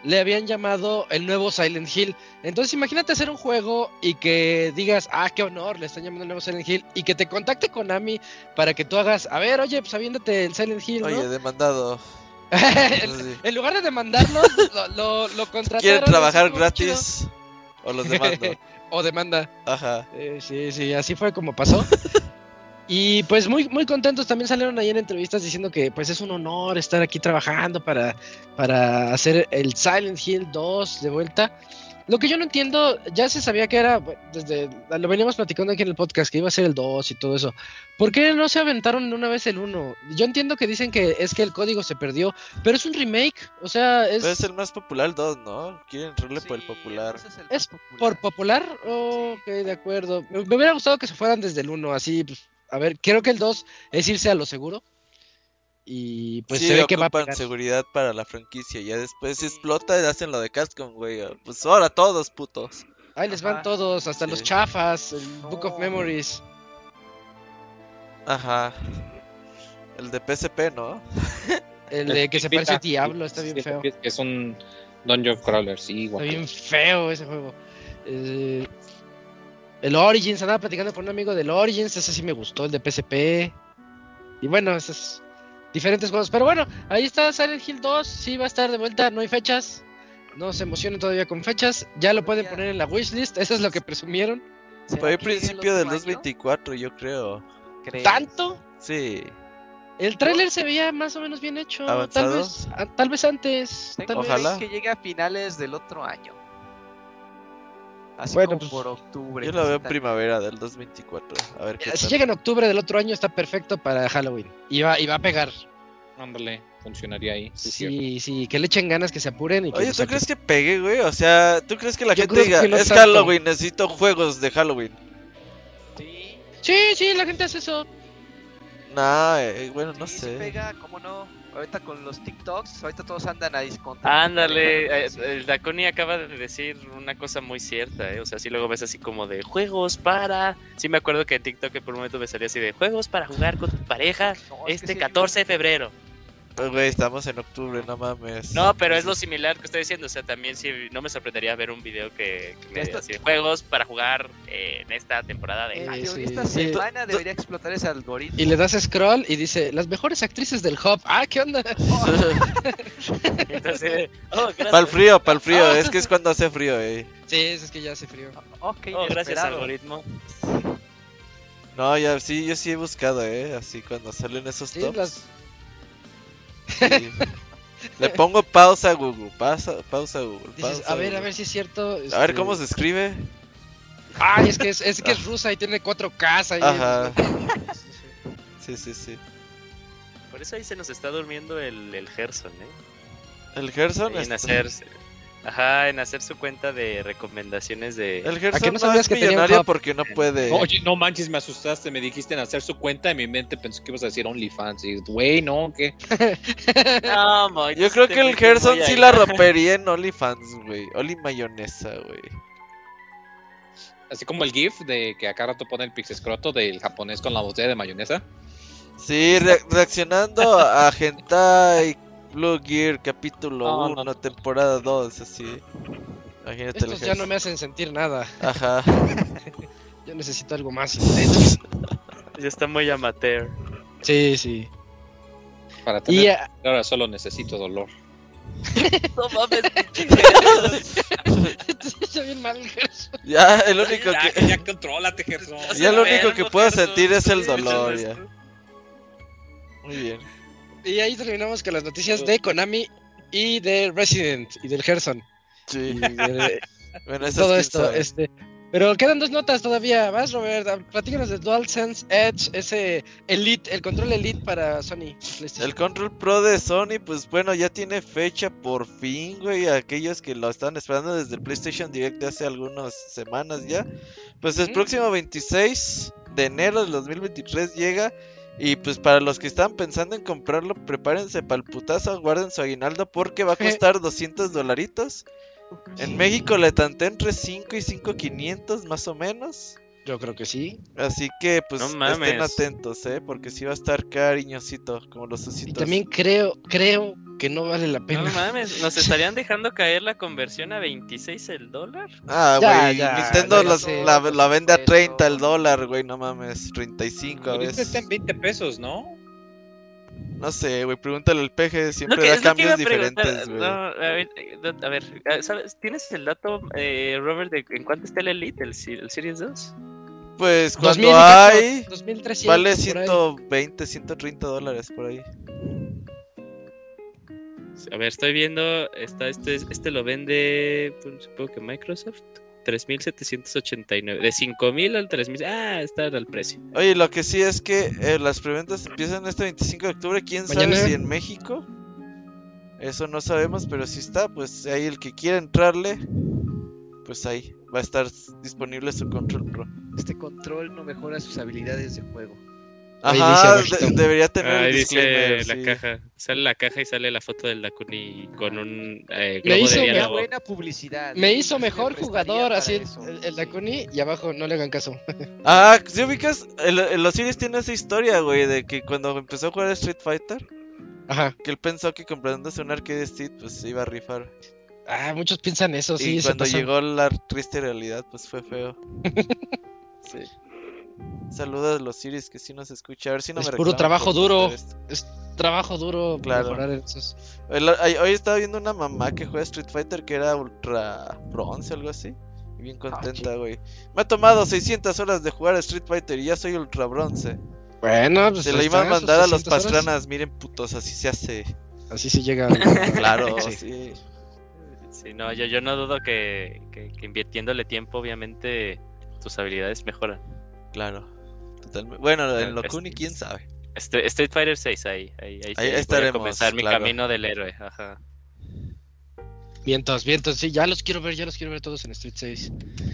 le habían llamado el nuevo Silent Hill. Entonces imagínate hacer un juego y que digas, qué honor, le están llamando el nuevo Silent Hill, y que te contacte Konami para que tú hagas, a ver, oye, pues aviéntate el Silent Hill, ¿no? Oye, demandado. En lugar de demandarlos, lo contrataron. ¿Quieren trabajar estuvo gratis? chido. O los demando. O demanda. Ajá. Sí, así fue como pasó. Y pues muy, muy contentos. También salieron ahí en entrevistas diciendo que pues es un honor estar aquí trabajando para hacer el Silent Hill 2 de vuelta. Lo que yo no entiendo, ya se sabía que era, lo veníamos platicando aquí en el podcast, que iba a ser el 2 y todo eso. ¿Por qué no se aventaron de una vez el 1? Yo entiendo que dicen que es que el código se perdió, pero es un remake, o sea, Pero es el más popular el 2, ¿no? Quieren entrarle por el popular. ¿Es por popular? Ok, de acuerdo. Me hubiera gustado que se fueran desde el 1, así, pues, a ver, creo que el 2 es irse a lo seguro. Y pues sí, se ve que va a ocupan pegar. seguridad para la franquicia. Ya después explota y hacen lo de Capcom, güey. Pues ahora todos, putos. Ahí les van todos, hasta los chafas, el Book of Memories. Ajá. El de PSP, ¿no? El de que se parece a Diablo, está bien feo. Que es un Dungeon Crawler, sí, Está bien feo ese juego. El Origins, andaba platicando con un amigo del Origins, ese sí me gustó, el de PSP. Y bueno, esos diferentes juegos. Pero bueno, ahí está Silent Hill 2, sí va a estar de vuelta, no hay fechas. No se emocionen todavía con fechas. Ya lo pueden poner en la wishlist, eso es lo que presumieron. Fue al principio del 2024, yo creo. ¿Tanto? Sí. El tráiler se veía más o menos bien hecho. ¿Avanzado? Tal vez antes. Ojalá que llegue a finales del otro año. Así bueno, como pues, por octubre. Yo lo veo en primavera del 2024. A ver qué Si tal. llega en octubre del otro año está perfecto para Halloween. Y va a pegar. Ándale, funcionaría ahí. Sí, que le echen ganas, que se apuren. Y que Oye, lo ¿tú saquen. crees que pegue, güey? O sea, ¿tú crees que la Yo gente creo diga, que no es tanto. Halloween, necesito juegos de Halloween? Sí, la gente hace eso. Nah, bueno, no Sí, sé. pega, ¿cómo no? Ahorita con los TikToks, ahorita todos andan a discontar. Ándale, el Daconi acaba de decir una cosa muy cierta, O sea, si luego ves así como de juegos para... Sí me acuerdo que en TikTok por un momento me salía así de juegos para jugar con tu pareja sí, 14 de febrero. Pues, güey, estamos en octubre, no mames. No, pero es lo similar que estoy diciendo, o sea, también sí, no me sorprendería ver un video que me diga así de juegos para jugar en esta temporada de Halloween. sí. Esta semana debería explotar ese algoritmo. Y le das scroll y dice, las mejores actrices del hub. ¿Qué onda? Entonces, gracias. Para el frío, es que es cuando hace frío, Sí, es que ya hace frío. Gracias algoritmo. No, ya sí, yo sí he buscado, así cuando salen esos Sí, tops. Sí. Le pongo pausa a Google, pausa a Google. Dices, pausa a ver Google. si es cierto. A ver cómo se escribe. Es que es rusa y tiene 4Ks. Ajá. Sí. Por eso ahí se nos está durmiendo el Gerson, El Gerson en hacer su cuenta de recomendaciones de... El ¿A Gerson qué no no sabías es que tenía un millonario hub? porque no puede. Oye, no manches, me asustaste, me dijiste en hacer su cuenta, en mi mente pensé que ibas a decir OnlyFans, y güey, no, ¿qué? No, Moy, Yo creo que el Gerson sí la rompería en OnlyFans, güey. Oli mayonesa, güey. Así como el GIF de que acá rato pone el pixescroto del japonés con la botella de mayonesa. Sí, reaccionando a Hentai Blue Gear capítulo 1, temporada 2, así. Imagínate Estos ya no me hacen sentir nada. Ajá. Yo necesito algo más intenso. Ya está muy amateur. Sí. Para Y tener ahora solo necesito dolor. No mames. Está bien mal el Gerson. Ya, el único que... Ya contrólate, Gerson. Ya lo único que puedo sentir es el dolor, ya. Muy bien. Y ahí terminamos con las noticias de Konami y de Resident y del Gerson. Sí. Bueno, Todo esto, pero quedan 2 notas todavía. Vas, Robert, platícanos del DualSense Edge, ese Elite, el control Elite para Sony. El Control Pro de Sony, pues bueno, ya tiene fecha por fin, güey. Aquellos que lo estaban esperando desde el PlayStation Direct de hace algunas semanas ya. Pues el próximo 26 de enero del 2023 llega. Y pues para los que estaban pensando en comprarlo, prepárense para el putazo, guarden su aguinaldo porque va a costar $200. En México le tanté entre 5 y 5,500 más o menos. Yo creo que sí. Así que pues No mames. estén atentos, porque sí va a estar cariñosito, como los ositos. Y también creo que no vale la pena. No mames, ¿nos estarían dejando caer la conversión a 26 el dólar? Ah, Ya, güey, ya, Nintendo ya sé. la vende a 30 el dólar, güey, no mames, 35 a Ahorita veces. está en 20 pesos, ¿no? No sé, güey, pregúntale al peje, siempre Es da lo que cambios iba a preguntar. diferentes, güey. No, a ver, ¿sabes? ¿Tienes el dato, Robert, de en cuánto está el Elite, el Series 2? Pues 2000 cuando hay, 2300 vale por ahí. 120, 130 dólares por ahí. A ver, estoy viendo, este lo vende, pues, supongo que Microsoft, 3.789, de 5.000 al 3.000, está al precio. Oye, lo que sí es que las preventas empiezan este 25 de octubre, quién Mañana. sabe si en México. Eso no sabemos, pero si está, pues ahí el que quiera entrarle, pues ahí va a estar disponible su Control Pro. Este control no mejora sus habilidades de juego. Ahí Ajá, dice abajito. debería tener el Ahí disclaimer, dice la sí. caja, sale la caja y sale la foto del Dakuni con un Me globo hizo de mejor. diálogo. Buena publicidad. Me hizo mejor prestaría jugador para así eso. el Dakuni y abajo no le hagan caso. Ah, ¿sí ubicas? Los Series tiene esa historia, güey, de que cuando empezó a jugar Street Fighter, Ajá. que él pensó que comprándose un arcade stick, pues se iba a rifar. Ah, muchos piensan eso, sí, Y se cuando pasan. llegó la triste realidad, pues fue feo. Sí. Saludos a los Series que sí nos escucha. A ver si no Es me puro reclaman trabajo por duro. postar esto. Es trabajo duro Claro. mejorar esos. Hoy estaba viendo una mamá que juega Street Fighter que era ultra bronce, algo así. Y bien contenta, güey. Me ha tomado 600 horas de jugar a Street Fighter y ya soy ultra bronce. Bueno, pues Se ahí la iba a está, mandar a sus los 600 horas. pastranas. Miren, putos, así se hace. Así se llega. Claro, Sí. sí. Sí, no, yo no dudo que invirtiéndole tiempo, obviamente, tus habilidades mejoran. Claro. Totalmente. Bueno, en lo Es- Kuni, quién sabe. Street Fighter 6, ahí voy a estaremos, comenzar mi claro. camino del héroe. Ajá. Vientos, sí, ya los quiero ver todos en Street 6.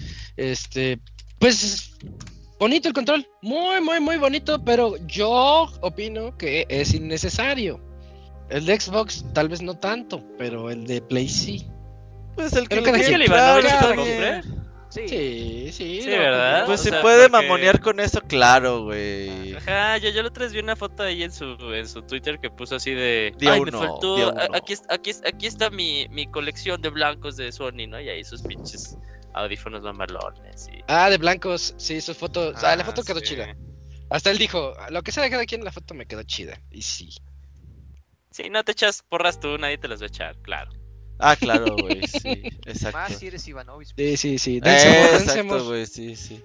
Pues bonito el control, muy bonito, pero yo opino que es innecesario. El de Xbox tal vez no tanto, pero el de Play sí. Pues el que Pero le cada quiera quien. entrar, Ivanovich está lo bien. compré. Sí, Sí, no, ¿verdad? Pues O se sea, puede porque- mamonear con eso, claro, güey. Ajá, yo la otra vez vi una foto ahí en su Twitter que puso así de... Día Ay, uno, me faltó... día uno. Aquí está mi colección de blancos de Sony, ¿no? Y ahí sus pinches audífonos mamalones y... Ah, de blancos, sí, sus fotos. La foto quedó sí. chida. Hasta él dijo, lo que sea de cada quien, la foto me quedó chida. Y sí. Sí, no te echas porras tú, nadie te las va a echar, claro. Ah, claro, güey, sí, exacto. Más si eres Ivanovich. Sí. Dense amor, dense Exacto, amor. güey, sí.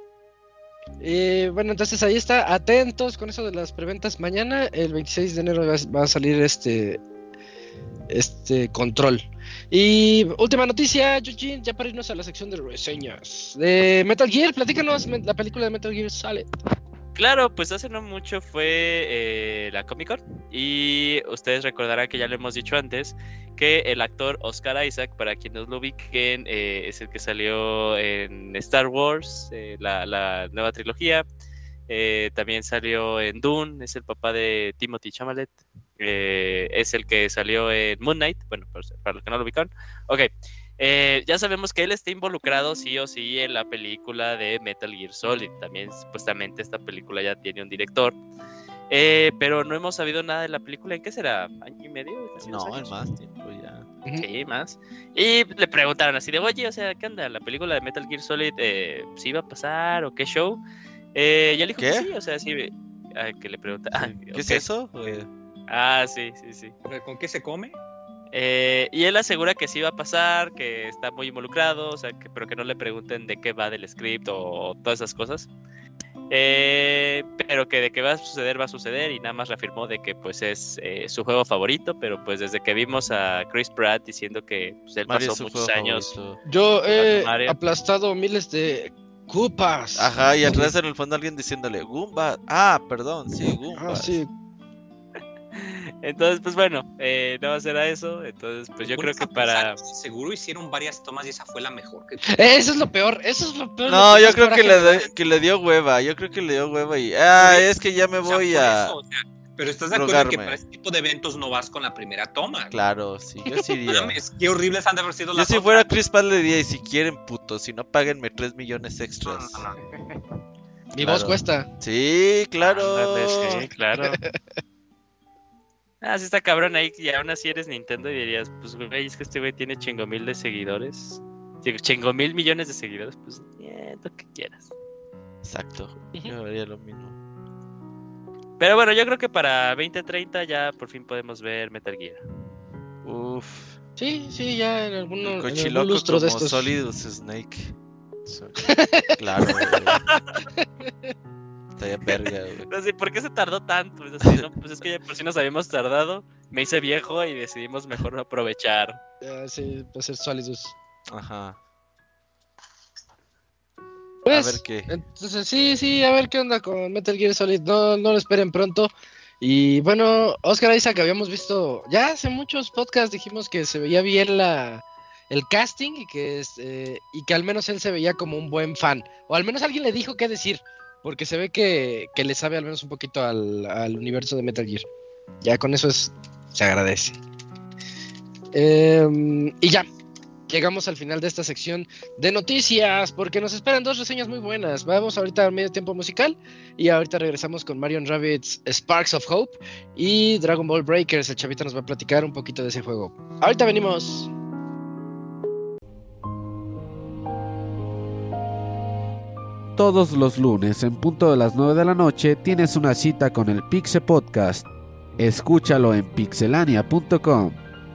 Bueno, entonces ahí está, atentos con eso de las preventas. Mañana, el 26 de enero, va a salir este control. Y última noticia, Eugene, ya para irnos a la sección de reseñas. De Metal Gear, platícanos la película de Metal Gear Solid. Claro, pues hace no mucho fue la Comic Con y ustedes recordarán que ya lo hemos dicho antes que el actor Oscar Isaac, para quienes lo ubiquen, es el que salió en Star Wars, la nueva trilogía, también salió en Dune, es el papá de Timothy Chalamet, es el que salió en Moon Knight, bueno, para los que no lo ubican, ok. Ya sabemos que él está involucrado sí o sí en la película de Metal Gear Solid. También supuestamente esta película ya tiene un director. Pero no hemos sabido nada de la película. ¿En qué será? ¿Año y medio? ¿Casi dos No, años? en más tiempo ya. Sí, más. Y le preguntaron así de, oye, o sea, ¿qué onda? ¿La película de Metal Gear Solid sí iba a pasar o qué show? Y él dijo ¿Qué? que sí, o sea, sí. Que le pregunta. ¿Qué es eso? Sí. ¿Con qué se come? Y él asegura que sí va a pasar, que está muy involucrado, o sea, pero que no le pregunten de qué va del script o todas esas cosas. Pero que de que va a suceder y nada más reafirmó de que pues es su juego favorito, pero pues desde que vimos a Chris Pratt diciendo que pues, él Mario es pasó su muchos juego años. favorito. Yo he Mario. aplastado miles de Koopas. Ajá, y atrás en el fondo alguien diciéndole Goomba. Ah, perdón, sí, Goomba. Ah, sí. Entonces, pues bueno, no será eso. Entonces, pues yo creo que para... Seguro hicieron varias tomas y esa fue la mejor. Eso es lo peor, No, lo que yo más creo que coraje me da. que le dio hueva. Yo creo que le dio hueva y. Ah, es que ya me O sea, voy por a. eso, o sea, Pero estás de acuerdo que para este tipo de eventos no vas con la primera toma. Claro, sí, yo sí iría. Mames, qué horribles han de haber sido Yo las si otras. fuera Chris Pratt le diría, y si quieren, putos, si no, páguenme 3 millones extras. Mi Claro. voz cuesta. Sí, claro. Ándale, sí, claro. Sí está cabrón ahí, y aún así eres Nintendo y dirías, pues güey, es que este güey tiene chingo mil de seguidores. Chingo mil millones de seguidores, pues lo que quieras. Exacto, yo haría lo mismo. Pero bueno, yo creo que para 2030 ya por fin podemos ver Metal Gear. Uf, Sí, ya en el algún cochiloco lustro de como estos. Solidus Snake. Claro, güey. Está bien verga, güey. No sé, ¿por qué se tardó tanto? Pues, así, ¿no? Pues es que ya por si nos habíamos tardado, me hice viejo y decidimos mejor aprovechar. Sí, va a ser Solidus. Ajá. Pues, A ver qué. Entonces, sí, a ver qué onda con Metal Gear Solid. No lo esperen pronto. Y bueno, Oscar Isaac, habíamos visto, ya hace muchos podcasts dijimos que se veía bien el casting y que al menos él se veía como un buen fan. O al menos alguien le dijo qué decir. Porque se ve que le sabe al menos un poquito al universo de Metal Gear. Ya con eso se agradece. Y ya. Llegamos al final de esta sección de noticias, porque nos esperan 2 reseñas muy buenas. Vamos ahorita al medio tiempo musical y ahorita regresamos con Marion Rabbids Sparks of Hope y Dragon Ball Breakers. El chavita nos va a platicar un poquito de ese juego. Ahorita venimos. Todos los lunes en punto de las 9 de la noche tienes una cita con el Pixel Podcast. Escúchalo en pixelania.com.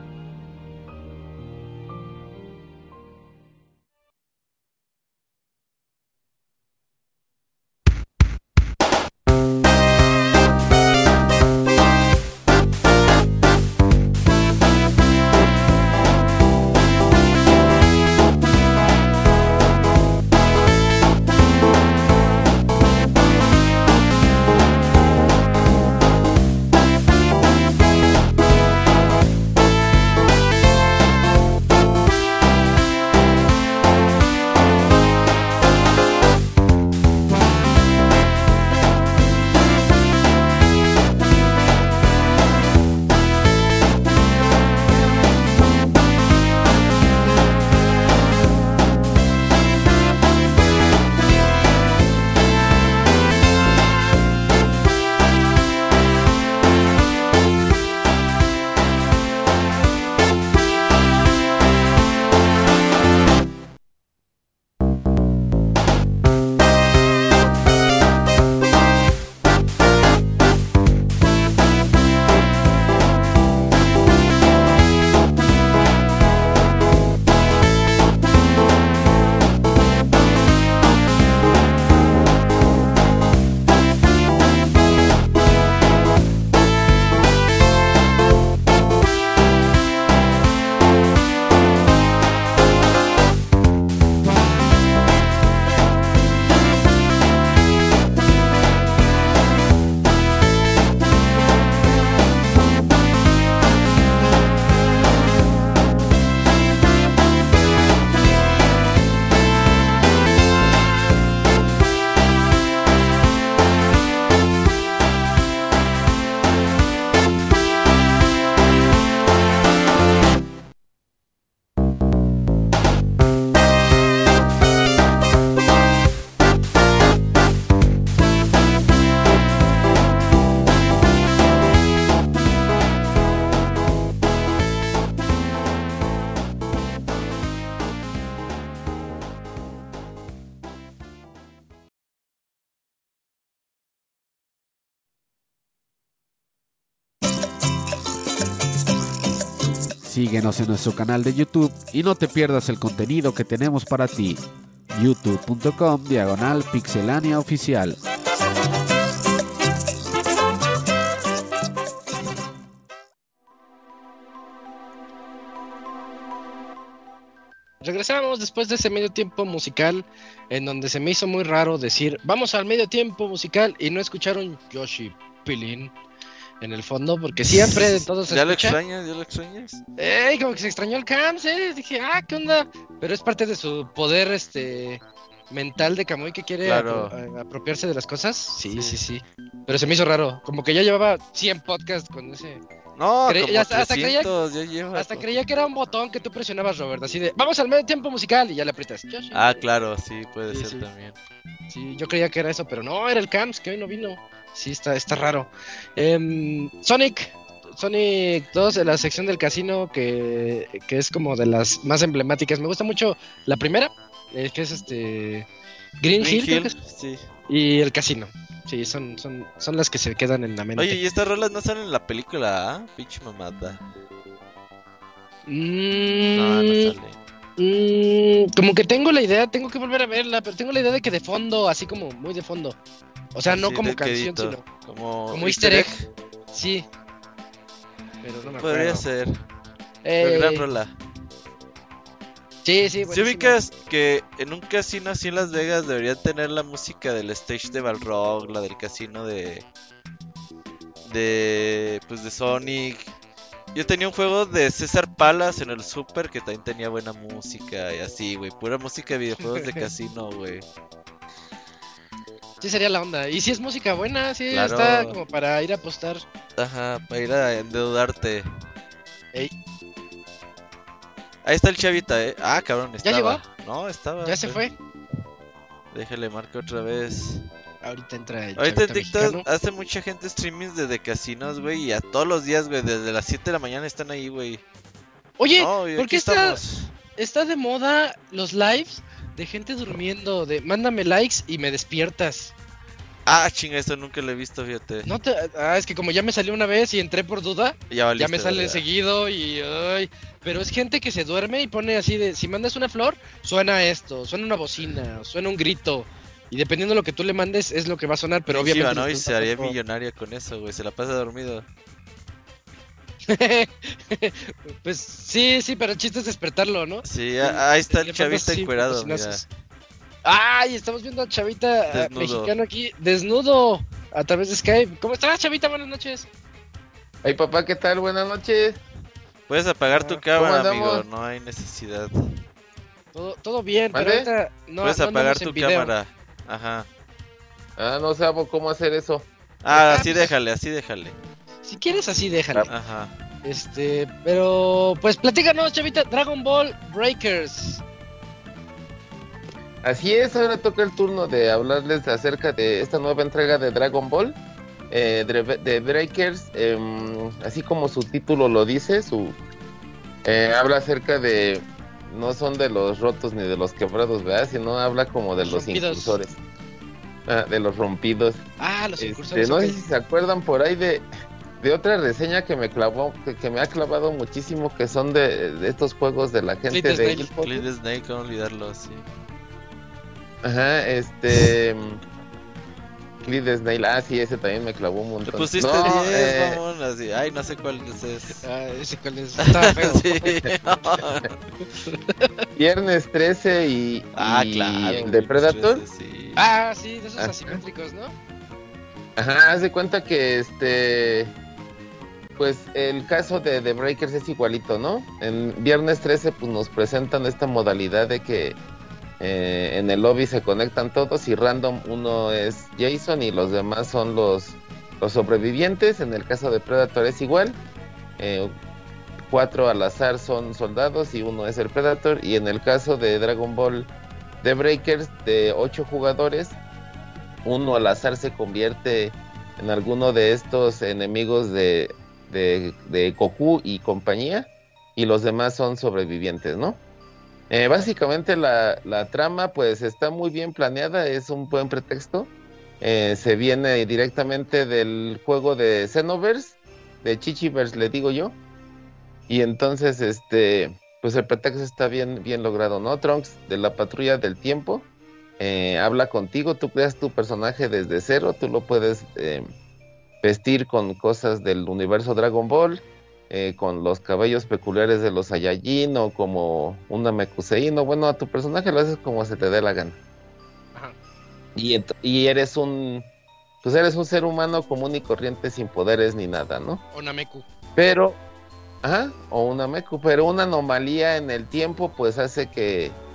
Síguenos en nuestro canal de YouTube y no te pierdas el contenido que tenemos para ti. youtube.com/pixelania oficial. Regresamos después de ese medio tiempo musical en donde se me hizo muy raro decir vamos al medio tiempo musical y no escucharon Yoshi Pilín en el fondo porque siempre de todos se ¿Ya lo escucha. extrañas? ¿Ya lo extrañas? Como que se extrañó el Camps, dije, ¿qué onda? Pero es parte de su poder mental de Kamui que quiere Claro. apropiarse de las cosas. Sí. Pero se me hizo raro. Como que ya llevaba 100 podcasts con ese. No, Creí- como hasta 300, ya lleva. Hasta creía que era un botón que tú presionabas, Robert. Así de, vamos al medio tiempo musical y ya le aprietas. Ah, claro, sí, puede Sí, ser sí. también. Sí, yo creía que era eso, pero no, era el Camps que hoy no vino. Sí, está raro. Sonic 2, de la sección del casino, que es como de las más emblemáticas. Me gusta mucho la primera, que es Green Hill, creo que es, sí. y el casino. Sí, son las que se quedan en la mente. Oye, ¿y estas rolas no salen en la película? ¿Ah? Pinche mamada. No, no sale. Como que tengo la idea, tengo que volver a verla, pero tengo la idea de que de fondo, así como muy de fondo. O sea, no Así como de canción, quedito, sino como easter egg. Sí. Pero no me acuerdo. Podría ser. Pero gran rola. Sí, Si buenísimo. ubicas que en un casino así en Las Vegas deberían tener la música del stage de Balrog, la del casino de Sonic. Yo tenía un juego de César Palace en el Super que también tenía buena música y así, güey, pura música de videojuegos de casino, güey. Sí sería la onda. Y si es música buena, sí, Claro. está como para ir a apostar. Ajá, para ir a endeudarte. Ey. Ahí está el chavita, Ah, cabrón, estaba. llegó? No, estaba. Ya se fue. Déjale marco otra vez. Ahorita entra el Ahorita en chavita TikTok mexicano. hace mucha gente streamings de casinos, güey, y a todos los días, güey, desde las 7 de la mañana están ahí, güey. Oye, No, y ¿por aquí qué estamos. está de moda los lives de gente durmiendo? De mándame likes y me despiertas. Ah, chinga, eso nunca lo he visto, fíjate. No te... es que como ya me salió una vez y entré por duda, Ya valiste, ya me sale ¿verdad? seguido y... Ay, pero es gente que se duerme y pone así de... Si mandas una flor, suena esto, suena una bocina, suena un grito. Y dependiendo de lo que tú le mandes, es lo que va a sonar, pero Pinche obviamente... Ivanovic tú se haría tampoco- millonario con eso, güey, se la pasa dormido. Pues sí, pero el chiste es despertarlo, ¿no? Sí, ahí está el Le falta chavita así, encuerado, mira. bocinazos. ¡Ay! Estamos viendo a Chavita Desnudo. mexicano aquí, desnudo, a través de Skype. ¿Cómo estás, Chavita? Buenas noches. Ay, papá, ¿qué tal? Buenas noches. Puedes apagar tu cámara, andamos? amigo, no hay necesidad. Todo bien, pero ¿Mande? ahorita no, Puedes no apagar andamos en tu video. cámara. Ajá. Ah, no sé cómo hacer eso. Ah, Ah, así pues- déjale. Si quieres así, déjale. Ajá. Pero pues platícanos, Chavita, Dragon Ball Breakers. Así es, ahora toca el turno de hablarles acerca de esta nueva entrega de Dragon Ball, de Breakers, así como su título lo dice, habla acerca de, no son de los rotos ni de los quebrados, ¿verdad? Sino habla como de los Rompidos. incursores, de los rompidos. Ah, los incursores. No ok. sé si se acuerdan por ahí de otra reseña que me clavó, que me ha clavado muchísimo, que son de estos juegos de la gente Clint de Snake. Xbox. Clint Snake, cómo olvidarlo, sí. Ajá, Clint Snail, sí, ese también me clavó un Le montón. pusiste No, 10, mamón, así. Ay, no sé cuál es. Ah, ese cuál es. Está feo. Sí. Viernes 13 y Claro. el de Predator. Sí. Ah, sí, de esos Ah. asimétricos, ¿no? Ajá, haz de cuenta que pues el caso de The Breakers es igualito, ¿no? En Viernes 13 pues nos presentan esta modalidad de que en el lobby se conectan todos y random uno es Jason y los demás son los sobrevivientes. En el caso de Predator es igual. 4 al azar son soldados y uno es el Predator. Y en el caso de Dragon Ball The Breakers, de 8 jugadores, uno al azar se convierte en alguno de estos enemigos de Goku y compañía, y los demás son sobrevivientes, ¿no? Básicamente la trama pues está muy bien planeada, es un buen pretexto. Se viene directamente del juego de Xenoverse, de Chichiverse le digo yo, y entonces pues el pretexto está bien logrado, ¿no? Trunks de la Patrulla del Tiempo habla contigo, tú creas tu personaje desde cero, tú lo puedes vestir con cosas del universo Dragon Ball, con los cabellos peculiares de los Saiyajin o como una Mekusein, o bueno, a tu personaje lo haces como se te dé la gana. Ajá. Y eres un ser humano común y corriente sin poderes ni nada, ¿no? O Nameku. Pero, o una Meku, pero una anomalía en el tiempo pues hace que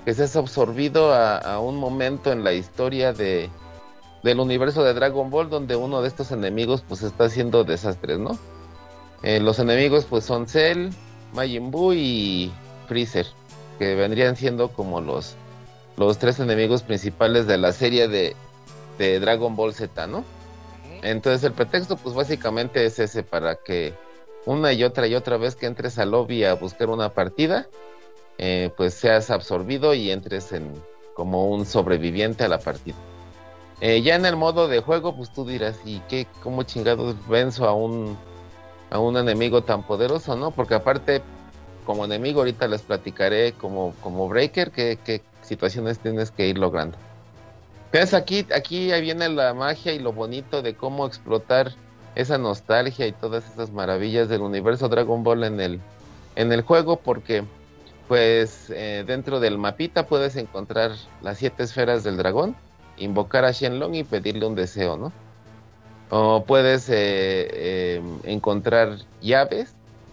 que seas absorbido a un momento en la historia del universo de Dragon Ball, donde uno de estos enemigos pues está haciendo desastres, ¿no? Los enemigos pues son Cell, Majin Buu y Freezer, que vendrían siendo como los 3 enemigos principales de la serie de Dragon Ball Z, ¿no? Entonces el pretexto pues básicamente es ese, para que una y otra vez que entres al lobby a buscar una partida, pues seas absorbido y entres como un sobreviviente a la partida. Ya en el modo de juego pues tú dirás, ¿y cómo chingados venzo a un enemigo tan poderoso, no? Porque aparte, como enemigo ahorita les platicaré como Breaker qué situaciones tienes que ir logrando. Entonces aquí viene la magia y lo bonito de cómo explotar esa nostalgia y todas esas maravillas del universo Dragon Ball en el juego, porque pues dentro del mapita puedes encontrar las 7 esferas del dragón, invocar a Shenlong y pedirle un deseo, ¿no? O puedes encontrar llaves.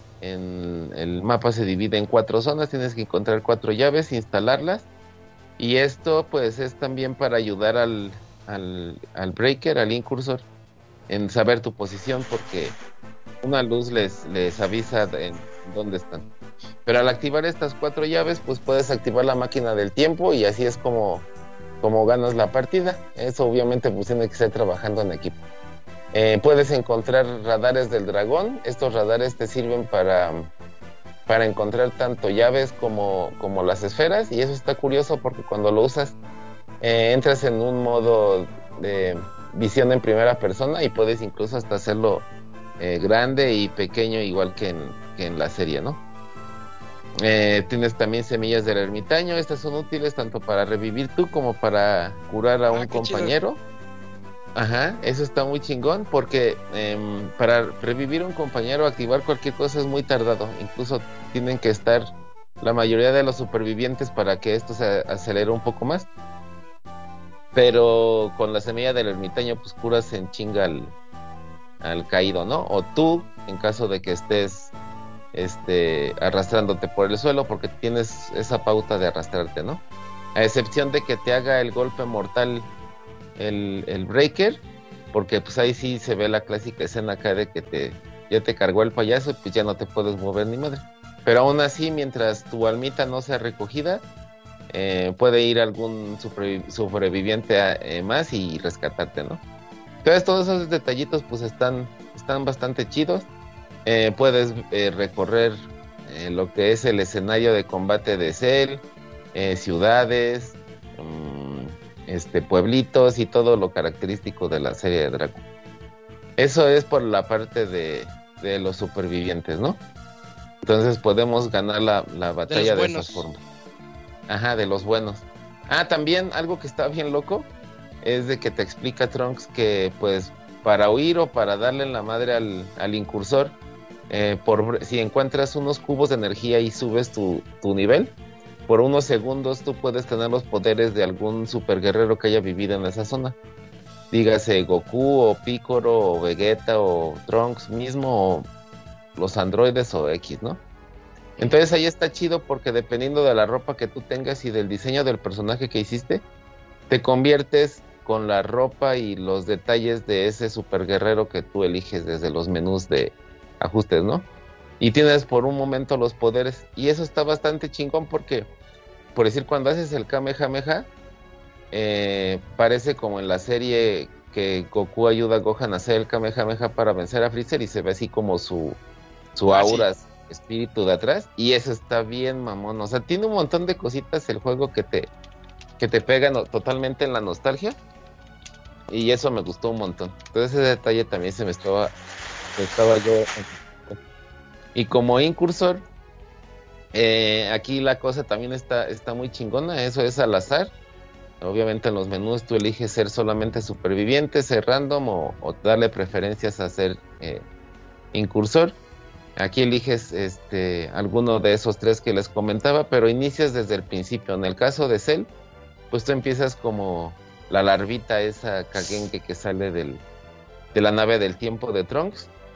El mapa se divide en 4 zonas, tienes que encontrar 4 llaves, instalarlas, y esto pues es también para ayudar al Breaker, al Incursor, en saber tu posición, porque una luz les avisa en dónde están. Pero al activar estas 4 llaves pues puedes activar la máquina del tiempo, y así es como ganas la partida. Eso obviamente pues tiene que ser trabajando en equipo. Puedes encontrar radares del dragón. Estos radares te sirven para encontrar tanto llaves como las esferas, y eso está curioso porque cuando lo usas entras en un modo de visión en primera persona, y puedes incluso hasta hacerlo grande y pequeño, igual que en la serie, ¿no? Tienes también semillas del ermitaño. Estas son útiles tanto para revivir tú como para curar a un compañero. Chido. Ajá, eso está muy chingón, porque para revivir a un compañero, activar cualquier cosa es muy tardado. Incluso tienen que estar la mayoría de los supervivientes para que esto se acelere un poco más. Pero con la semilla del ermitaño pues curas en chinga al caído, ¿no? O tú, en caso de que estés arrastrándote por el suelo, porque tienes esa pauta de arrastrarte, ¿no? A excepción de que te haga el golpe mortal el Breaker, porque pues ahí sí se ve la clásica escena acá de que ya te cargó el payaso y pues ya no te puedes mover ni madre. Pero aún así, mientras tu almita no sea recogida, puede ir algún sobreviviente más y rescatarte, ¿no? Entonces todos esos detallitos pues están bastante chidos. Puedes recorrer lo que es el escenario de combate de Cell, ciudades, pueblitos y todo lo característico de la serie de Dragon. Eso es por la parte de los supervivientes, ¿no? Entonces podemos ganar la batalla de esa forma. Ajá, de los buenos. También algo que está bien loco es de que te explica Trunks que pues para huir o para darle en la madre al Incursor, si encuentras unos cubos de energía y subes tu nivel, por unos segundos tú puedes tener los poderes de algún super guerrero que haya vivido en esa zona. Dígase Goku o Piccolo o Vegeta o Trunks mismo, o los androides o X, ¿no? Entonces ahí está chido, porque dependiendo de la ropa que tú tengas y del diseño del personaje que hiciste, te conviertes con la ropa y los detalles de ese super guerrero que tú eliges desde los menús de ajustes, ¿no? Y tienes por un momento los poderes, y eso está bastante chingón, porque por decir, cuando haces el Kamehameha, parece como en la serie que Goku ayuda a Gohan a hacer el Kamehameha para vencer a Freezer, y se ve así como su aura, sí, espíritu de atrás, y eso está bien mamón. O sea, tiene un montón de cositas el juego que te pegan totalmente en la nostalgia, y eso me gustó un montón. Entonces ese detalle también se me estaba yo. Y como Incursor, aquí la cosa también está muy chingona. Eso es al azar. Obviamente en los menús tú eliges ser solamente superviviente, ser random, o darle preferencias a ser Incursor. Aquí eliges alguno de esos 3 que les comentaba, pero inicias desde el principio. En el caso de Cell, pues tú empiezas como la larvita esa Kagenge que sale de la nave del tiempo de Trunks.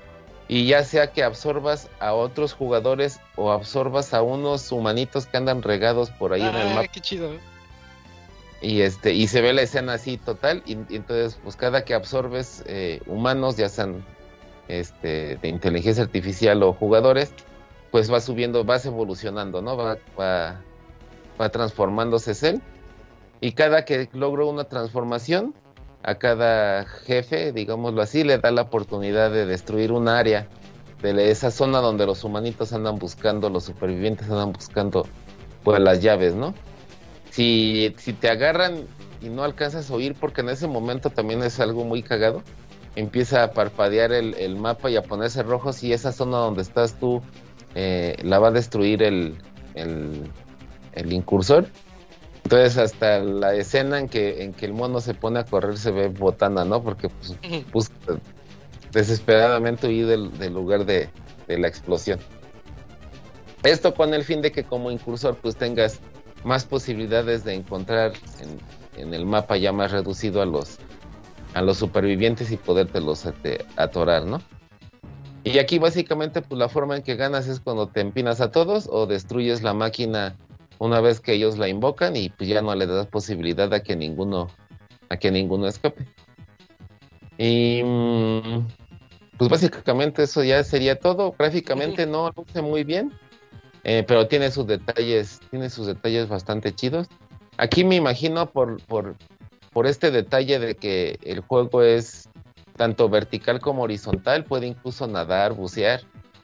y ya sea que absorbas a otros jugadores o absorbas a unos humanitos que andan regados por ahí en el mapa. Qué chido. Y y se ve la escena así total, y entonces pues cada que absorbes humanos, ya sean de inteligencia artificial o jugadores, pues vas subiendo, vas evolucionando, ¿no? Va transformándose él, y cada que logro una transformación, a cada jefe, digámoslo así, le da la oportunidad de destruir un área de esa zona donde los humanitos andan buscando, los supervivientes andan buscando pues las llaves, ¿no? Si te agarran y no alcanzas a oír, porque en ese momento también es algo muy cagado, empieza a parpadear el mapa y a ponerse rojo, si esa zona donde estás tú la va a destruir el incursor. Entonces hasta la escena en que el mono se pone a correr se ve botana, ¿no? Porque pues, busca desesperadamente huir del lugar de la explosión. Esto con el fin de que como incursor pues tengas más posibilidades de encontrar en el mapa ya más reducido a los supervivientes y podértelos atorar, ¿no? Y aquí básicamente pues la forma en que ganas es cuando te empinas a todos o destruyes la máquina una vez que ellos la invocan, y pues ya no le das posibilidad a que ninguno escape. Y pues básicamente eso ya sería todo. Gráficamente no luce muy bien, pero tiene sus detalles bastante chidos. Aquí me imagino por este detalle de que el juego es tanto vertical como horizontal, puede incluso nadar, bucear,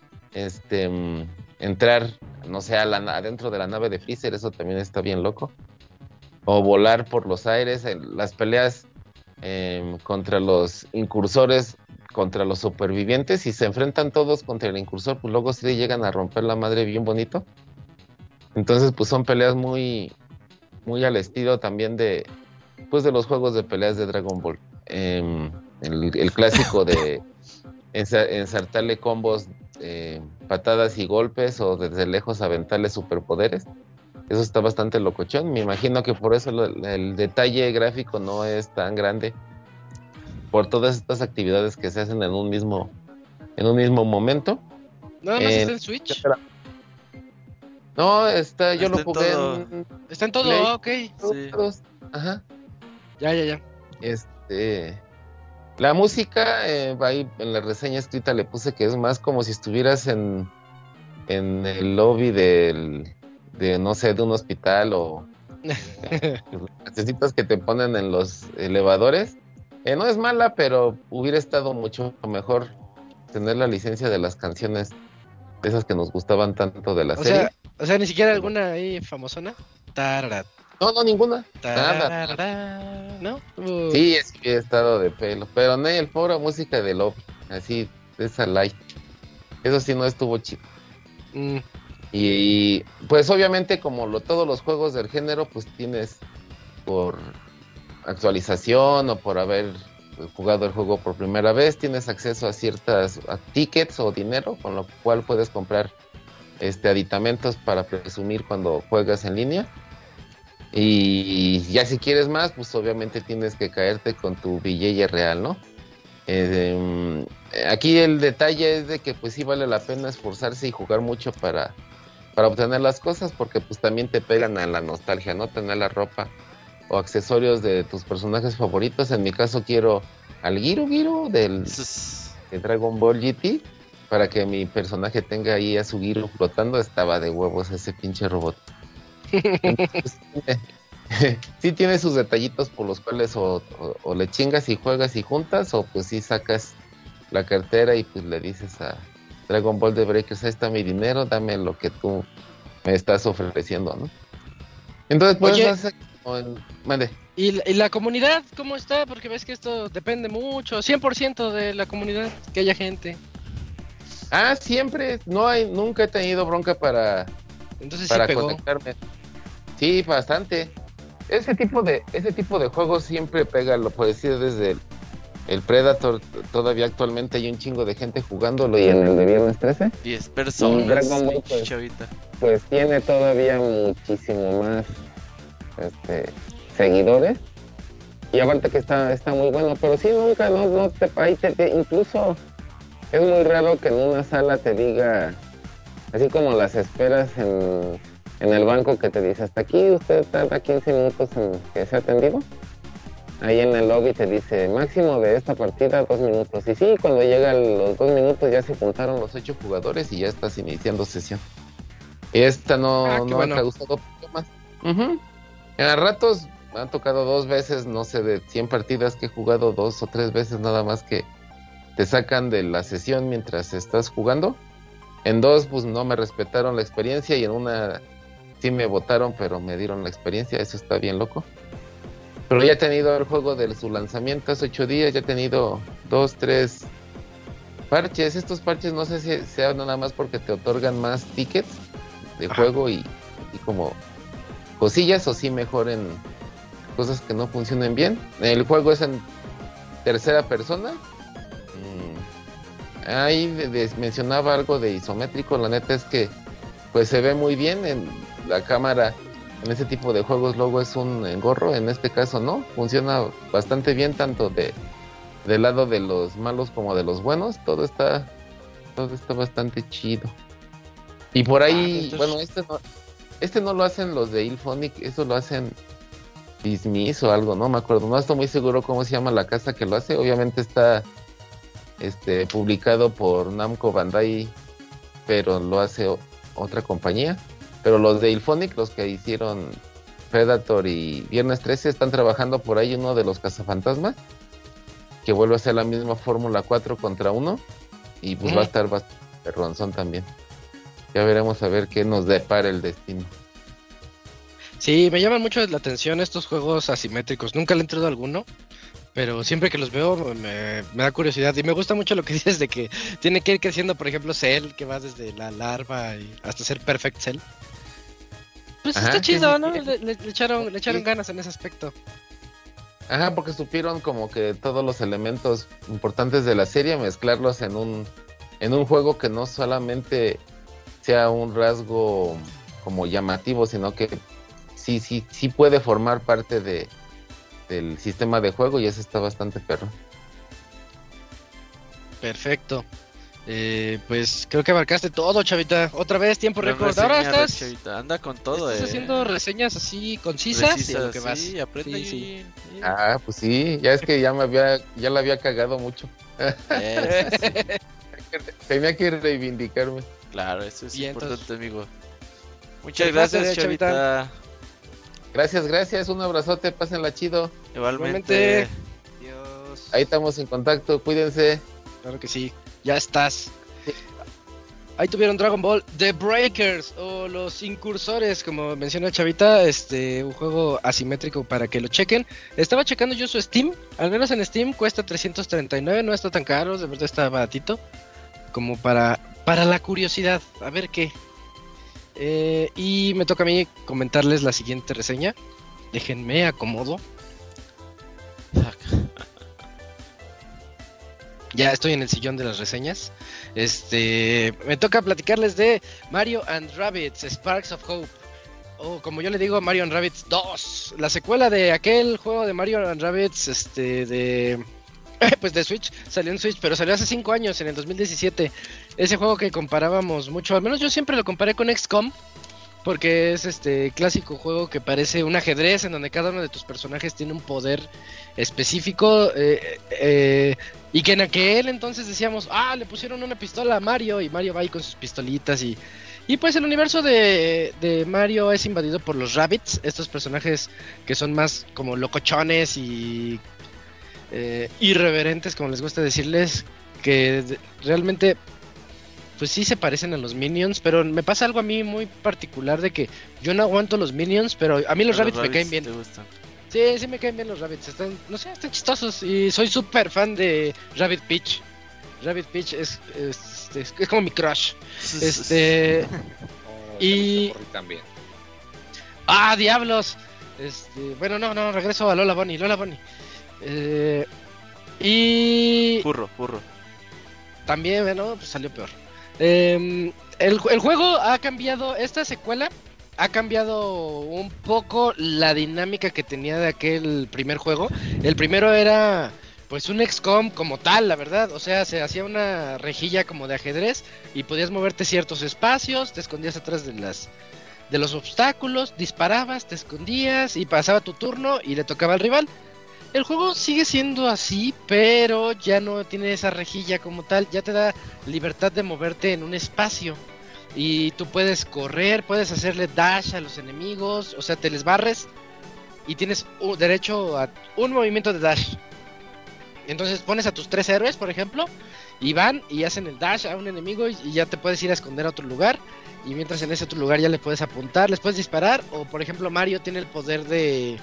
entrar, no sé, adentro de la nave de Freezer, eso también está bien loco, o volar por los aires. Las peleas contra los incursores, contra los supervivientes, si se enfrentan todos contra el incursor, pues luego sí le llegan a romper la madre bien bonito. Entonces pues son peleas muy, muy al estilo también de los juegos de peleas de Dragon Ball. El clásico de ensartarle combos, patadas y golpes, o desde lejos aventarle superpoderes. Eso está bastante locochón. Me imagino que por eso el detalle gráfico no es tan grande, por todas estas actividades que se hacen en un mismo momento. ¿Nada más está en Switch? No, yo lo jugué está en todo, Play, ok. Sí. Ajá. Ya. La música, ahí en la reseña escrita le puse que es más como si estuvieras en el lobby de no sé, de un hospital, o necesitas que te ponen en los elevadores. No es mala, pero hubiera estado mucho mejor tener la licencia de las canciones de esas que nos gustaban tanto de la serie. O sea, ni siquiera alguna ahí famosona. Tararat. No, ninguna. Tararara, Nada. ¿no? Sí, hubiera estado de pelo. Pero no, el pura música de lobby, así, esa light. Eso sí no estuvo chido. Y pues obviamente como todos los juegos del género, pues tienes por actualización o por haber jugado el juego por primera vez, tienes acceso a ciertas tickets o dinero, con lo cual puedes comprar aditamentos para presumir cuando juegas en línea. Y ya si quieres más, pues obviamente tienes que caerte con tu billete real, ¿no? Aquí el detalle es de que pues sí vale la pena esforzarse y jugar mucho para obtener las cosas, porque pues también te pegan a la nostalgia, ¿no? Tener la ropa o accesorios de tus personajes favoritos. En mi caso quiero al Giro de Dragon Ball GT, para que mi personaje tenga ahí a su Giro flotando. Estaba de huevos ese pinche robot. Entonces, sí tiene sus detallitos por los cuales o le chingas y juegas y juntas, o pues sí sacas la cartera y pues le dices a Dragon Ball de Breakers: ahí está mi dinero, dame lo que tú me estás ofreciendo, ¿no? Entonces pues mande. ¿Y la comunidad cómo está? Porque ves que esto depende mucho, 100% de la comunidad, que haya gente. Siempre, nunca he tenido bronca para conectarme. Sí, bastante. Ese tipo de juegos siempre pega, lo puedo decir, desde el Predator. Todavía actualmente hay un chingo de gente jugándolo, y en el de Viernes 13 10 personas. Dragon Ball, pues tiene todavía muchísimo más seguidores, y aparte que está muy bueno. Pero sí, nunca, incluso Es muy raro que en una sala te diga, así como las esperas en el banco que te dice, hasta aquí usted tarda 15 minutos en que sea atendido. Ahí en el lobby te dice, máximo de esta partida 2 minutos. Y sí, cuando llegan los 2 minutos ya se juntaron los 8 jugadores y ya estás iniciando sesión. Y esta no bueno. ha causado problemas. A ratos me han tocado 2 veces, no sé, de 100 partidas que he jugado 2 o 3 veces nada más que te sacan de la sesión mientras estás jugando. En 2 pues no me respetaron la experiencia y en una sí me votaron pero me dieron la experiencia, eso está bien loco. Pero ya he tenido el juego de su lanzamiento hace 8 días, ya he tenido 2, 3 parches. Estos parches no sé si sean nada más porque te otorgan más tickets de juego y como cosillas o si mejoren cosas que no funcionen bien. El juego es en tercera persona. Ahí mencionaba algo de isométrico, la neta es que pues se ve muy bien en la cámara. En ese tipo de juegos luego es un engorro, en este caso no, funciona bastante bien tanto del lado de los malos como de los buenos, todo está bastante chido. Y por ahí, bueno, este no lo hacen los de Ilphonic, esto lo hacen Dismiss o algo, no me acuerdo, no estoy muy seguro cómo se llama la casa que lo hace, obviamente está publicado por Namco Bandai, pero lo hace otra compañía. Pero los de Ilphonic, los que hicieron Predator y Viernes 13, están trabajando por ahí uno de los cazafantasmas, que vuelve a ser la misma fórmula 4 contra 1, y pues va a estar bastante ronzón también. Ya veremos a ver qué nos depara el destino. Sí, me llaman mucho la atención estos juegos asimétricos. Nunca le he entrado a alguno, pero siempre que los veo me da curiosidad. Y me gusta mucho lo que dices de que tiene que ir creciendo, por ejemplo, Cell, que va desde la larva y hasta ser Perfect Cell. Pues está chido, ¿no? Le echaron ganas en ese aspecto. Ajá, porque supieron como que todos los elementos importantes de la serie, mezclarlos en un juego que no solamente sea un rasgo como llamativo, sino que sí puede formar parte del sistema de juego, y eso está bastante perro. Perfecto. Pues creo que abarcaste todo, Chavita. Otra vez, tiempo récord. Ahora estás, Chavita, anda con todo, estás haciendo reseñas así concisas y a lo que vas. Sí, aprende Sí. Ah, pues sí, ya es que ya la había cagado mucho. Tenía que reivindicarme. Claro, eso es Bien, importante, entonces, amigo. Muchas gracias, Chavita. Gracias, un abrazote, pásenla chido. Igualmente. Adiós. Ahí estamos en contacto, cuídense. Claro que sí, ya estás. Ahí tuvieron Dragon Ball The Breakers o los incursores, como menciona Chavita, un juego asimétrico para que lo chequen. Estaba checando yo su Steam, al menos en Steam cuesta 339, no está tan caro, de verdad está baratito, como para la curiosidad, a ver qué. Y me toca a mí comentarles la siguiente reseña. Déjenme acomodo. Ya estoy en el sillón de las reseñas. Me toca platicarles de Mario and Rabbids Sparks of Hope. O como yo le digo, Mario and Rabbids 2. La secuela de aquel juego de Mario and Rabbids, pues de Switch. Salió en Switch, pero salió hace 5 años, en el 2017. Ese juego que comparábamos mucho, al menos yo siempre lo comparé con XCOM. Porque es clásico juego que parece un ajedrez en donde cada uno de tus personajes tiene un poder específico, y que en aquel entonces decíamos, le pusieron una pistola a Mario y Mario va ahí con sus pistolitas y pues el universo de Mario es invadido por los Rabbids, estos personajes que son más como locochones y irreverentes, como les gusta decirles, que realmente pues sí se parecen a los Minions, pero me pasa algo a mí muy particular de que yo no aguanto los Minions, pero a mí los Rabbids me caen bien. Sí, me caen bien los Rabbids, están chistosos y soy súper fan de Rabbid Peach. Rabbid Peach es como mi crush. Y también. Diablos. Bueno, no, regreso a Lola Bunny. Y Burro. También, bueno, pues salió peor. El juego ha cambiado, esta secuela ha cambiado un poco la dinámica que tenía de aquel primer juego. El primero era pues un XCOM como tal, la verdad. O sea, se hacía una rejilla como de ajedrez y podías moverte ciertos espacios, te escondías atrás de los obstáculos, disparabas, te escondías y pasaba tu turno y le tocaba al rival. El juego sigue siendo así, pero ya no tiene esa rejilla como tal, ya te da libertad de moverte en un espacio. Y tú puedes correr, puedes hacerle dash a los enemigos, o sea, te les barres y tienes derecho a un movimiento de dash. Entonces pones a tus 3 héroes, por ejemplo, y van y hacen el dash a un enemigo y ya te puedes ir a esconder a otro lugar. Y mientras en ese otro lugar ya le puedes apuntar, les puedes disparar. O por ejemplo Mario tiene el poder de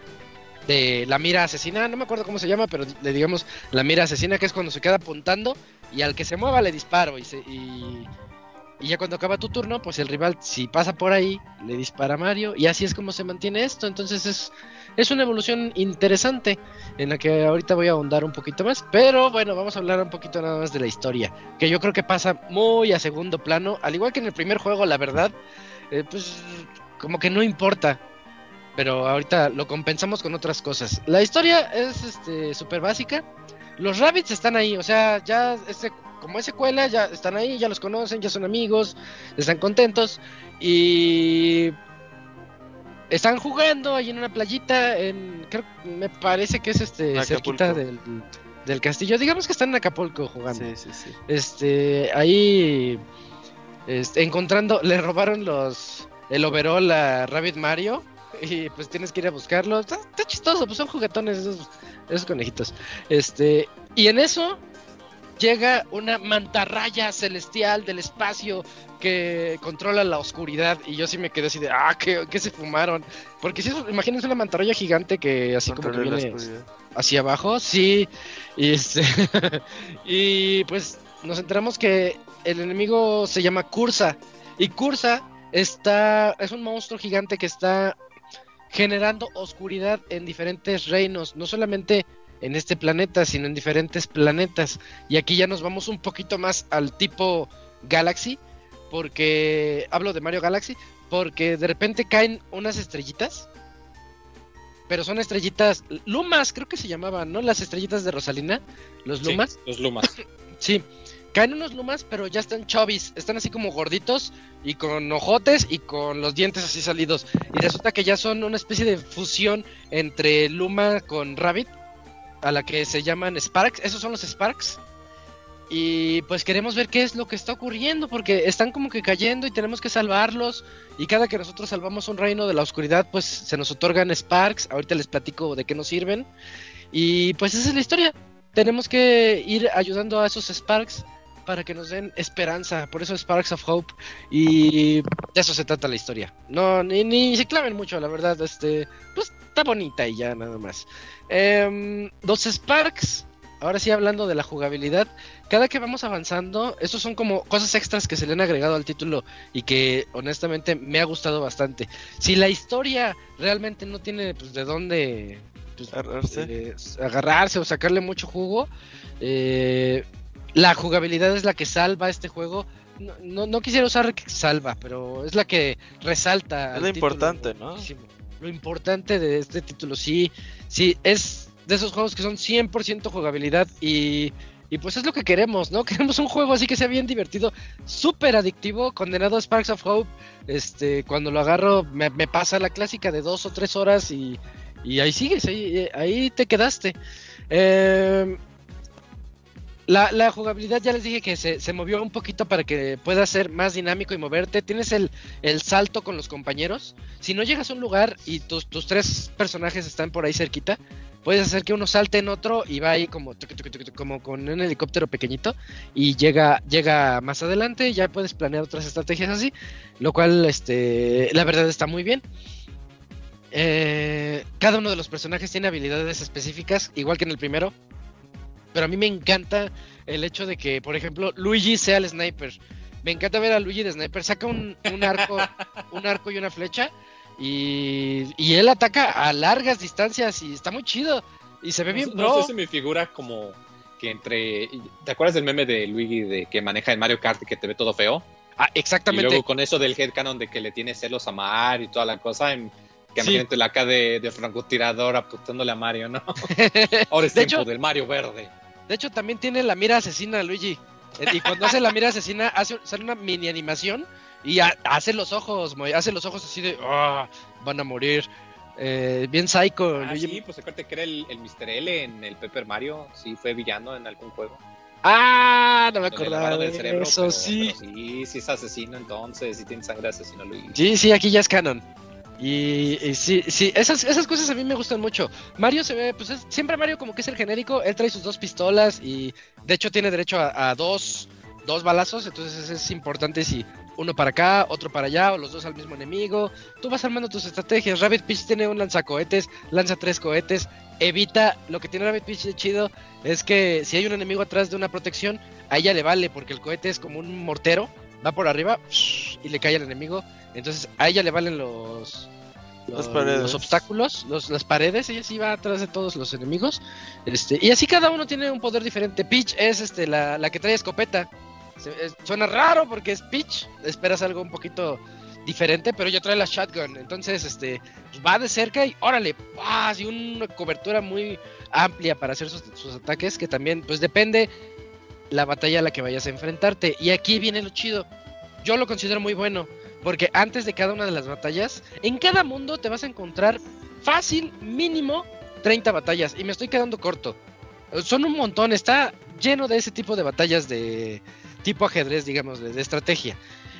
la mira asesina, no me acuerdo cómo se llama, pero le digamos la mira asesina, que es cuando se queda apuntando y al que se mueva le disparo y ya cuando acaba tu turno, pues el rival, si pasa por ahí, le dispara a Mario y así es como se mantiene esto. Entonces es una evolución interesante en la que ahorita voy a ahondar un poquito más, pero bueno, vamos a hablar un poquito nada más de la historia, que yo creo que pasa muy a segundo plano, al igual que en el primer juego, la verdad, pues como que no importa. Pero ahorita lo compensamos con otras cosas. La historia es súper básica. Los Rabbids están ahí, o sea, ya como es secuela, ya están ahí, ya los conocen, ya son amigos, están contentos. Y están jugando ahí en una playita, me parece que es cerquita del castillo. Digamos que están en Acapulco jugando. Sí. Ahí encontrando, le robaron el overall a Rabbid Mario. Y pues tienes que ir a buscarlo. Está chistoso, pues son juguetones esos conejitos. Y en eso llega una mantarraya celestial del espacio que controla la oscuridad. Y yo sí me quedé así de, ¿qué se fumaron? Porque si imagínense una mantarraya gigante que así como que viene hacia abajo, sí. Y y pues nos enteramos que el enemigo se llama Cursa. Y Cursa es un monstruo gigante que está generando oscuridad en diferentes reinos, no solamente en este planeta, sino en diferentes planetas. Y aquí ya nos vamos un poquito más al tipo Galaxy, porque hablo de Mario Galaxy, porque de repente caen unas estrellitas, pero son estrellitas Lumas, creo que se llamaban, ¿no? Las estrellitas de Rosalina, los Lumas. Sí, los Lumas. Sí. Caen unos Lumas, pero ya están chubbies, están así como gorditos y con ojotes y con los dientes así salidos. Y resulta que ya son una especie de fusión entre Luma con Rabbit, a la que se llaman Sparks. Esos son los Sparks. Y pues queremos ver qué es lo que está ocurriendo, porque están como que cayendo y tenemos que salvarlos. Y cada que nosotros salvamos un reino de la oscuridad, pues se nos otorgan Sparks. Ahorita les platico de qué nos sirven. Y pues esa es la historia. Tenemos que ir ayudando a esos Sparks para que nos den esperanza, por eso Sparks of Hope, y de eso se trata la historia. No, ni se claven mucho, la verdad, pues está bonita y ya nada más. Los Sparks, ahora sí hablando de la jugabilidad, cada que vamos avanzando, estos son como cosas extras que se le han agregado al título y que honestamente me ha gustado bastante. Si la historia realmente no tiene pues de dónde agarrarse o sacarle mucho jugo, la jugabilidad es la que salva este juego. No quisiera usar que salva, pero es la que resalta. Es lo importante, ¿no? Muchísimo. Lo importante de este título, sí, es de esos juegos que son 100% jugabilidad y pues es lo que queremos, ¿no? Queremos un juego así que sea bien divertido, súper adictivo, condenado a Sparks of Hope. Cuando lo agarro me pasa la clásica de 2 o 3 horas y ahí sigues, ahí te quedaste. La jugabilidad ya les dije que se movió un poquito para que pueda ser más dinámico y moverte. Tienes el salto con los compañeros. Si no llegas a un lugar y tus 3 personajes están por ahí cerquita, puedes hacer que uno salte en otro y va ahí como con un helicóptero pequeñito y llega más adelante. Ya puedes planear otras estrategias así, lo cual la verdad está muy bien. Cada uno de los personajes tiene habilidades específicas, igual que en el primero. Pero a mí me encanta el hecho de que, por ejemplo, Luigi sea el sniper. Me encanta ver a Luigi de sniper. Saca un arco y una flecha y él ataca a largas distancias y está muy chido. Y se ve bien pro. No sé si me figura como que ¿te acuerdas del meme de Luigi de que maneja en Mario Kart y que te ve todo feo? Exactamente. Y luego con eso del headcanon de que le tiene celos a Mario y toda la cosa, Que Sí. imagínate la acá de francotirador apuntándole a Mario, ¿no? Ahora es De tiempo hecho- del Mario verde. De hecho, también tiene la mira asesina, Luigi. Y cuando hace la mira asesina, sale una mini animación y hace los ojos, hace los ojos así de, van a morir. Bien psycho, Luigi. Sí, pues acuérdate que era el Mr. L en el Paper Mario. Sí, fue villano en algún juego. No me Le acordaba lavaron de el cerebro, eso, pero sí. sí es asesino entonces, sí tiene sangre de asesino Luigi. Sí, aquí ya es canon. Y sí, esas cosas a mí me gustan mucho. Mario se ve, pues siempre Mario como que es el genérico, él trae sus 2 pistolas y de hecho tiene derecho a dos balazos, entonces es importante si uno para acá, otro para allá, o los 2 al mismo enemigo. Tú vas armando tus estrategias. Rabbit Peach tiene un lanzacohetes, lanza 3 cohetes, evita, lo que tiene Rabbit Peach de chido es que si hay un enemigo atrás de una protección, a ella le vale, porque el cohete es como un mortero, va por arriba y le cae al enemigo. Entonces a ella le valen Las paredes. los obstáculos, las paredes, ella sí va atrás de todos los enemigos. Y así cada uno tiene un poder diferente. Peach es la que trae escopeta. Suena raro porque es Peach, esperas algo un poquito diferente, pero ella trae la shotgun. Entonces pues va de cerca y órale, y una cobertura muy amplia para hacer sus ataques, que también pues depende la batalla a la que vayas a enfrentarte. Y aquí viene lo chido. Yo lo considero muy bueno, porque antes de cada una de las batallas, en cada mundo te vas a encontrar fácil, mínimo 30 batallas. Y me estoy quedando corto. Son un montón, está lleno de ese tipo de batallas de tipo ajedrez, digamos, de estrategia.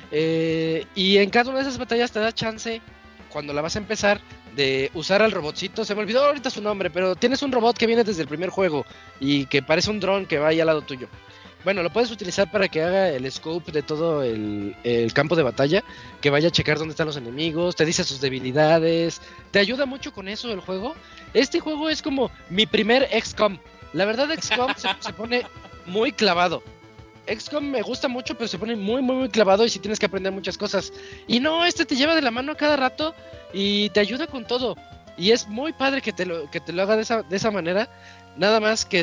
Y en cada una de esas batallas te da chance, cuando la vas a empezar, de usar al robotcito. Se me olvidó ahorita su nombre, pero tienes un robot que viene desde el primer juego y que parece un dron que va ahí al lado tuyo. Bueno, lo puedes utilizar para que haga el scope de todo el campo de batalla, que vaya a checar dónde están los enemigos, te dice sus debilidades, te ayuda mucho con eso el juego. Este juego es como mi primer XCOM. La verdad, XCOM se pone muy clavado. XCOM me gusta mucho, pero se pone muy, muy, muy clavado y sí tienes que aprender muchas cosas. Y no, te lleva de la mano a cada rato y te ayuda con todo. Y es muy padre que te lo haga de esa manera. Nada más que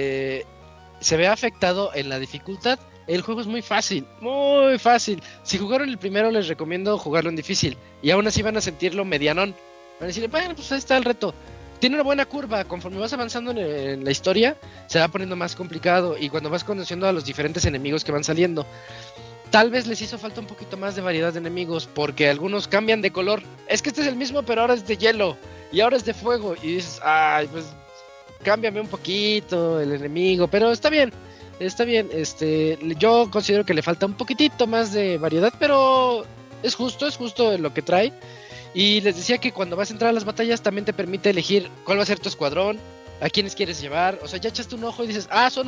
se ve afectado en la dificultad. El juego es muy fácil, muy fácil. Si jugaron el primero, les recomiendo jugarlo en difícil. Y aún así van a sentirlo medianón. Van a decir, bueno, pues ahí está el reto. Tiene una buena curva. Conforme vas avanzando en la historia, se va poniendo más complicado. Y cuando vas conociendo a los diferentes enemigos que van saliendo, tal vez les hizo falta un poquito más de variedad de enemigos, porque algunos cambian de color. Es que este es el mismo, pero ahora es de hielo. Y ahora es de fuego. Y dices, ay, pues cámbiame un poquito el enemigo, pero está bien, yo considero que le falta un poquitito más de variedad, pero es justo lo que trae. Y les decía que cuando vas a entrar a las batallas también te permite elegir cuál va a ser tu escuadrón, a quiénes quieres llevar. O sea, ya echaste un ojo y dices, son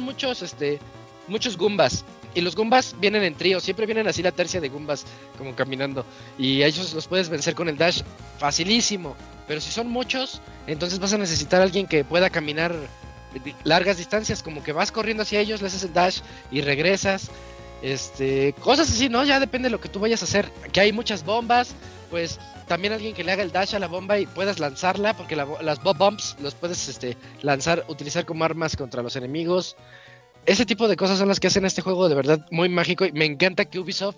muchos Goombas. Y los Goombas vienen en trío, siempre vienen así la tercia de Goombas como caminando. Y a ellos los puedes vencer con el dash facilísimo. Pero si son muchos, entonces vas a necesitar a alguien que pueda caminar largas distancias, como que vas corriendo hacia ellos, le haces el dash y regresas. Cosas así, ¿no? Ya depende de lo que tú vayas a hacer. Que hay muchas bombas, pues también alguien que le haga el dash a la bomba y puedas lanzarla, porque las bob bombs los puedes utilizar como armas contra los enemigos. Ese tipo de cosas son las que hacen este juego de verdad muy mágico, y me encanta que Ubisoft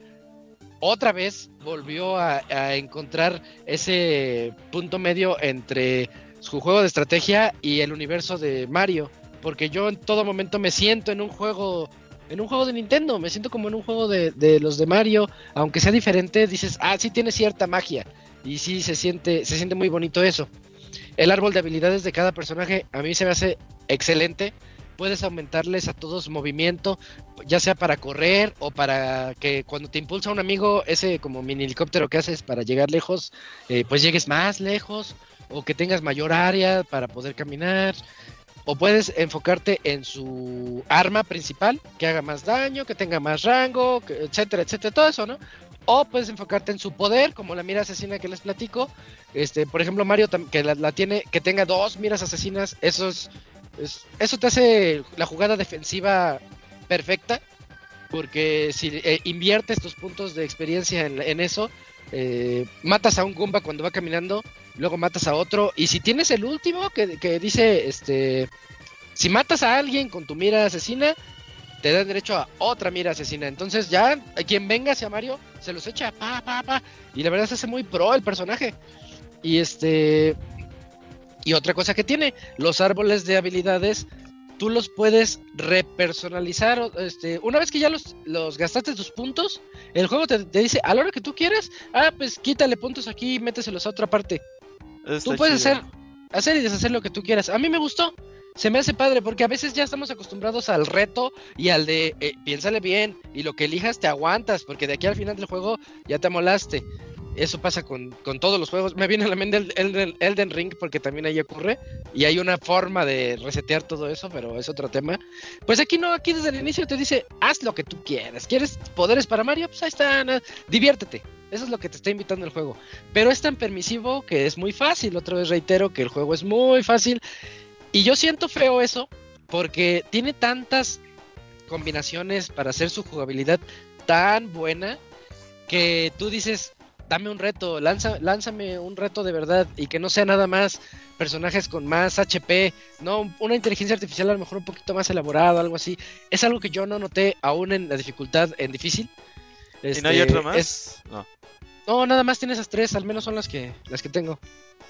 otra vez volvió a encontrar ese punto medio entre su juego de estrategia y el universo de Mario, porque yo en todo momento me siento en un juego de Nintendo, me siento como en un juego de los de Mario, aunque sea diferente, dices, sí tiene cierta magia, y sí se siente muy bonito eso. El árbol de habilidades de cada personaje a mí se me hace excelente. Puedes aumentarles a todos movimiento, ya sea para correr o para que cuando te impulsa un amigo, ese como mini helicóptero que haces para llegar lejos, pues llegues más lejos, o que tengas mayor área para poder caminar. O puedes enfocarte en su arma principal, que haga más daño, que tenga más rango, etcétera, etcétera, todo eso, ¿no? O puedes enfocarte en su poder, como la mira asesina que les platico. Por ejemplo, Mario, que la tiene, que tenga 2 miras asesinas, eso te hace la jugada defensiva perfecta, porque si inviertes tus puntos de experiencia en eso, matas a un Goomba cuando va caminando, luego matas a otro, y si tienes el último que dice, si matas a alguien con tu mira asesina, te da derecho a otra mira asesina. Entonces ya quien venga hacia Mario se los echa, y la verdad se hace muy pro el personaje. Y y otra cosa que tiene, los árboles de habilidades, tú los puedes repersonalizar. Una vez que ya los gastaste tus puntos, el juego te dice, a la hora que tú quieras, pues quítale puntos aquí y méteselos a otra parte. Tú puedes hacer y deshacer lo que tú quieras. A mí me gustó, se me hace padre, porque a veces ya estamos acostumbrados al reto y al de piénsale bien, y lo que elijas te aguantas, porque de aquí al final del juego ya te amolaste. Eso pasa con todos los juegos. Me viene a la mente el Elden Ring, porque también ahí ocurre, y hay una forma de resetear todo eso, pero es otro tema. Pues aquí no, aquí desde el inicio te dice, haz lo que tú quieras. ¿Quieres poderes para Mario? Pues ahí está, diviértete. Eso es lo que te está invitando el juego. Pero es tan permisivo que es muy fácil. Otra vez reitero que el juego es muy fácil. Y yo siento feo eso, porque tiene tantas combinaciones para hacer su jugabilidad tan buena, que tú dices, dame un reto, lánzame un reto de verdad, y que no sea nada más personajes con más HP, no una inteligencia artificial a lo mejor un poquito más elaborada, algo así. Es algo que yo no noté aún en la dificultad en difícil. ¿Y no hay otro más? No, nada más tiene esas 3, al menos son las que tengo.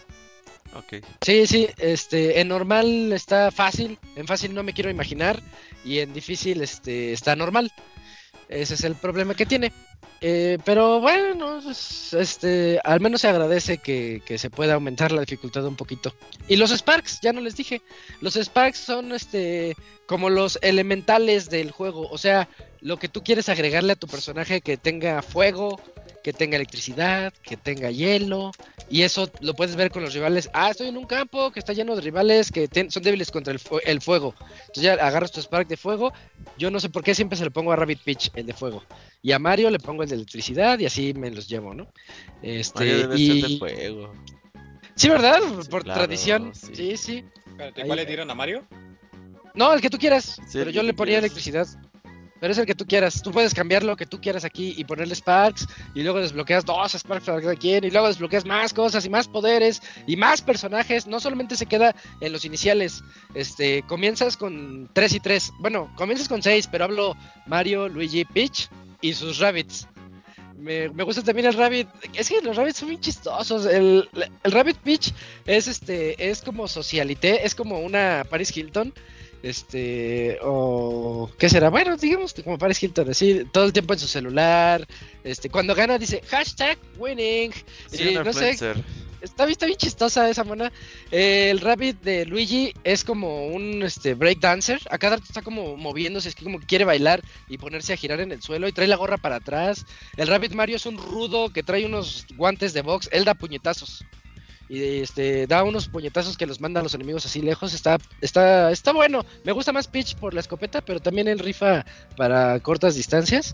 Ok. Sí, en normal está fácil, en fácil no me quiero imaginar, y en difícil está normal. Ese es el problema que tiene. Pero bueno, al menos se agradece que se pueda aumentar la dificultad un poquito. Y los Sparks, ya no les dije. Los Sparks son como los elementales del juego. O sea, lo que tú quieres agregarle a tu personaje, que tenga fuego, que tenga electricidad, que tenga hielo. Y eso lo puedes ver con los rivales. Estoy en un campo que está lleno de rivales que son débiles contra el fuego. Entonces ya agarras tu Spark de fuego. Yo no sé por qué siempre se lo pongo a Rabbit Peach, el de fuego. Y a Mario le pongo el de electricidad, y así me los llevo, ¿no? Mario debe ser de fuego. Sí, ¿verdad? Por Claro, tradición. sí. Sí. Espérate, ¿cuál le dieron a Mario? No, el que tú quieras. Sí, Pero el yo que le tú ponía quieras. electricidad. Pero es el que tú quieras. Tú puedes cambiar lo que tú quieras aquí y ponerle Sparks, y luego desbloqueas 2 Sparks para cada quien, y luego desbloqueas más cosas y más poderes y más personajes. No solamente se queda en los iniciales. Comienzas con 3 y 3. Bueno, comienzas con 6, pero hablo Mario, Luigi, Peach y sus Rabbids. Me gusta también el Rabbit. Es que los Rabbits son bien chistosos. El Rabbit Peach es como socialité, es como una Paris Hilton. O ¿qué será? Bueno, digamos como Paris Hilton, así, todo el tiempo en su celular. Cuando gana dice #winning. Sí, No sé, está bien chistosa esa mona. El Rabbit de Luigi es como un break dancer. A cada rato está como moviéndose, es que como que quiere bailar y ponerse a girar en el suelo, y trae la gorra para atrás. El Rabbit Mario es un rudo que trae unos guantes de box. Él da puñetazos. Y da unos puñetazos que los manda a los enemigos así lejos. Está bueno. Me gusta más Peach por la escopeta, pero también él rifa para cortas distancias.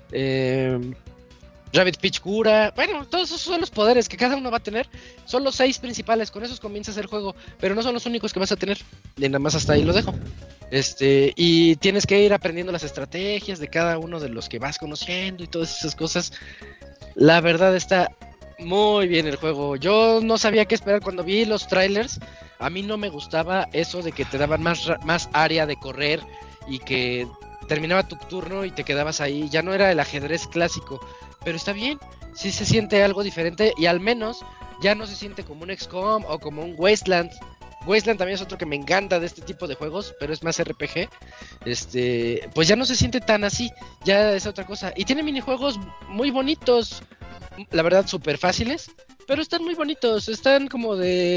Rabbit Peach cura. Bueno, todos esos son los poderes que cada uno va a tener. Son los 6 principales. Con esos comienzas el juego, pero no son los únicos que vas a tener. Y nada más hasta ahí lo dejo. Y tienes que ir aprendiendo las estrategias de cada uno de los que vas conociendo y todas esas cosas. La verdad está muy bien el juego. Yo no sabía qué esperar cuando vi los trailers. A mí no me gustaba eso de que te daban más área de correr, y que terminaba tu turno y te quedabas ahí. Ya no era el ajedrez clásico, pero está bien. Sí se siente algo diferente, y al menos ya no se siente como un XCOM o como un Wasteland. Wasteland también es otro que me encanta de este tipo de juegos, pero es más RPG. Pues ya no se siente tan así, ya es otra cosa. Y tiene minijuegos muy bonitos, la verdad súper fáciles, pero están muy bonitos. Están como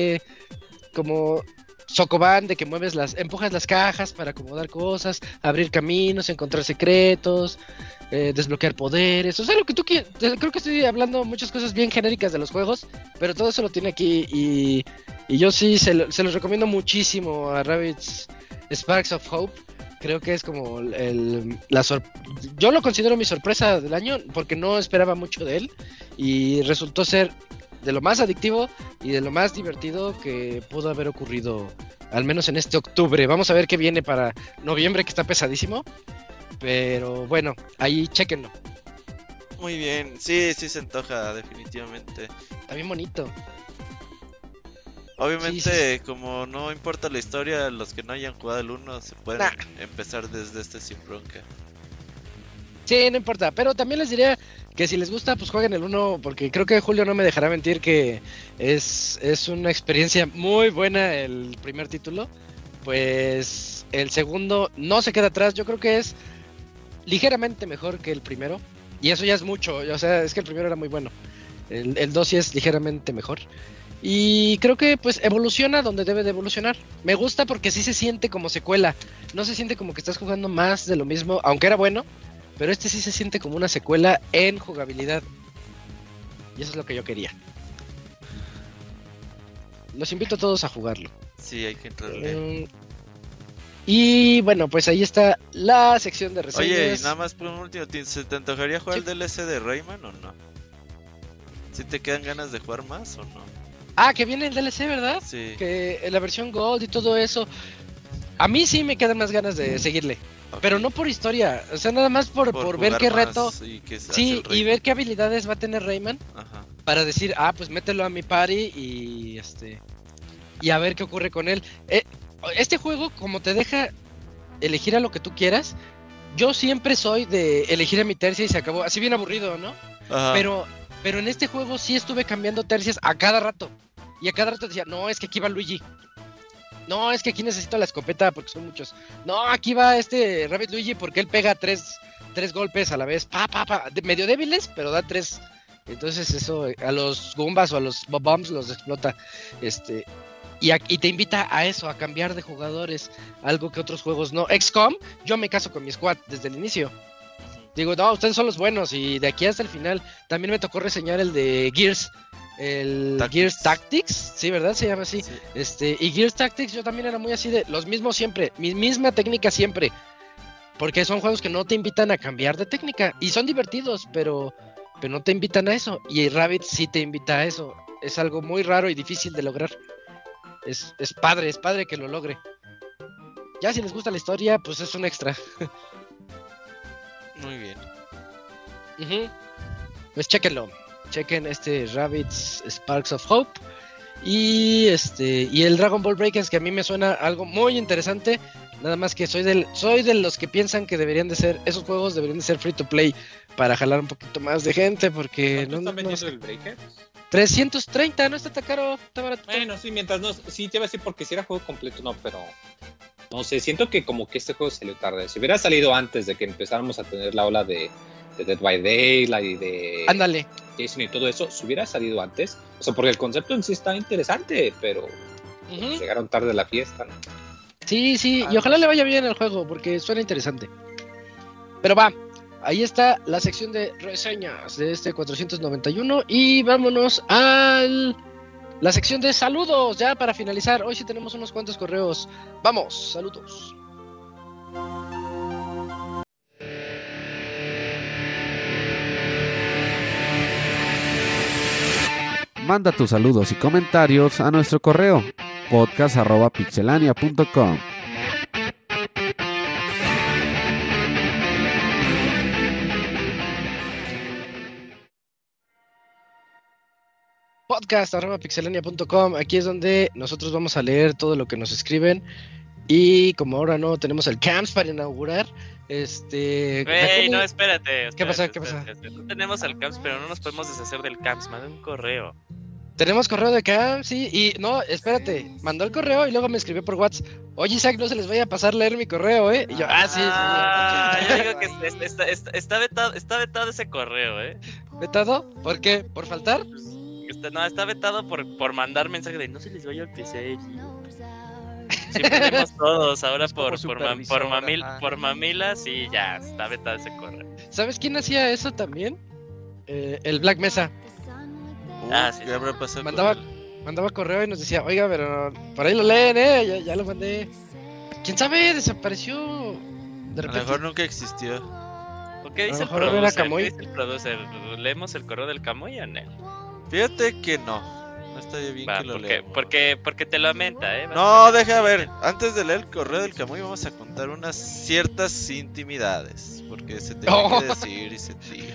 Sokoban, de que empujas las cajas para acomodar cosas, abrir caminos, encontrar secretos, desbloquear poderes. O sea, lo que tú quieras. Creo que estoy hablando muchas cosas bien genéricas de los juegos, pero todo eso lo tiene aquí, y yo sí se los recomiendo muchísimo a Rabbids Sparks of Hope. Creo que es como yo lo considero mi sorpresa del año, porque no esperaba mucho de él, y resultó ser de lo más adictivo y de lo más divertido que pudo haber ocurrido, al menos en este octubre. Vamos a ver qué viene para noviembre, que está pesadísimo, pero bueno, ahí chéquenlo. Muy bien, sí se antoja definitivamente. Está bien bonito. Obviamente, como no importa la historia, los que no hayan jugado el 1 se pueden empezar desde sin bronca. Sí, no importa, pero también les diría que si les gusta, pues jueguen el 1, porque creo que Julio no me dejará mentir que es una experiencia muy buena el primer título. Pues el segundo no se queda atrás, yo creo que es ligeramente mejor que el primero, y eso ya es mucho, o sea, es que el primero era muy bueno. El 2 sí es ligeramente mejor. Y creo que pues evoluciona donde debe de evolucionar. Me gusta porque sí se siente como secuela. No se siente como que estás jugando más de lo mismo, aunque era bueno. Pero este sí se siente como una secuela en jugabilidad. Y eso es lo que yo quería. Los invito a todos a jugarlo. Sí, hay que entrarle. Y bueno, pues ahí está la sección de reseñas. Oye, y nada más por un último, ¿se te antojaría jugar el DLC de Rayman o no? ¿Sí te quedan ganas de jugar más o no? Ah, que viene el DLC, ¿verdad? Sí. Que la versión Gold y todo eso. A mí sí me quedan más ganas de seguirle. Okay. Pero no por historia, o sea, nada más por ver qué reto. Sí, y ver qué habilidades va a tener Rayman. Ajá. Para decir, pues mételo a mi party y a ver qué ocurre con él. Este juego, como te deja elegir a lo que tú quieras, yo siempre soy de elegir a mi tercia y se acabó. Así bien aburrido, ¿no? Ajá. Pero en este juego sí estuve cambiando tercias a cada rato. Y a cada rato decía, no, es que aquí va Luigi. No, es que aquí necesito la escopeta porque son muchos. No, aquí va este Rabbit Luigi porque él pega tres golpes a la vez. Medio débiles, pero da 3. Entonces eso a los Goombas o a los Bob-Bombs los explota. Y te invita a eso, a cambiar de jugadores. Algo que otros juegos no. XCOM, yo me caso con mi squad desde el inicio. Digo, no, ustedes son los buenos y de aquí hasta el final. También me tocó reseñar el de Gears. El Tactics. Gears Tactics, sí, ¿verdad? Se llama así. Sí. Y Gears Tactics yo también era muy así de los mismos siempre, misma técnica siempre. Porque son juegos que no te invitan a cambiar de técnica. Y son divertidos, pero no te invitan a eso. Y Rabbit sí te invita a eso. Es algo muy raro y difícil de lograr. Es padre que lo logre. Ya si les gusta la historia, pues es un extra. Muy bien. Pues chéquenlo. Chequen Rabbids Sparks of Hope y el Dragon Ball Breakers, que a mí me suena algo muy interesante. Nada más que soy de los que piensan que esos juegos deberían de ser free to play para jalar un poquito más de gente, porque ¿no están vendiendo el Breakers? 330, no está tan caro, está barato. Bueno, sí, mientras no, sí te iba a decir porque si era juego completo, no, pero no sé, siento que como que este juego salió tarde. Si hubiera salido antes de que empezáramos a tener la ola de Dead by Daylight y de ándale Jason y todo eso, si hubiera salido antes, o sea, porque el concepto en sí está interesante, pero llegaron tarde a la fiesta, ¿no? Sí, y ojalá le vaya bien el juego, porque suena interesante. Pero va, ahí está la sección de reseñas de 491 y vámonos a la sección de saludos, ya para finalizar. Hoy sí tenemos unos cuantos correos. Vamos, saludos. Manda tus saludos y comentarios a nuestro correo podcast@pixelania.com. podcast@pixelania.com. Aquí es donde nosotros vamos a leer todo lo que nos escriben. Y como ahora no tenemos el Camps para inaugurar, no, espérate. ¿Qué pasa? No tenemos el Camps, pero no nos podemos deshacer del Camps. Manda un correo. Tenemos correo de Camps, sí. Y no, espérate. Mandó el correo y luego me escribió por WhatsApp. Oye, Isaac, no se les vaya a pasar leer mi correo, ¿eh? Y yo, sí. Yo digo que está vetado ese correo, ¿eh? ¿Vetado? ¿Por qué? ¿Por faltar? Está vetado por mandar mensaje de no se les vaya a PC. Siempre tenemos todos, ahora por mamilas y ya, está vetado ese correo. ¿Sabes quién hacía eso también? El Black Mesa. Sí. ¿Qué habrá pasado? Mandaba correo y nos decía, oiga, pero por ahí lo leen, ya lo mandé. ¿Quién sabe? Desapareció. De repente. A lo mejor nunca existió. ¿Por qué dice el producer? ¿Leemos el correo del Camuy o no? Fíjate que no estaría bien que lo leamos. Porque te lamenta, No, deja ver. Antes de leer el correo del Camuy vamos a contar unas ciertas intimidades. Porque se tiene que decir y sentir.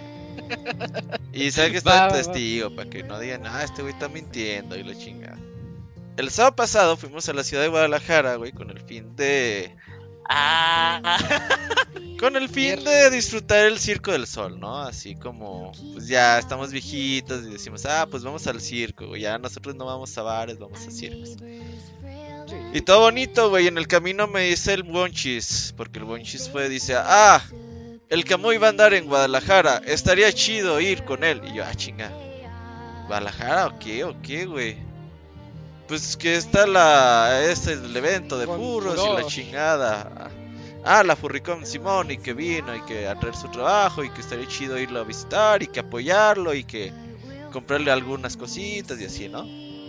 Y sabe que está el testigo para que no digan, este güey está mintiendo y la chingada. El sábado pasado fuimos a la ciudad de Guadalajara, güey, con el fin de Con el fin de disfrutar el Circo del Sol, ¿no? Así como, pues ya estamos viejitos y decimos, pues vamos al circo, güey. Ya nosotros no vamos a bares, vamos a circos. Y todo bonito, güey. En el camino me dice el Wonchis, porque el Wonchis dice, el Camuy va a andar en Guadalajara, estaría chido ir con él. Y yo, chinga, ¿Guadalajara o qué, güey? Pues que está el evento de furros y la chingada. La Furricón Simón, y que vino y que a traer su trabajo y que estaría chido irlo a visitar y que apoyarlo y que comprarle algunas cositas y así, ¿no?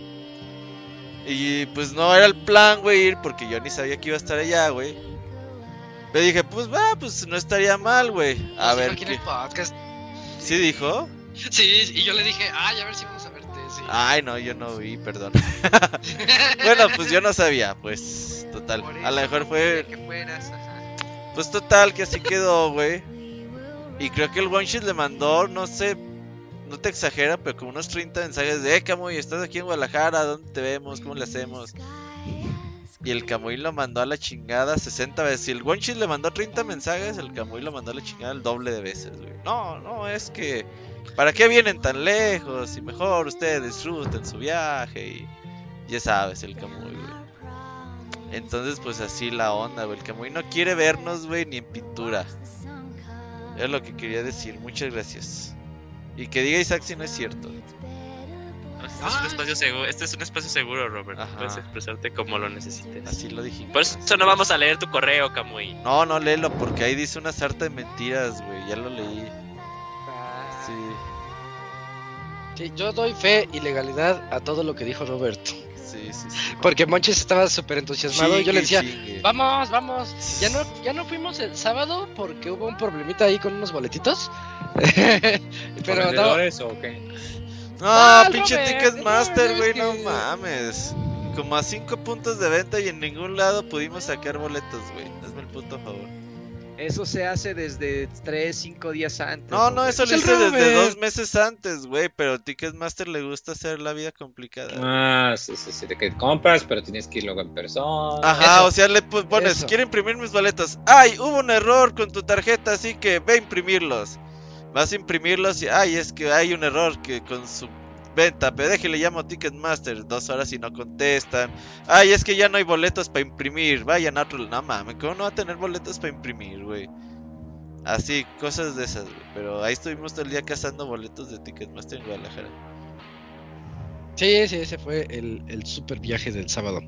Y pues no era el plan, güey, ir porque yo ni sabía que iba a estar allá, güey. Le dije, pues no estaría mal, güey. A ver qué. ¿Sí dijo? Sí, y yo le dije, a ver si vamos a verte. Sí. Ay, no, yo no vi, perdón. Bueno, pues yo no sabía, pues, total. A lo mejor fue... Que fueras, pues total, que así quedó, güey. Y creo que el One-Shot le mandó, no sé, no te exagera, pero como unos 30 mensajes de Camuy, estás aquí en Guadalajara, ¿dónde te vemos? ¿Cómo le hacemos? Y el Camuy lo mandó a la chingada 60 veces. Si el One-Shot le mandó 30 mensajes, el Camuy lo mandó a la chingada el doble de veces, güey. No, es que... ¿para qué vienen tan lejos? Y mejor ustedes disfruten su viaje y... ya sabes, el Camuy, güey. Entonces, pues así la onda, güey. El Camuy no quiere vernos, güey, ni en pintura. Es lo que quería decir. Muchas gracias. Y que diga Isaac si no es cierto. Este es un espacio seguro, Robert. Ajá. Puedes expresarte como lo necesites. Así lo dijimos. Por eso no vamos a leer tu correo, Camuy. No, léelo, porque ahí dice una sarta de mentiras, güey. Ya lo leí. Sí, yo doy fe y legalidad a todo lo que dijo Roberto. Sí. Porque Monchis estaba súper entusiasmado y yo le decía, chingue. vamos. Ya no fuimos el sábado porque hubo un problemita ahí con unos boletitos. Pero ¿Vendedores o qué? No, el pinche Robert, Ticketmaster, güey, no que... mames. Como a 5 puntos de venta y en ningún lado pudimos sacar boletos, güey. Hazme el puto favor. Eso se hace desde 3-5 días antes. No, eso lo Es el hice desde Robert. 2 meses antes, güey. Pero a Ticketmaster le gusta hacer la vida complicada. Sí, de que compras, pero tienes que ir luego en persona. Ajá, Eso. o sea, le pones, Eso. quiero imprimir mis boletos. ¡Ay, hubo un error con tu tarjeta, así que ve a imprimirlos! Vas a imprimirlos y, es que hay un error que con su venta, pero déjale, llamo a Ticketmaster 2 horas y no contestan. Es que ya no hay boletos para imprimir, vayan a otro... No mames, ¿cómo no va a tener boletos para imprimir, güey? Así, cosas de esas, güey. Pero ahí estuvimos todo el día cazando boletos de Ticketmaster en Guadalajara. Sí, ese fue el super viaje del sábado.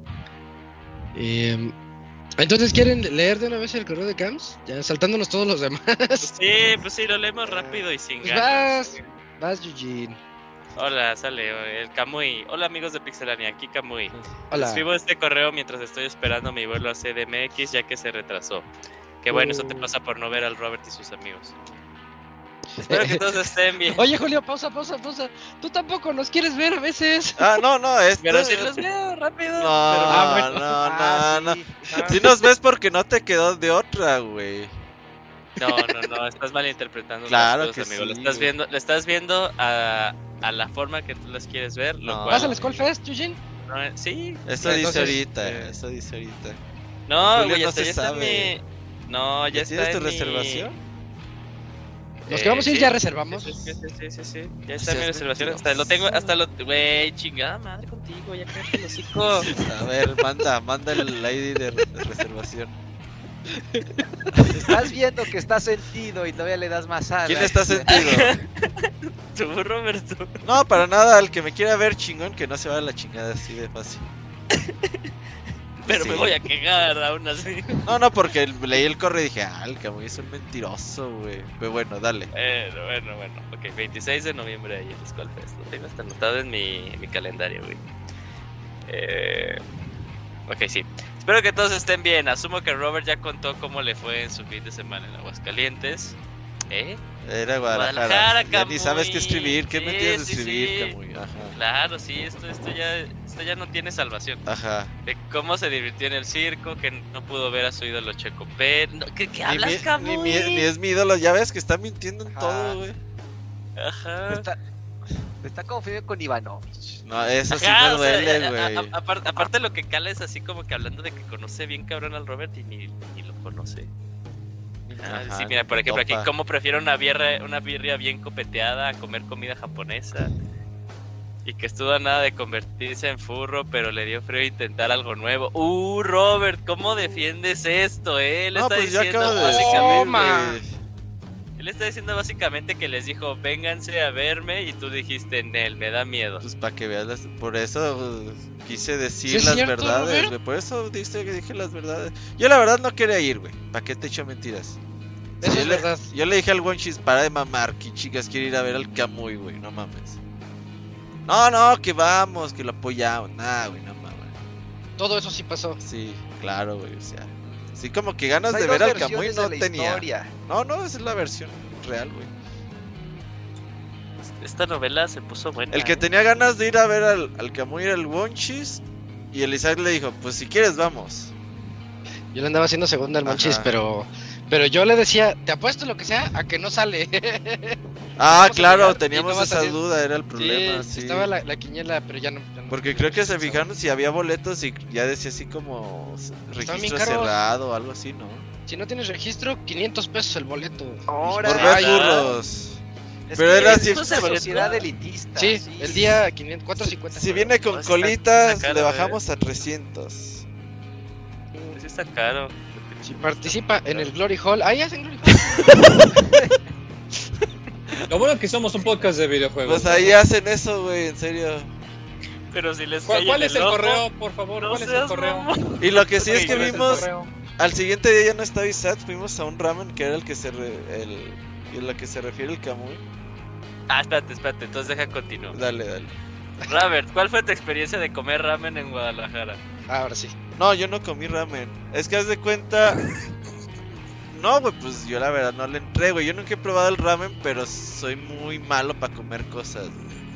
Entonces, ¿quieren leer de una vez el correo de Camps? Ya saltándonos todos los demás. Pues sí, lo leemos rápido y sin Pues ganas. vas, Eugene. Hola, sale el Camuy. Hola amigos de Pixelania, aquí Camuy. Hola. Escribo este correo mientras estoy esperando mi vuelo a CDMX ya que se retrasó. Qué bueno, eso te pasa por no ver al Robert y sus amigos. Espero que todos estén bien. Oye, Julio, pausa. Tú tampoco nos quieres ver a veces. No, Pero si los veo rápido. No. Si nos ves porque no te quedó de otra, güey. No, estás malinterpretando Claro las cosas, que amigo. sí. Lo estás viendo a la forma que tú las quieres ver, lo No. cual... ¿Vas al Skullfest, Eugene? Sí. Eso Entonces, dice ahorita. No, Julio güey, no hasta se ya está en sabe. mi... No, ya está ¿Tienes tu en mi... reservación? Los que vamos a ir sí. ya reservamos. Sí. Ya está Seas en mi reservación. mentiroso. Hasta lo... Güey, chingada madre contigo, ya cállate el hocico. A ver, manda el ID de reservación. Estás viendo que está sentido y todavía le das más alas. ¿Quién está sentido? Tú, Roberto. No, para nada, al que me quiera ver chingón, que no se vaya a la chingada así de fácil. Pero Sí. me voy a quejar aún así. No, porque leí el correo y dije, el Camuy es un mentiroso, güey. Pero bueno, dale. Bueno. Ok, 26 de noviembre ahí en Skullfest. Lo tengo hasta anotado en mi calendario, güey. Ok, sí. Espero que todos estén bien. Asumo que Robert ya contó cómo le fue en su fin de semana en Aguascalientes. Era Guadalajara. Guadalajara, Ya ni sabes qué Camuy. escribir. ¿Qué Sí, me tienes de sí, escribir, sí. Camuy? Ajá. Claro, sí, esto ya no tiene salvación. Ajá. De cómo se divirtió en el circo, que no pudo ver a su ídolo Checo Pérez. No, ¿Qué hablas, Camuy? Ni es mi ídolo. Ya ves que está mintiendo en Ajá. todo, güey. Ajá. Me está confundiendo con Ivanovich. No, eso sí Ajá, me o sea, duele, güey. aparte lo que cala es así como que hablando de que conoce bien cabrón al Robert y ni lo conoce. Ajá, Sí, mira, por ejemplo, aquí topa. como prefiero una birria bien copeteada a comer comida japonesa. Y que estuvo a nada de convertirse en furro, pero le dio frío intentar algo nuevo. Robert, ¿cómo defiendes esto, Él No, está pues yo diciendo acabo de básicamente... decir, Él está diciendo básicamente que les dijo, vénganse a verme, y tú dijiste, Nel, me da miedo. pues para que veas por eso quise decir ¿Sí es las cierto, verdades, Robert? güey. Por eso dije las verdades. Yo la verdad no quería ir, güey. ¿Para qué te echo mentiras? Eso es verdad. Yo le dije al Wonchis, para de mamar, que chicas quiere ir a ver al Kamui, güey, no mames. No, que vamos, que lo apoyamos. Nah, güey, no mames. Todo eso sí pasó. Sí, claro, güey, o sea. Sí, como que ganas Hay de dos ver al versiones Kamui de no la tenía. historia. No, esa es la versión real, güey. Esta novela se puso buena. El que tenía ganas de ir a ver al Kamui era el Wonchis. Y el Isaac le dijo, pues si quieres vamos. Yo le andaba haciendo segunda al Monchis, Ajá. pero yo le decía, te apuesto lo que sea a que no sale. Ah, Vamos a claro, llegar y teníamos no vas a esa decir- duda, era el problema, Sí, sí. estaba la quiniela, pero ya no. Porque creo que se fijaron si había boletos y ya decía así como Estaban bien registro caros. cerrado o algo así, ¿no? Si no tienes registro, 500 pesos el boleto. Ahora. Por Ay, ver burros. Es Pero que era es así- una sociedad elitista. Sí, el día 500, 450. Si viene con No, está- colitas, está caro, le bajamos a 300. Sí está caro. Si participa en el Glory Hall, ahí hacen Glory Hall. Lo bueno que somos un podcast de videojuegos. Pues ahí hacen eso, güey, en serio. Pero si les ¿Cuál, cae cuál en es el ojo, correo, por favor? no ¿Cuál es el seas correo? mamón. Y lo que sí es que ¿Cuál es el vimos, correo? al siguiente día ya no estaba Isaac, fuimos a un ramen que era el que se el que se refiere el Kamui. Ah, espérate, entonces deja continuar. Dale. Robert, ¿cuál fue tu experiencia de comer ramen en Guadalajara? Ahora sí. No, yo no comí ramen. Es que haz de cuenta. No, güey, pues yo la verdad no le entré, güey. Yo nunca he probado el ramen, pero soy muy malo para comer cosas.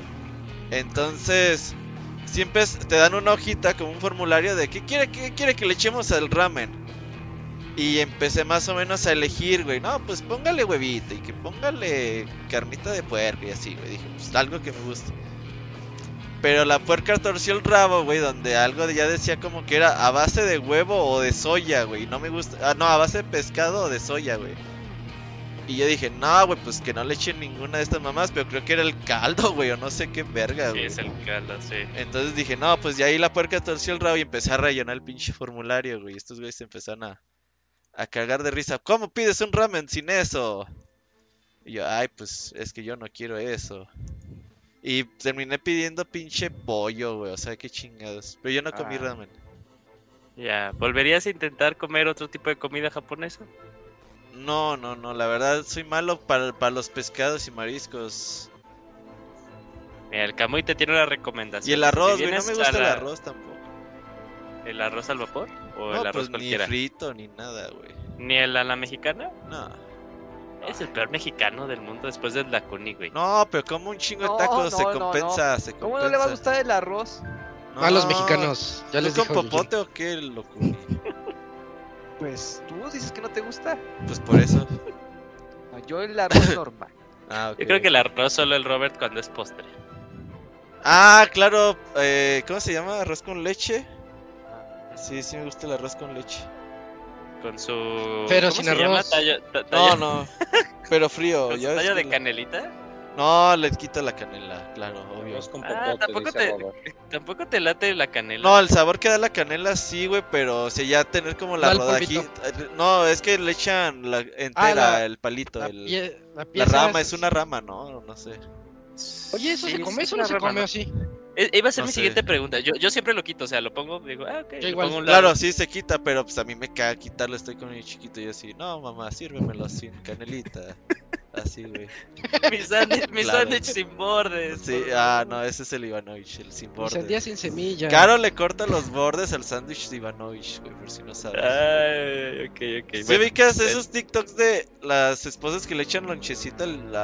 Entonces, siempre te dan una hojita como un formulario de qué quiere que le echemos al ramen. Y empecé más o menos a elegir, güey. No, pues póngale huevito y que póngale carnita de puerco y así, güey. Dije, pues algo que me guste. Pero la puerca torció el rabo, güey, donde algo ya decía como que era a base de huevo o de soya, güey. No me gusta. Ah, no, a base de pescado o de soya, güey. Y yo dije, no, güey, pues que no le echen ninguna de estas mamás. Pero creo que era el caldo, güey, o no sé qué verga, Sí, güey. es el caldo, sí. Entonces dije, no, pues ya ahí la puerca torció el rabo y empecé a rellenar el pinche formulario, güey. Y estos güeyes se empezaron a cagar de risa. ¿Cómo pides un ramen sin eso? Y yo, ay, pues es que yo no quiero eso. Y terminé pidiendo pinche pollo, güey. O sea, qué chingados. Pero yo no comí ramen. Ya, ¿volverías a intentar comer otro tipo de comida japonesa? No, la verdad soy malo para los pescados y mariscos. Mira, el Kamui te tiene una recomendación. Y el arroz, Si güey, no vienes me gusta a el la- arroz tampoco. ¿El arroz al vapor? ¿O el No, arroz pues ni cualquiera? frito ni nada, güey. ¿Ni el a la mexicana? No. Es el peor mexicano del mundo después del Lacuni, güey. No, pero como un chingo de No, tacos, no, se no, compensa, se compensa. ¿Cómo no le va a gustar el arroz? No. A los mexicanos. Ya les ¿Tú con dijo Yujin. popote o qué, loco? Pues tú dices que no te gusta. Pues por eso. No, yo el arroz normal. Ah, ok. Yo creo que el arroz solo el Robert cuando es postre. Ah, claro. ¿Cómo se llama? ¿Arroz con leche? Sí, sí me gusta el arroz con leche. Con su... Pero ¿cómo sin se llama? arroz. No. Pero frío. ¿Con su ya ves tallo que de canelita? No, le quita la canela, claro, obvio. Arroz con Ah, popote, dice Robert. tampoco te late la canela. No, el sabor que da la canela sí, güey, pero o sea, ya tener como la No, el rodajita. No, es que le echan la entera, el palito, la pieza rama, es una rama, ¿no? No sé. Oye, ¿eso Sí, se come? es ¿Eso una no se rama, come ¿no? así? Iba a ser No mi sé. siguiente pregunta. Yo siempre lo quito, o sea, lo pongo, digo, ok. Yo lo igual. pongo a un lado. Claro, sí se quita, pero pues a mí me caga quitarlo, estoy con mi chiquito y así, no, mamá, sírvemelo sin canelita. Así, güey. Mi sándwich Claro. sin bordes. Sí, no, ese es el Ivanovich, el sin Pues el día bordes. sin semilla. Caro le corta los bordes al sándwich de Ivanovich, güey, por si no sabes. Ay, ok. ¿Sí Bueno, ubicas esos TikToks de las esposas que le echan lonchecita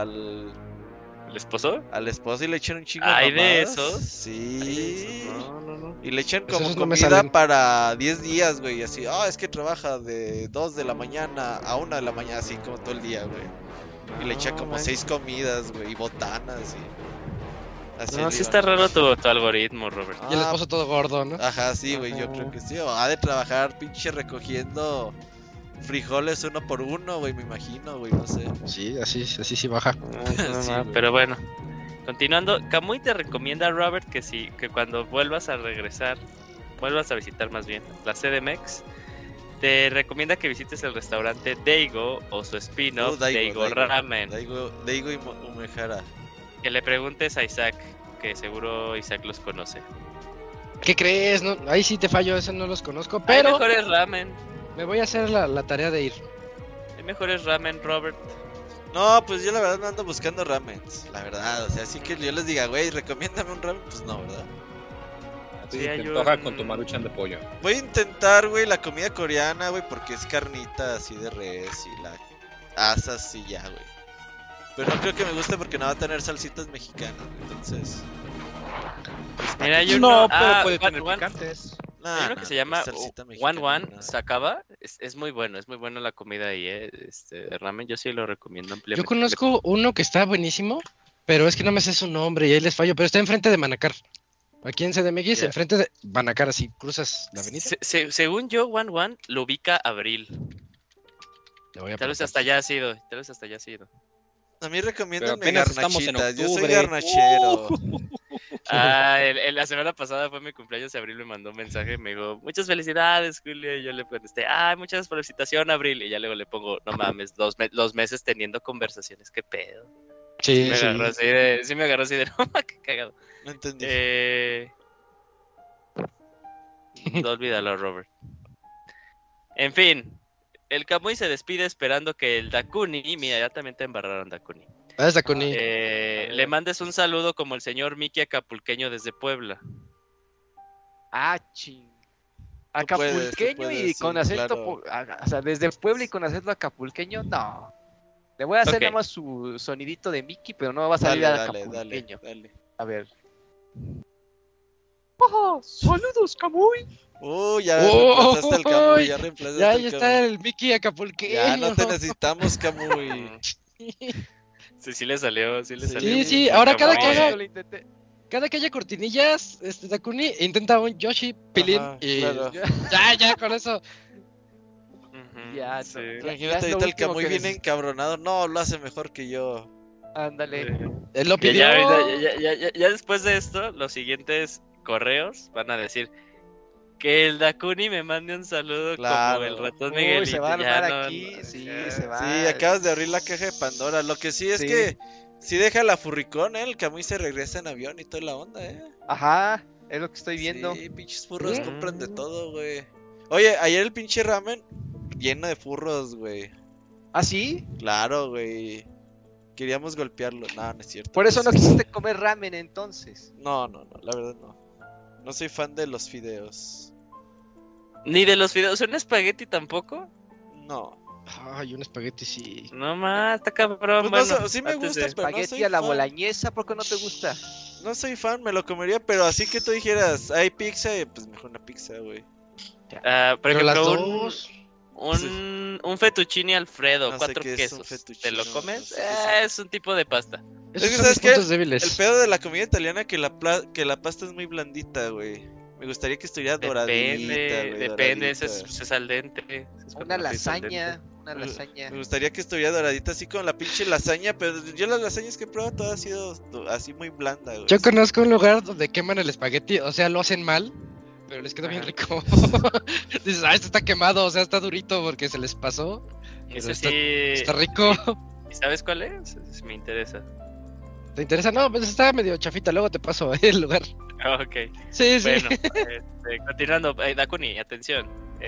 ¿el esposo? al esposo y le echan un chingo ¿Hay de mamadas? esos? Sí. No. Y le echan Pues como esos no me comida salen. para 10 días, güey, y así, es que trabaja de 2 de la mañana a 1 de la mañana, así como todo el día, güey. Y le echan como man. 6 comidas, güey, y botanas, Así No, le sí iban está a raro poner. tu algoritmo, Robert. Y el esposo todo gordo, ¿no? Ajá, sí, güey, yo creo que sí. O ha de trabajar pinche recogiendo frijoles uno por uno, güey, me imagino, güey, no sé. Sí, así sí baja. Sí, güey. Pero bueno, continuando, Kamui te recomienda, Robert, que cuando vuelvas a visitar más bien la CDMX, te recomienda que visites el restaurante Daigo o su spin-off Daigo Ramen. Daigo y Umehara. Que le preguntes a Isaac, que seguro Isaac los conoce. ¿Qué crees? No, ahí sí te fallo, eso no los conozco, Hay pero mejores ramen. me voy a hacer la tarea de ir. Hay mejores ramen, Robert. No, pues yo la verdad no ando buscando ramens, la verdad, o sea, así que yo les diga, güey, recomiéndame un ramen, pues no, ¿verdad? Así Sí, te hay antoja un- con tu maruchan de pollo. Voy a intentar, güey, la comida coreana, güey, porque es carnita así de res y la asas y ya, güey. Pero no creo que me guste porque no va a tener salsitas mexicanas, güey, entonces... Mira, hay No, uno, pero puede One- tener One- picantes. hay uno que se llama salsita One mexicana, One nada. Sakaba. Es muy bueno la comida ahí, de ramen. Yo sí lo recomiendo ampliamente. Yo conozco uno que está buenísimo, pero es que no me sé su nombre y ahí les fallo, pero está enfrente de Manacar. Aquí en CDMX, Ya. enfrente de Manacar, así cruzas la avenida. Según yo, One One lo ubica Abril. Le voy a Tal vez preguntar. hasta allá ha sido. A mí recomiéndame Pero apenas estamos en garnachitas, yo soy octubre. garnachero. La semana pasada fue mi cumpleaños y Abril me mandó un mensaje y me dijo, muchas felicidades, Julio. Y yo le contesté, muchas felicitaciones, Abril. Y ya luego le pongo, no mames, los meses teniendo conversaciones, qué pedo. Sí, Me sí. agarró así de, no, qué cagado. No entendí. No olvídalo, Robert. En fin, el Kamui se despide esperando que el Dakuni, mira, ya también te embarraron, Dakuni. Es Dakuni. Le mandes un saludo como el señor Miki Acapulqueño desde Puebla. Ching. Tú puedes, Acapulqueño y sí, con acento, claro. o sea, desde Puebla y con acento acapulqueño, no. Le voy a hacer Ok. nada más su sonidito de Mickey, pero no va a salir Dale, a dale, dale, acapulqueño. dale. A ver. ¡Saludos, Kamui! Ya Oh, reemplazaste al Camuy, ya reemplazaste Ya al ahí está Camuy. el Mickey Acapulqueño. Ya no te necesitamos, Camuy. Sí le salió, Sí, Sí, ahora cada que Kamui. haga- Yo lo intenté. Cada que haya cortinillas, Dakuni intenta un Yoshi Pilín Ajá, y claro. ya con eso. Ya, Sí. no. Imagínate Ya es lo ahorita el último Camuy que viene neces- encabronado. No, lo hace mejor que yo. Ándale. Él lo Que pidió. ya después de esto, los siguientes correos van a decir que el Dakuni me mande un saludo Claro. como el ratón Uy, Miguelito. se va a Ya armar no, aquí, no, sí, ya. se va. Sí, acabas de abrir la caja de Pandora. Lo que sí es Sí. que si deja la furricón, el Camuy se regresa en avión y toda la onda, Ajá, es lo que estoy viendo. Sí, pinches furros Mm. compran de todo, güey. Oye, ayer el pinche ramen lleno de furros, güey. ¿Ah, sí? Claro, güey. Queríamos golpearlo. No, no es cierto. Por eso no Pues, quisiste comer ramen entonces. No, la verdad no. No soy fan de los fideos. Ni de los videos, un espagueti tampoco. No. Ay, un espagueti sí. No más, está cabrón. Pues no bueno, sé, sí me antes gusta, de- pero no Espagueti soy a la fan. boloñesa, ¿por qué no te gusta? No soy fan, me lo comería, pero así que tú dijeras, hay pizza, y pues mejor una pizza, güey. Por Pero las ejemplo, dos. un fettuccine Alfredo, No sé 4 qué es un quesos. fettuccine, ¿Te lo no comes? sé qué es. Es un tipo de pasta. Esos que, son ¿sabes mis qué? puntos débiles. El pedo de la comida italiana que que la pasta es muy blandita, güey. Me gustaría que estuviera doradita, güey. Depende, ese doradita. es al dente. ese es Una cuando es al dente. lasaña. Me gustaría que estuviera doradita así con la pinche lasaña, pero yo las lasañas que he probado todas han sido así muy blanda, güey. Yo conozco un lugar donde queman el espagueti, o sea, lo hacen mal, pero les queda bien Ajá. rico. Dices, esto está quemado, o sea, está durito porque se les pasó. Pero Ese está, sí. está rico. ¿Y sabes cuál es? Me interesa. ¿Te interesa? No, pues está medio chafita, luego te paso el lugar. Ok. Sí, sí. Bueno, continuando, Dakuni, atención.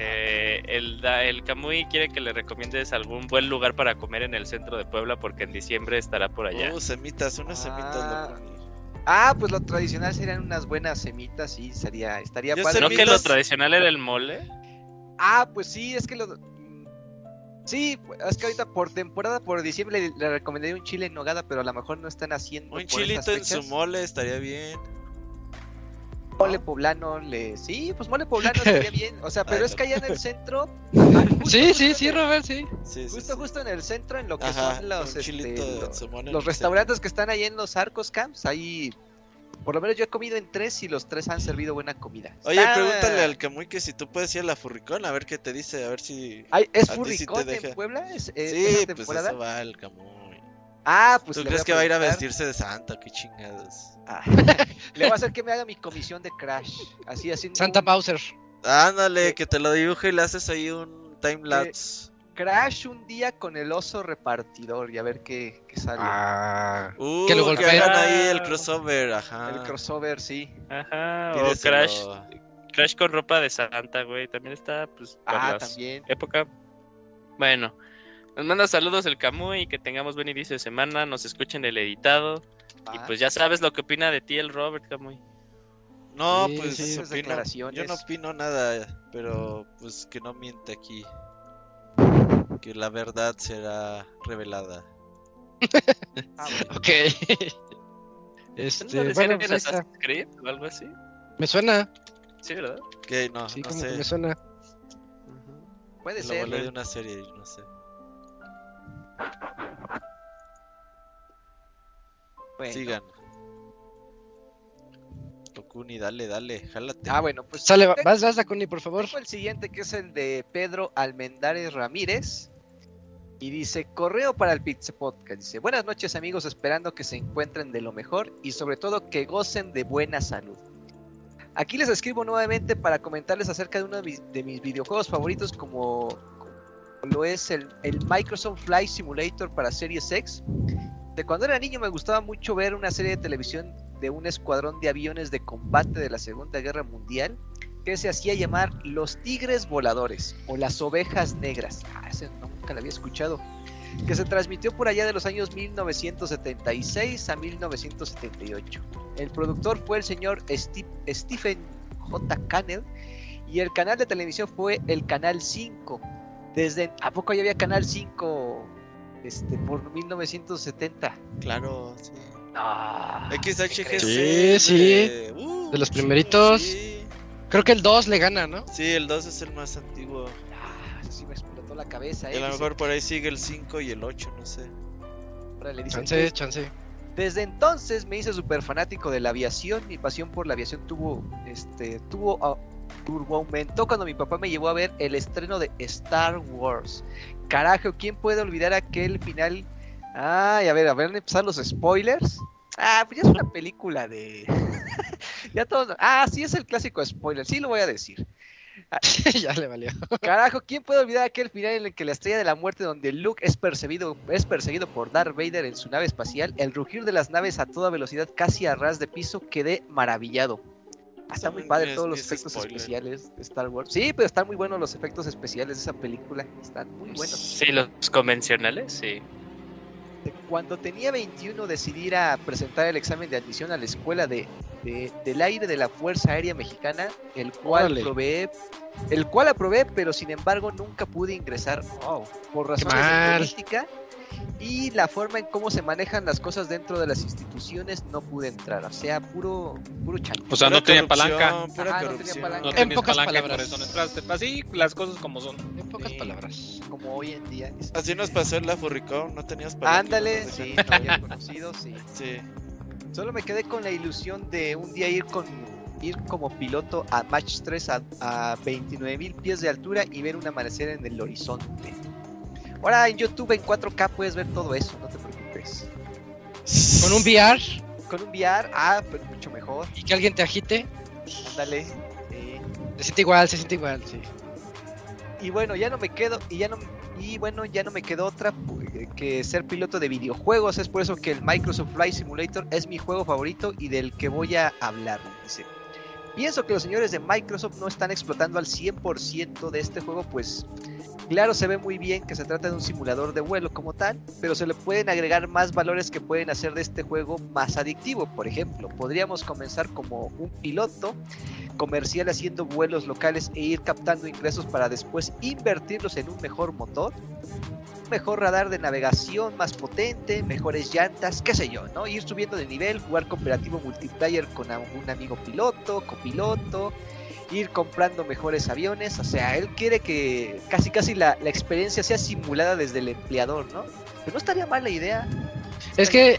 El Kamui quiere que le recomiendes algún buen lugar para comer en el centro de Puebla porque en diciembre estará por allá. Semitas, unas semitas, Ah. loco. Pues lo tradicional serían unas buenas semitas, sí, estaría Yo padre. ¿No que lo semitas- tradicional era el mole? Pues sí, es que sí, es que ahorita por temporada, por diciembre le recomendaría un chile en nogada, pero a lo mejor no están haciendo Un por chilito estas en su fechas. mole estaría bien. Mole poblano, sí, pues mole poblano estaría bien. O sea, pero Ay, es que allá en el centro. Sí, Robert, sí. Sí, sí, sí. Justo en el centro, en lo que Ajá, son los, un chilito en su mole en los el restaurantes que están ahí en los Arcos Camps, ahí Por lo menos yo he comido en 3 y los 3 han servido buena comida. Oye, pregúntale al Camuy que si tú puedes ir a la Furricón, a ver qué te dice, a ver si... ¿Es a ti sí Furricón te deja. en Puebla? Sí, esa pues temporada? eso va el Camuy. Pues ¿Tú le crees voy que va a ir a preguntar. vestirse de santa? Qué chingados. Le voy a hacer que me haga mi comisión de Crash. Así Santa Bowser. Ándale, que te lo dibuje y le haces ahí un timelapse. Crash un día con el oso repartidor y a ver qué sale. Que lo Que golpeen. hagan ahí el crossover, ajá. El crossover, sí. Ajá, o Pídeselo. Crash con ropa de Santa, güey. También está, pues, por las También. época. Bueno, nos manda saludos el Camuy y que tengamos buen inicio de semana. Nos escuchen el editado. Y pues ya sabes lo que opina de ti el Robert, Camuy. No, Sí, pues sí, esas opino. declaraciones. Yo no opino nada, pero pues que no miente aquí. Que la verdad será revelada. Bueno. Ok. ¿No decían Bueno, en pues ahí está. Assassin's Creed o algo así? Me suena. Sí, ¿verdad? Que no, Sí, no como que sé. me suena. Puede Lo ser. volé de una serie, no sé. Bueno. Sigan. Tokuni, dale, jálate. Bueno, pues Sale, vas, Dakuni, por favor. tengo el siguiente que es el de Pedro Almendares Ramírez. Y dice, correo para el Pixel Podcast. Dice, buenas noches amigos, esperando que se encuentren de lo mejor y sobre todo que gocen de buena salud. Aquí les escribo nuevamente para comentarles acerca de uno de mis videojuegos favoritos como lo es el Microsoft Flight Simulator para Series X. De cuando era niño me gustaba mucho ver una serie de televisión de un escuadrón de aviones de combate de la Segunda Guerra Mundial que se hacía llamar Los Tigres Voladores o Las Ovejas Negras. Ese nunca lo había escuchado. Que se transmitió por allá de los años 1976 a 1978. El productor fue el señor Stephen J. Cannell y el canal de televisión fue el Canal 5. ¿A poco ya había Canal 5 por 1970? Claro, sí. ¿qué XHGC. crees? Sí. De los primeritos. Sí. Creo que el 2 le gana, ¿no? Sí, el 2 es el más antiguo. Eso sí me explotó la cabeza. Y a lo Dice, mejor por ahí sigue el 5 y el 8, no sé. órale, dice, Chance. desde entonces me hice súper fanático de la aviación. Mi pasión por la aviación aumentó cuando mi papá me llevó a ver el estreno de Star Wars. Carajo, ¿quién puede olvidar aquel final? A ver, empezar los spoilers. Pues ya es una película de... ya todos... sí, es el clásico spoiler, sí lo voy a decir. Ya le valió. Carajo, ¿quién puede olvidar aquel final en el que la Estrella de la Muerte, donde Luke es perseguido por Darth Vader en su nave espacial, el rugir de las naves a toda velocidad casi a ras de piso? Quedé maravillado. Está muy padre todos los efectos especiales de Star Wars. Sí, pero están muy buenos los efectos especiales de esa película. Están muy buenos. Sí, los convencionales, sí. Cuando tenía 21 decidí ir a presentar el examen de admisión a la escuela del aire de la Fuerza Aérea Mexicana, el cual aprobé, pero sin embargo nunca pude ingresar por razones de política y la forma en cómo se manejan las cosas dentro de las instituciones. No pude entrar, o sea, puro chancho. O sea, no tenían palanca. Pura No corrupción. tenía palanca. No En tenías pocas palanca y por palabras. eso no entraste. Así las cosas como son. En pocas palabras. Como hoy en día. Así nos pasó en la Furricón, no tenías palanca. Ándale, no nos sí, dejaron. no había conocido, sí. Sí. Solo me quedé con la ilusión de un día ir como piloto a Mach 3 a 29,000 pies de altura y ver un amanecer en el horizonte. Ahora en YouTube en 4K puedes ver todo eso, no te preocupes. Con un VR Con un VR, pero mucho mejor. y que alguien te agite, Ándale. se siente igual, sí. Y bueno, ya no me quedo otra que ser piloto de videojuegos. Es por eso que el Microsoft Flight Simulator es mi juego favorito y del que voy a hablar. Dice, pienso que los señores de Microsoft no están explotando al 100% de este juego, pues claro, se ve muy bien que se trata de un simulador de vuelo como tal, pero se le pueden agregar más valores que pueden hacer de este juego más adictivo. Por ejemplo, podríamos comenzar como un piloto comercial haciendo vuelos locales e ir captando ingresos para después invertirlos en un mejor motor, un mejor radar de navegación más potente, mejores llantas, qué sé yo, ¿no? Ir subiendo de nivel, jugar cooperativo multiplayer con un amigo piloto, copiloto, ir comprando mejores aviones. O sea, él quiere que casi la experiencia sea simulada desde el empleador, ¿no? Pero no estaría mal la idea. Es que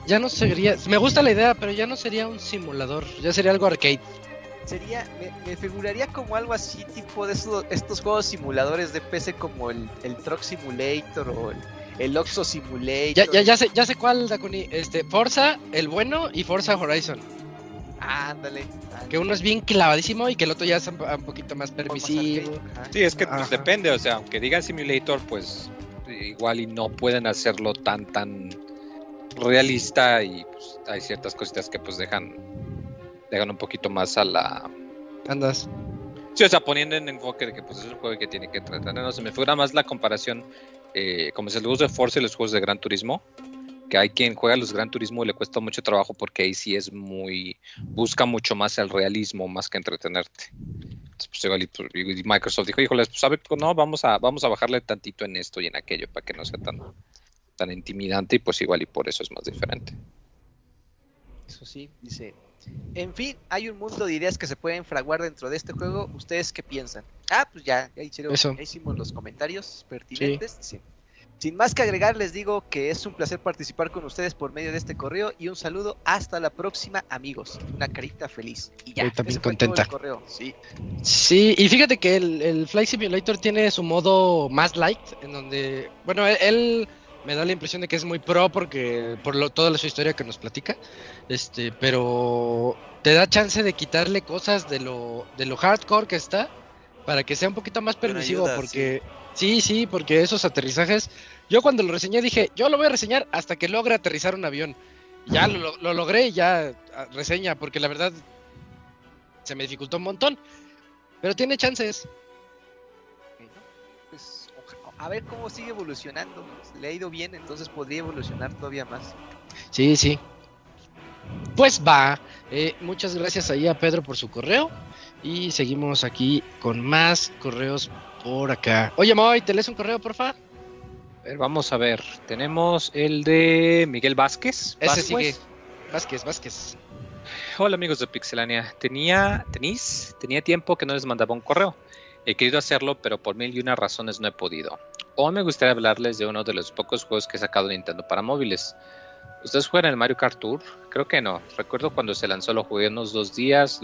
ya no sería, me gusta la idea, pero ya no sería un simulador, ya sería algo arcade. Me figuraría como algo así, tipo de estos juegos simuladores de PC como el Truck Simulator o el Oxo Simulator. Ya sé cuál, Dakuni. Forza, el bueno, y Forza Horizon. Ándale. Que uno es bien clavadísimo y que el otro ya es un poquito más permisivo. Sí, es que pues, depende, o sea, aunque digan simulator, pues igual y no pueden hacerlo tan realista y pues hay ciertas cositas que pues dejan un poquito más a la... Andas. Sí, o sea, poniendo en enfoque de que pues es un juego que tiene que entretenernos. Se me figura más la comparación, como es el uso de Forza y los juegos de Gran Turismo, que hay quien juega los Gran Turismo y le cuesta mucho trabajo porque ahí sí es busca mucho más el realismo más que entretenerte. Entonces, pues igual y Microsoft dijo, híjoles, pues sabe, no, vamos a bajarle tantito en esto y en aquello para que no sea tan intimidante y pues igual y por eso es más diferente. Eso sí, dice... En fin, hay un mundo de ideas que se pueden fraguar dentro de este juego. ¿Ustedes qué piensan? Pues ya hicimos los comentarios pertinentes. Sí. Sin más que agregar, les digo que es un placer participar con ustedes por medio de este correo y un saludo. Hasta la próxima, amigos. Una carita feliz. Y ya, también contenta. Correo. Sí. Sí, y fíjate que el Flight Simulator tiene su modo más light, en donde, bueno, él me da la impresión de que es muy pro porque toda su historia que nos platica, pero te da chance de quitarle cosas de lo hardcore que está para que sea un poquito más permisivo, porque sí, porque esos aterrizajes, yo cuando lo reseñé dije, yo lo voy a reseñar hasta que logre aterrizar un avión. Ya lo logré y ya reseña, porque la verdad se me dificultó un montón, pero tiene chances. Pues a ver cómo sigue evolucionando. Le ha ido bien, entonces podría evolucionar todavía más. Sí. Pues va. Muchas gracias ahí a Pedro por su correo. Y seguimos aquí con más correos por acá. Oye, Moy, ¿te lees un correo, porfa? A ver, vamos a ver. Tenemos el de Miguel Vázquez. Ese sigue. Vázquez. Hola amigos de Pixelania. Tenía tiempo que no les mandaba un correo. He querido hacerlo, pero por 1001 razones no he podido. Hoy me gustaría hablarles de uno de los pocos juegos que ha sacado Nintendo para móviles. ¿Ustedes juegan el Mario Kart Tour? Creo que no. Recuerdo cuando se lanzó lo jugué unos 2 días,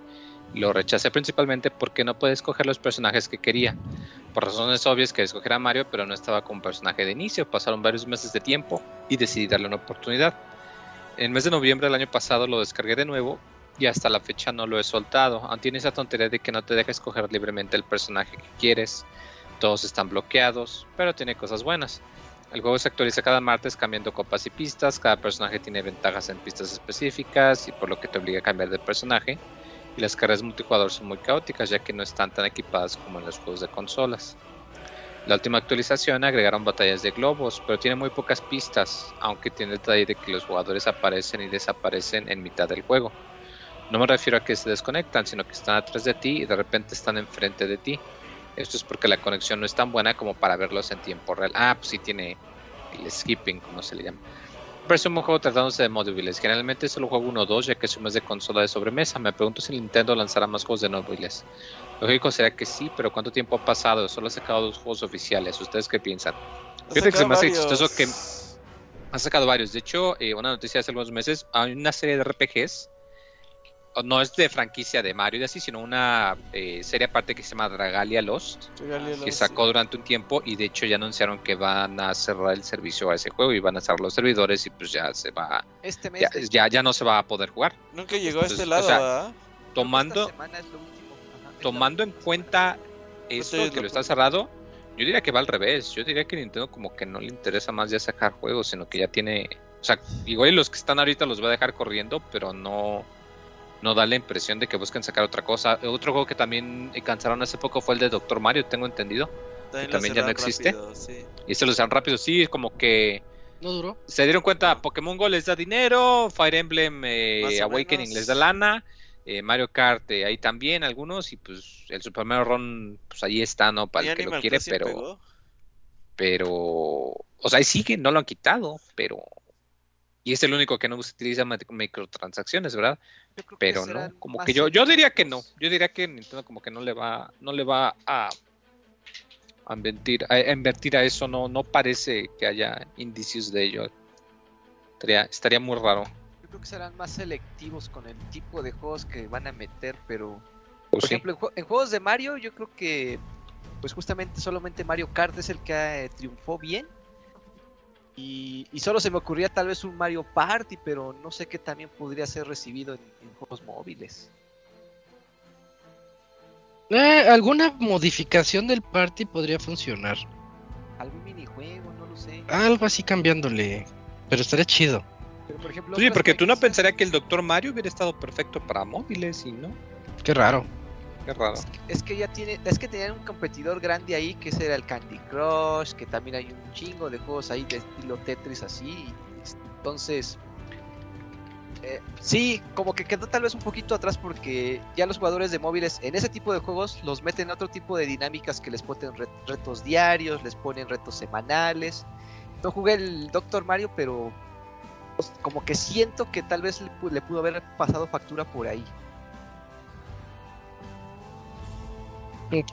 lo rechacé principalmente porque no pude escoger los personajes que quería. Por razones obvias quería escoger a Mario, pero no estaba como personaje de inicio. Pasaron varios meses de tiempo y decidí darle una oportunidad. En el mes de noviembre del año pasado lo descargué de nuevo y hasta la fecha no lo he soltado. Aún tiene esa tontería de que no te deja escoger libremente el personaje que quieres. Todos están bloqueados, pero tiene cosas buenas. El juego se actualiza cada martes cambiando copas y pistas. Cada personaje tiene ventajas en pistas específicas y por lo que te obliga a cambiar de personaje. Y las carreras multijugador son muy caóticas ya que no están tan equipadas como en los juegos de consolas. La última actualización agregaron batallas de globos, pero tiene muy pocas pistas, aunque tiene el detalle de que los jugadores aparecen y desaparecen en mitad del juego. No me refiero a que se desconectan, sino que están atrás de ti y de repente están enfrente de ti. Esto es porque la conexión no es tan buena como para verlos en tiempo real. Pues sí tiene el skipping, como se le llama. Presumo un juego tratándose de móviles. Generalmente solo juego 1 o 2, ya que soy más de consola de sobremesa. Me pregunto si Nintendo lanzará más juegos de móviles. Lógico será que sí, pero ¿cuánto tiempo ha pasado? Solo ha sacado 2 juegos oficiales. ¿Ustedes qué piensan? Fíjate que se me hace chistoso que ha sacado varios. De hecho, una noticia hace algunos meses, hay una serie de RPGs. No es de franquicia de Mario y así, sino una serie aparte que se llama Dragalia Lost, que sacó durante un tiempo y de hecho ya anunciaron que van a cerrar el servicio a ese juego y van a cerrar los servidores y pues ya se va, este mes ya no se va a poder jugar. Nunca llegó a este lado, ¿verdad? Tomando en cuenta esto, que lo está cerrado, yo diría que va al revés. Yo diría que Nintendo como que no le interesa más ya sacar juegos, sino que ya tiene, o sea, igual los que están ahorita los va a dejar corriendo, pero no da la impresión de que busquen sacar otra cosa. Otro juego que también cancelaron hace poco fue el de Dr. Mario, tengo entendido. También ya no existe. Rápido, sí. Y se lo cerraron rápido, sí, como que no duró. Se dieron cuenta, Pokémon Go les da dinero, Fire Emblem Awakening les da lana, Mario Kart ahí también algunos, y pues el Super Mario Run, pues ahí está, ¿no? Para el que lo quiere, pero, o sea, ahí sigue, no lo han quitado, pero... Y es el único que no utiliza microtransacciones, ¿verdad? Pero no, como que yo diría que no. Yo diría que Nintendo como que no le va a invertir a eso. No parece que haya indicios de ello. Estaría muy raro. Yo creo que serán más selectivos con el tipo de juegos que van a meter, pero... Pues Por sí. ejemplo, en juegos de Mario, yo creo que pues justamente solamente Mario Kart es el que triunfó bien. Y solo se me ocurría tal vez un Mario Party, pero no sé qué también podría ser recibido en juegos móviles. Alguna modificación del party podría funcionar. Algún minijuego, no lo sé. Algo así cambiándole. Pero estaría chido. Pero por ejemplo, Sí, otros porque tú no países- pensarías que el Dr. Mario hubiera estado perfecto para móviles, y no. Qué raro. Qué raro. Es que tenían un competidor grande ahí, que ese era el Candy Crush, que también hay un chingo de juegos ahí de estilo Tetris así. Entonces, sí, como que quedó tal vez un poquito atrás porque ya los jugadores de móviles en ese tipo de juegos los meten a otro tipo de dinámicas que les ponen retos diarios, les ponen retos semanales. No jugué el Dr. Mario, pero pues, como que siento que tal vez le pudo haber pasado factura por ahí. Ok.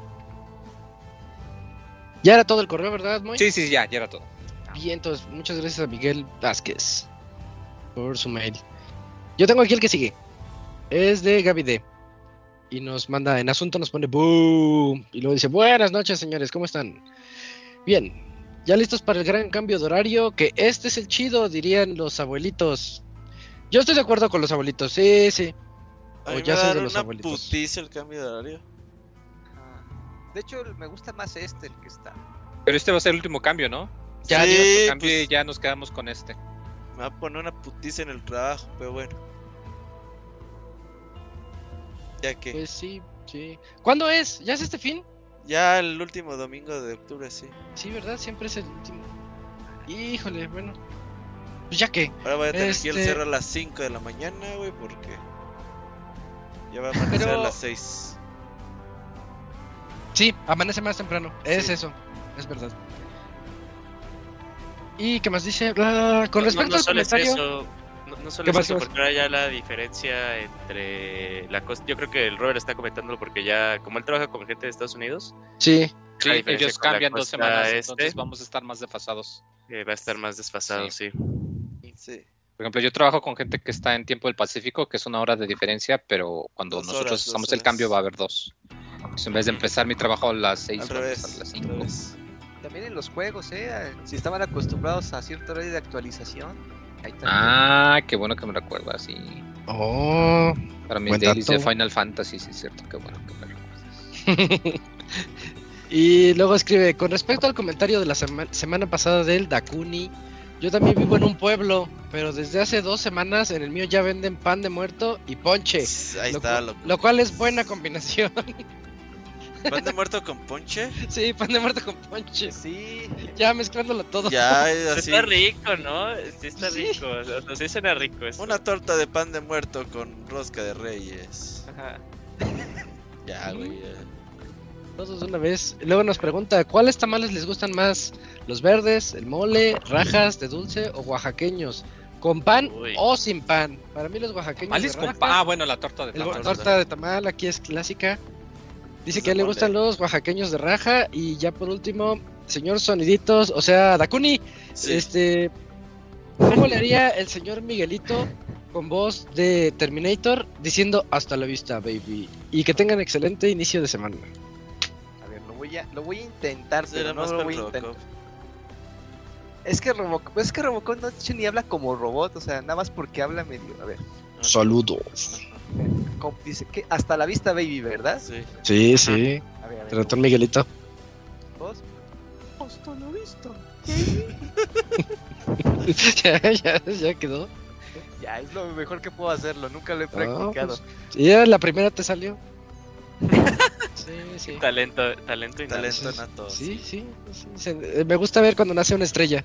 Ya era todo el correo, ¿verdad, Moy? Sí, ya era todo. Bien, entonces, muchas gracias a Miguel Vázquez por su mail. Yo tengo aquí el que sigue. Es de Gaby D. Y nos manda, en asunto nos pone boom. Y luego dice, buenas noches, señores, ¿cómo están? Bien, ya listos para el gran cambio de horario, que este es el chido, dirían los abuelitos. Yo estoy de acuerdo con los abuelitos, sí. A O mí ya me soy da de los una abuelitos. putiza el cambio de horario. De hecho, me gusta más el que está. Pero este va a ser el último cambio, ¿no? Ya, el sí, último cambio pues, y ya nos quedamos con este. me va a poner una putiza en el trabajo, pero bueno. Ya que, Pues sí. ¿Cuándo es? ¿Ya es este fin? ya el último domingo de octubre, sí. Sí, ¿verdad? Siempre es el último. Híjole, bueno. Pues ya que. Ahora voy a tener que ir al Este- cerro a las 5 de la mañana, güey, porque ya va a amanecer Pero- a las 6. Sí, amanece más temprano. Es Sí. eso. Es verdad. ¿Y qué más dice? Con respecto al solo es comentario. eso, no solo ¿Qué es más, eso, qué más? porque ahora ya la diferencia entre la cosa, yo creo que el Robert está comentándolo porque ya, como él trabaja con gente de Estados Unidos, Sí. Sí, la diferencia ellos con la cambian 2 costa semanas, este, entonces vamos a estar más desfasados. va a estar más desfasado, sí. Sí. Por ejemplo, yo trabajo con gente que está en tiempo del Pacífico, que es 1 hora de diferencia, pero cuando 2 nosotros horas, 2 hacemos el horas. cambio va a haber 2. Entonces, en vez de empezar mi trabajo a las 6, Al va a revés. empezar a las Al 5. revés. También en los juegos, si estaban acostumbrados a cierto horario de actualización, ahí también. Ah, qué bueno que me recuerdas, sí. Oh. Para mis Buen dailies de dato. Final Fantasy, sí es cierto, qué bueno que me recuerdas. Y luego escribe, con respecto al comentario de la semana pasada del Dakuni, yo también vivo en un pueblo, pero desde hace 2 semanas en el mío ya venden pan de muerto y ponche. Ahí lo, está, cu- loco. lo cual es buena combinación. ¿Pan de muerto con ponche? Sí, pan de muerto con ponche. Sí, Ya mezclándolo todo. Ya, es así. Está rico, ¿no? Sí está Sí. rico, o sea, sí suena rico eso. Una torta de pan de muerto con rosca de reyes. Ajá. Ya, güey, ya. Todos de una vez. Luego nos pregunta, ¿cuáles tamales les gustan más? ¿Los verdes, el mole, rajas de dulce o oaxaqueños? ¿Con pan Uy. o sin pan? Para mí los oaxaqueños Males de con raja, pa- Ah, bueno, la torta de el tamal. torta de tamal aquí es clásica. Dice Es que a él de le gustan mole. los oaxaqueños de raja. Y ya por último, señor Soniditos, o sea, Dakuni, Sí. ¿cómo le haría el señor Miguelito con voz de Terminator diciendo hasta la vista, baby? Y que tengan excelente inicio de semana. a ver, lo voy a intentar, Será pero no más lo para voy a el intentar. Robocop. Es que Robocop no de hecho, ni habla como robot, o sea, nada más porque habla medio, a ver, Saludos. dice que hasta la vista, baby, ¿verdad? Sí. Sí, sí. A ver, El ratón Miguelito. ¿vos? Hasta la vista. ya quedó. Ya, es lo mejor que puedo hacerlo, nunca lo he Ah, practicado. pues, ya la primera te salió. Sí. Talento y nada. Talento nato. Sí. Me gusta ver cuando nace una estrella.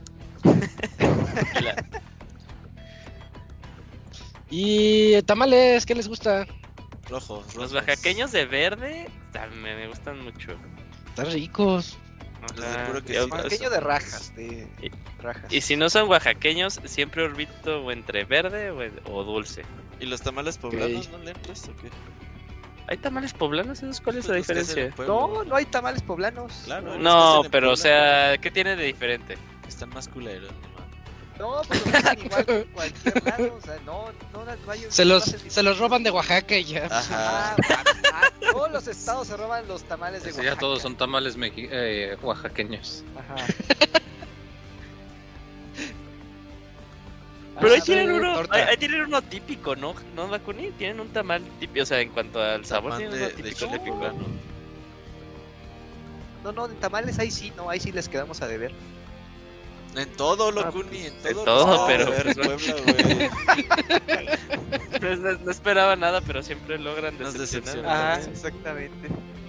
Y tamales, ¿qué les gusta? Rojo. Los oaxaqueños de verde me gustan mucho. Están ricos. Les Ajá. juro que Y- sí. Pequeño de rajas, rajas. Y si no son oaxaqueños, siempre orbito o entre verde o dulce. ¿Y los tamales poblanos no le entras o qué? ¿Hay tamales poblanos? ¿Esos cuál es la Pues los que hacen diferencia? en pueblo. No hay tamales poblanos. Claro, los que No, hacen en pero o Puebla, sea, ¿qué tiene de diferente? que están más culeros, ¿no? No, pues lo hacen igual que en cualquier lado, o sea, no hay... Se los roban de Oaxaca y ya. Ajá. Todos los estados se roban los tamales de Sí, Oaxaca. ya todos son tamales oaxaqueños. Ajá. Pero ahí tienen torta. ahí tienen uno típico, ¿no? ¿No, Bakuni? Tienen un tamal típico, o sea, en cuanto al sabor, Tamal tienen uno de típico. chile poblano. No, de tamales ahí sí les quedamos a deber. En todo, Locuni, en todo. todo, pero- A ver, Puebla, güey. No esperaba nada, pero siempre logran Nos decepcionar. decepcionan. Ajá, sí. exactamente.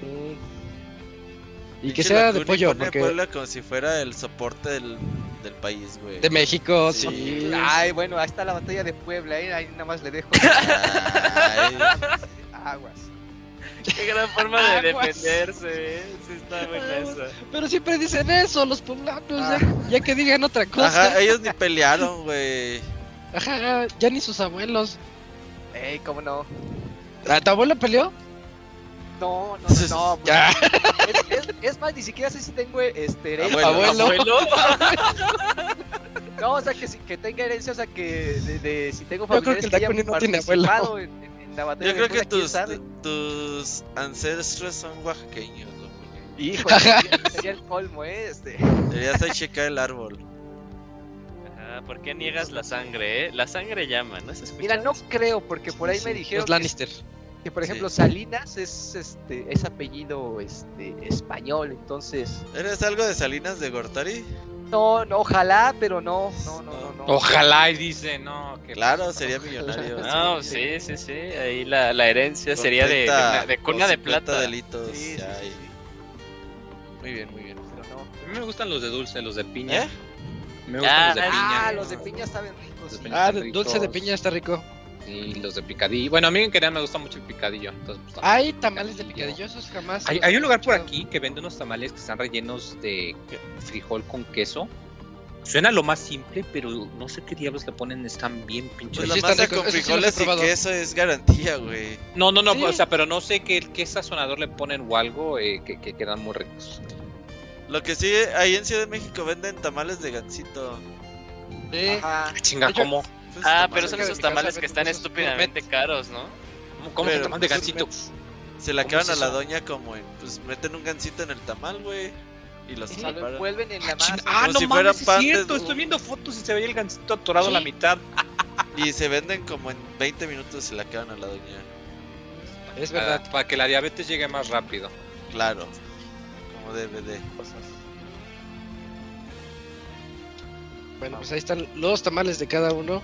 Y que Pinche sea de Locuni pollo, pone a porque Puebla como si fuera el soporte del país, güey. de México, Sí. sí. Ay, bueno, ahí está la batalla de Puebla, ahí nada más le dejo. Ay, Aguas. Qué gran forma de Aguas. defenderse, Sí, está buena esa. Pero siempre dicen eso los poblanos, Ah. ya que digan otra cosa. Ajá, ellos ni pelearon, güey. Ajá, ya ni sus abuelos. Ey, cómo no. ¿Tu abuelo peleó? No. Pues, Ya. es más, ni siquiera sé si tengo herencia. Abuelo. No, o sea, que tenga herencia, o sea, que de si tengo Yo creo que familiares el que hayan Dakuni no tiene abuelo. participado en la batalla Yo creo de que Puebla, ¿quién sabe? tus ancestros son oaxaqueños, güey. Híjole, sería el colmo, Deberías ahí checar el árbol. Ajá, ¿por qué niegas la sangre, La sangre llama, ¿no se escucha? Mira, no creo, porque por ahí me dijeron Los Lannister. que, por ejemplo, Sí. Salinas es apellido español, entonces ¿Eres algo de Salinas de Gortari? no, ojalá, pero no. Ojalá y dice, no. Que Claro, sería millonario. No, sí, ahí la herencia sería de cuna de plata. Delitos. Sí, ya, sí, y- Muy bien, muy bien. Pero no. A mí me gustan los de dulce, los de piña. ¿Eh? Me gustan los de piña. Ah, los de piña estaban ricos. Los de Sí. piña. Ah, dulce de piña está rico. Y los de picadillo. Bueno, a mí en general me gusta mucho el picadillo. Entonces, pues, también Hay tamales de picadillo, esos jamás. Hay, los hay he un lugar por escuchado. aquí que vende unos tamales que están rellenos de frijol con queso. Suena lo más simple, pero no sé qué diablos le ponen, están bien pinches. Pues sí la están masa ricos, con esos sí los he frijoles y probado. queso es garantía, güey. No, Sí. o sea, pero no sé qué sazonador le ponen o algo que quedan muy ricos. Lo que sí, ahí en Ciudad de México venden tamales de gansito. Sí. Ajá. Chinga, De hecho, ¿cómo? Pues, Ah, tamales pero son cerca de esos mi casa tamales que venden están esos estúpidamente caros, ¿no? ¿Cómo que Pero- tamal de gansito? Se la ¿Cómo acaban es a la eso? doña como en, pues meten un gansito en el tamal, güey. Y los Sí, lo preparan. envuelven en la Chinga, masa. Ah, como no si mames, fueran es pan de- cierto. Estoy viendo fotos y se veía el gansito atorado a Sí. la mitad. Y se venden como en 20 minutos y se la acaban a la doña. Es verdad. Para que la diabetes llegue más rápido. Claro. Como DVD. Bueno, pues ahí están los tamales de cada uno.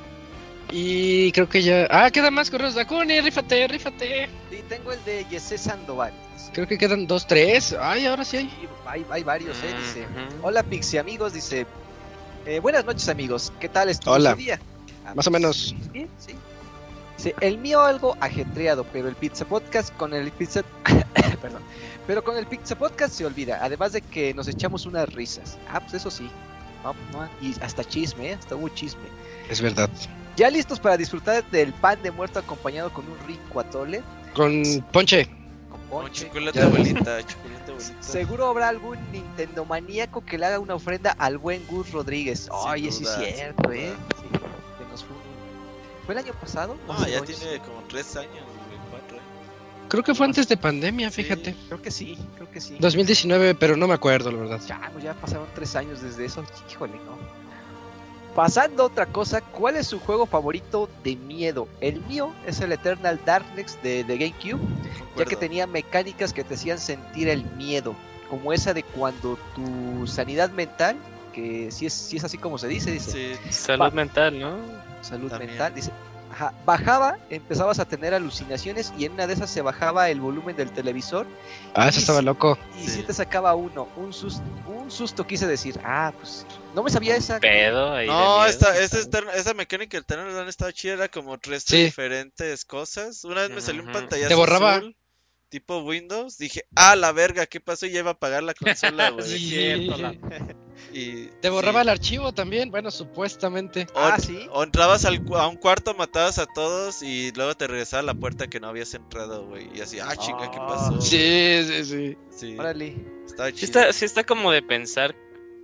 Y creo que ya. Ah, quedan más correos. Dakuni, rífate. Sí, tengo el de Yesé Sandoval. Creo que quedan 2, 3. Ay, ahora sí hay. Sí, hay varios, dice. Ujú. Hola Pixie amigos, dice. Buenas noches amigos, ¿qué tal estuvo Hola. su día? Ah, Más o menos. Bien, sí. Dice, el mío algo ajetreado, pero el Pizza Podcast con el Pizza... Perdón. Pero con el Pizza Podcast se olvida, además de que nos echamos unas risas. Ah, pues eso sí. No, y hasta chisme, hasta hubo chisme. Es verdad. Ya listos para disfrutar del pan de muerto acompañado con un rico atole, Con ponche. con Con ponche. chocolate Ya. abuelita, chocolate abuelita. Seguro habrá algún Nintendo maníaco que le haga una ofrenda al buen Gus Rodríguez. Ay, sí es duda, sin cierto, duda. Sí, que nos ¿Fue el año pasado? No, Hace ya 2 años. tiene como 3 años, güey, 4 años. Creo que fue antes de pandemia, Sí. fíjate. Creo que sí, creo que sí. 2019, pero no me acuerdo, la verdad. Ya pasaron 3 años desde eso. Híjole, no. Pasando a otra cosa, ¿cuál es su juego favorito de miedo? El mío es el Eternal Darkness de GameCube, ya que Concuerdo. tenía mecánicas que te hacían sentir el miedo, como esa de cuando tu sanidad mental, que si es así como se dice, Sí, Salud mental, ¿no? salud También. mental, dice, bajaba, empezabas a tener alucinaciones y en una de esas se bajaba el volumen del televisor Ah, eso estaba loco. y Sí. si te sacaba un susto quise decir, pues no me sabía esa. Pedo ahí. No, de miedo. esa mecánica del Eternal Dawn estaba chida, era como 3 Sí. diferentes cosas. Una vez me salió un Ujú. pantallazo Te borraba. azul, tipo Windows, dije, la verga, ¿qué pasó? Y ya iba a apagar la consola, güey. Sí. cierto, Y Te borraba sí. el archivo también, bueno, supuestamente. Sí. O entrabas a un cuarto, matabas a todos y luego te regresaba a la puerta que no habías entrado, güey. Y así, chinga, ¿qué pasó? Sí. Sí, Órale. estaba Sí chido. está como de pensar,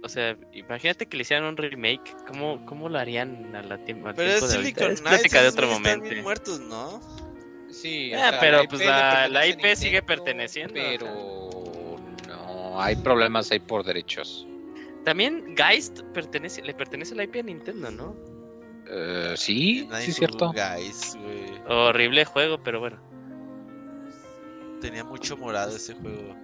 O sea, imagínate que le hicieran un remake. ¿Cómo lo harían al tiempo Pero es de ahorita? Silicon Es Knights, plática de esos otro güeyes están momento. bien muertos, ¿no? Sí, Pero IP pues le la pertenece a IP sigue Nintendo, perteneciendo. Pero no, hay problemas ahí por derechos. También Geist le pertenece la IP a Nintendo, ¿no? Sí, sí es cierto. Guys, güey. Horrible juego, pero bueno. Tenía mucho morado ese juego.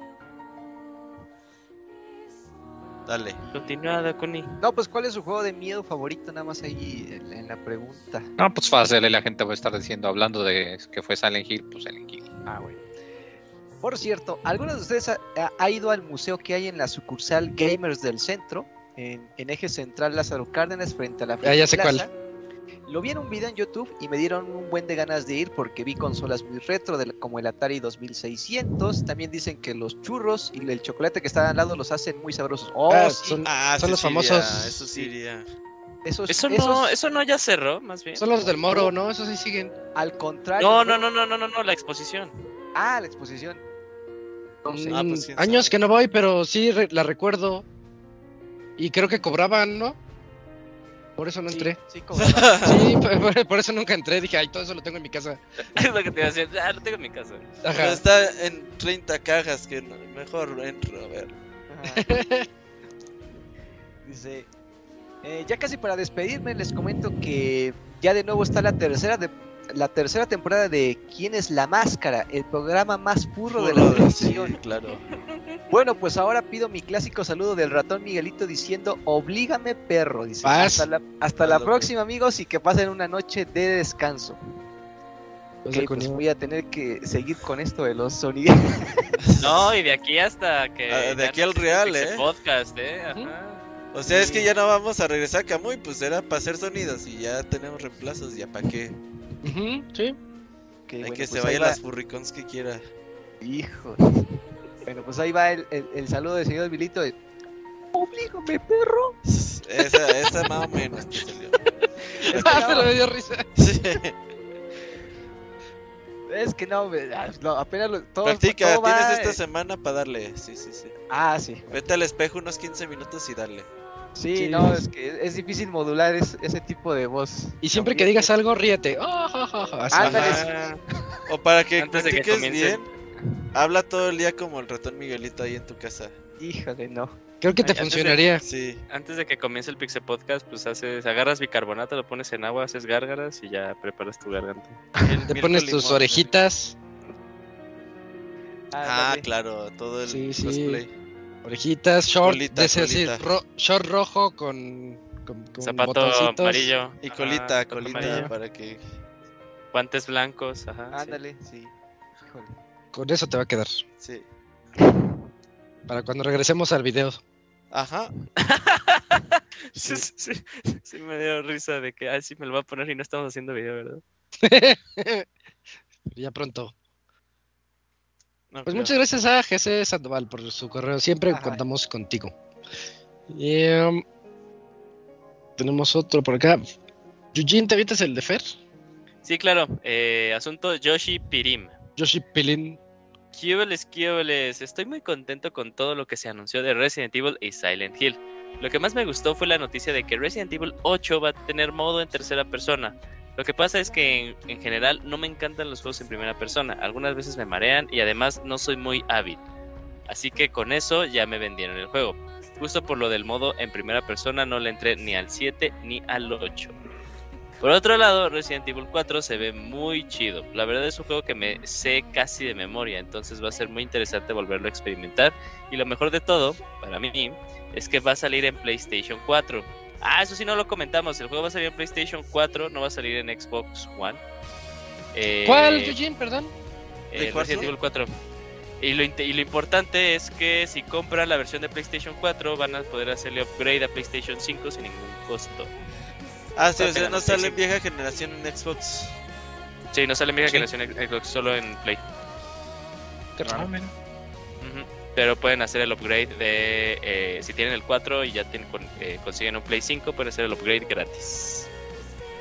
Dale. Continúa, Dakuni. No, pues ¿cuál es su juego de miedo favorito? Nada más ahí en la pregunta. No, pues fácil, la gente va a estar diciendo, hablando de que fue Silent Hill, pues Silent Hill. Ah, bueno. Por cierto, ¿alguno de ustedes ha ido al museo que hay en la sucursal Gamers del Centro? En Eje Central Lázaro Cárdenas, frente a la Ya sé Plaza. cuál. Lo vi en un video en YouTube y me dieron un buen de ganas de ir porque vi consolas muy retro como el Atari 2600. También dicen que los churros y el chocolate que está al lado los hacen muy sabrosos. Son sí, los sí famosos. iría, eso sí iría. Eso no ya cerró, más bien. Son los del Moro, ¿no? Esos sí siguen. Al contrario. No, la exposición. Ah, la exposición. No sé. Pues, quién Años sabe. que no voy, pero sí la recuerdo. Y creo que cobraban, ¿no? Por eso no entré. Sí, cobraba. Sí, por eso nunca entré. Dije, ay, todo eso lo tengo en mi casa. Es lo que te iba a decir. Lo tengo en mi casa. Pero Ajá. está en 30 cajas, que mejor entro, a ver. Ajá. Dice, ya casi para despedirme les comento que ya de nuevo está la tercera temporada de ¿Quién es la Máscara? El programa más furro de la Sí, televisión. claro. Bueno, pues ahora pido mi clásico saludo del ratón Miguelito diciendo oblígame perro. Dice, Vas. hasta la loco. próxima amigos y que pasen una noche de descanso. Pues Ok, la pues conmigo. voy a tener que seguir con esto de los sonidos. No, y de aquí hasta que. De ya aquí no al existe real, Pixel ¿eh? Podcast, Ujú. Ajá. O sea, es que ya no vamos a regresar a Camuy, pues era para hacer sonidos y ya tenemos reemplazos, ya para qué. Ujú, sí. Ok, Hay bueno, que se pues ahí vayan va. las furricons que quiera. Hijos. Bueno, pues ahí va el saludo del señor Vilito. Oblígame, perro. Esa más o menos te salió. Pero me dio risa. Sí. Es que no, apenas todo Practica, todo va, tienes esta semana para darle. Sí. Ah, sí. Vete al espejo unos 15 minutos y darle. Sí, Sí. no, es que es difícil modular ese tipo de voz. Y siempre que digas algo, ríete. Oh, ja, ja, ja. Así. Ándale. Ajá. O para que Antes de que practiques comience. bien, habla todo el día como el ratón Miguelito ahí en tu casa. Híjole, no. Creo que te Ay, antes de- funcionaría. Sí. Antes de que comience el Pixel Podcast, pues agarras bicarbonato, lo pones en agua, haces gárgaras y ya preparas tu garganta. Te pones tus limón, orejitas. Ah, Ándale. claro, todo el Sí, sí. cosplay. Orejitas, short, Colita, de ese así, colita. short rojo con Zapato botoncitos. amarillo. Y Ajá, colita, zapato colita, amarillo. para que... Guantes blancos, ajá. sí. Ándale, sí. Híjole. Con eso te va a quedar. Sí. Para cuando regresemos al video. Ajá. Sí, me dio risa de que, sí me lo va a poner y no estamos haciendo video, ¿verdad? Ya pronto. No, Pues claro. muchas gracias a GC Sandoval por su correo. Siempre Ajá. contamos contigo. Y, tenemos otro por acá. Eugene, ¿te avientas el de Fer? Sí, claro. Asunto Yoshi Pirim. Yoshi Pilin. Quíobeles. Estoy muy contento con todo lo que se anunció de Resident Evil y Silent Hill. Lo que más me gustó fue la noticia de que Resident Evil 8 va a tener modo en tercera persona. Lo que pasa es que en general no me encantan los juegos en primera persona. Algunas veces me marean y además no soy muy hábil. Así que con eso ya me vendieron el juego. Justo por lo del modo en primera persona no le entré ni al 7 ni al 8. Por otro lado, Resident Evil 4 se ve muy chido. La verdad es un juego que me sé casi de memoria, entonces va a ser muy interesante volverlo a experimentar. Y lo mejor de todo, para mí, es que va a salir en PlayStation 4. Ah, eso sí no lo comentamos, el juego va a salir en PlayStation 4, no va a salir en Xbox One. ¿Cuál, Eugene? Perdón. ¿De Resident Evil 4. Y lo importante es que si compran la versión de PlayStation 4 van a poder hacerle upgrade a PlayStation 5 sin ningún costo. Ah, sí, o sea, Apenas no noticia. sale en vieja generación en Xbox. Sí, no sale en vieja Sí. generación Xbox, solo en Play. Qué raro. Ujú. Pero pueden hacer el upgrade de... si tienen el 4 y ya consiguen un Play 5, pueden hacer el upgrade gratis.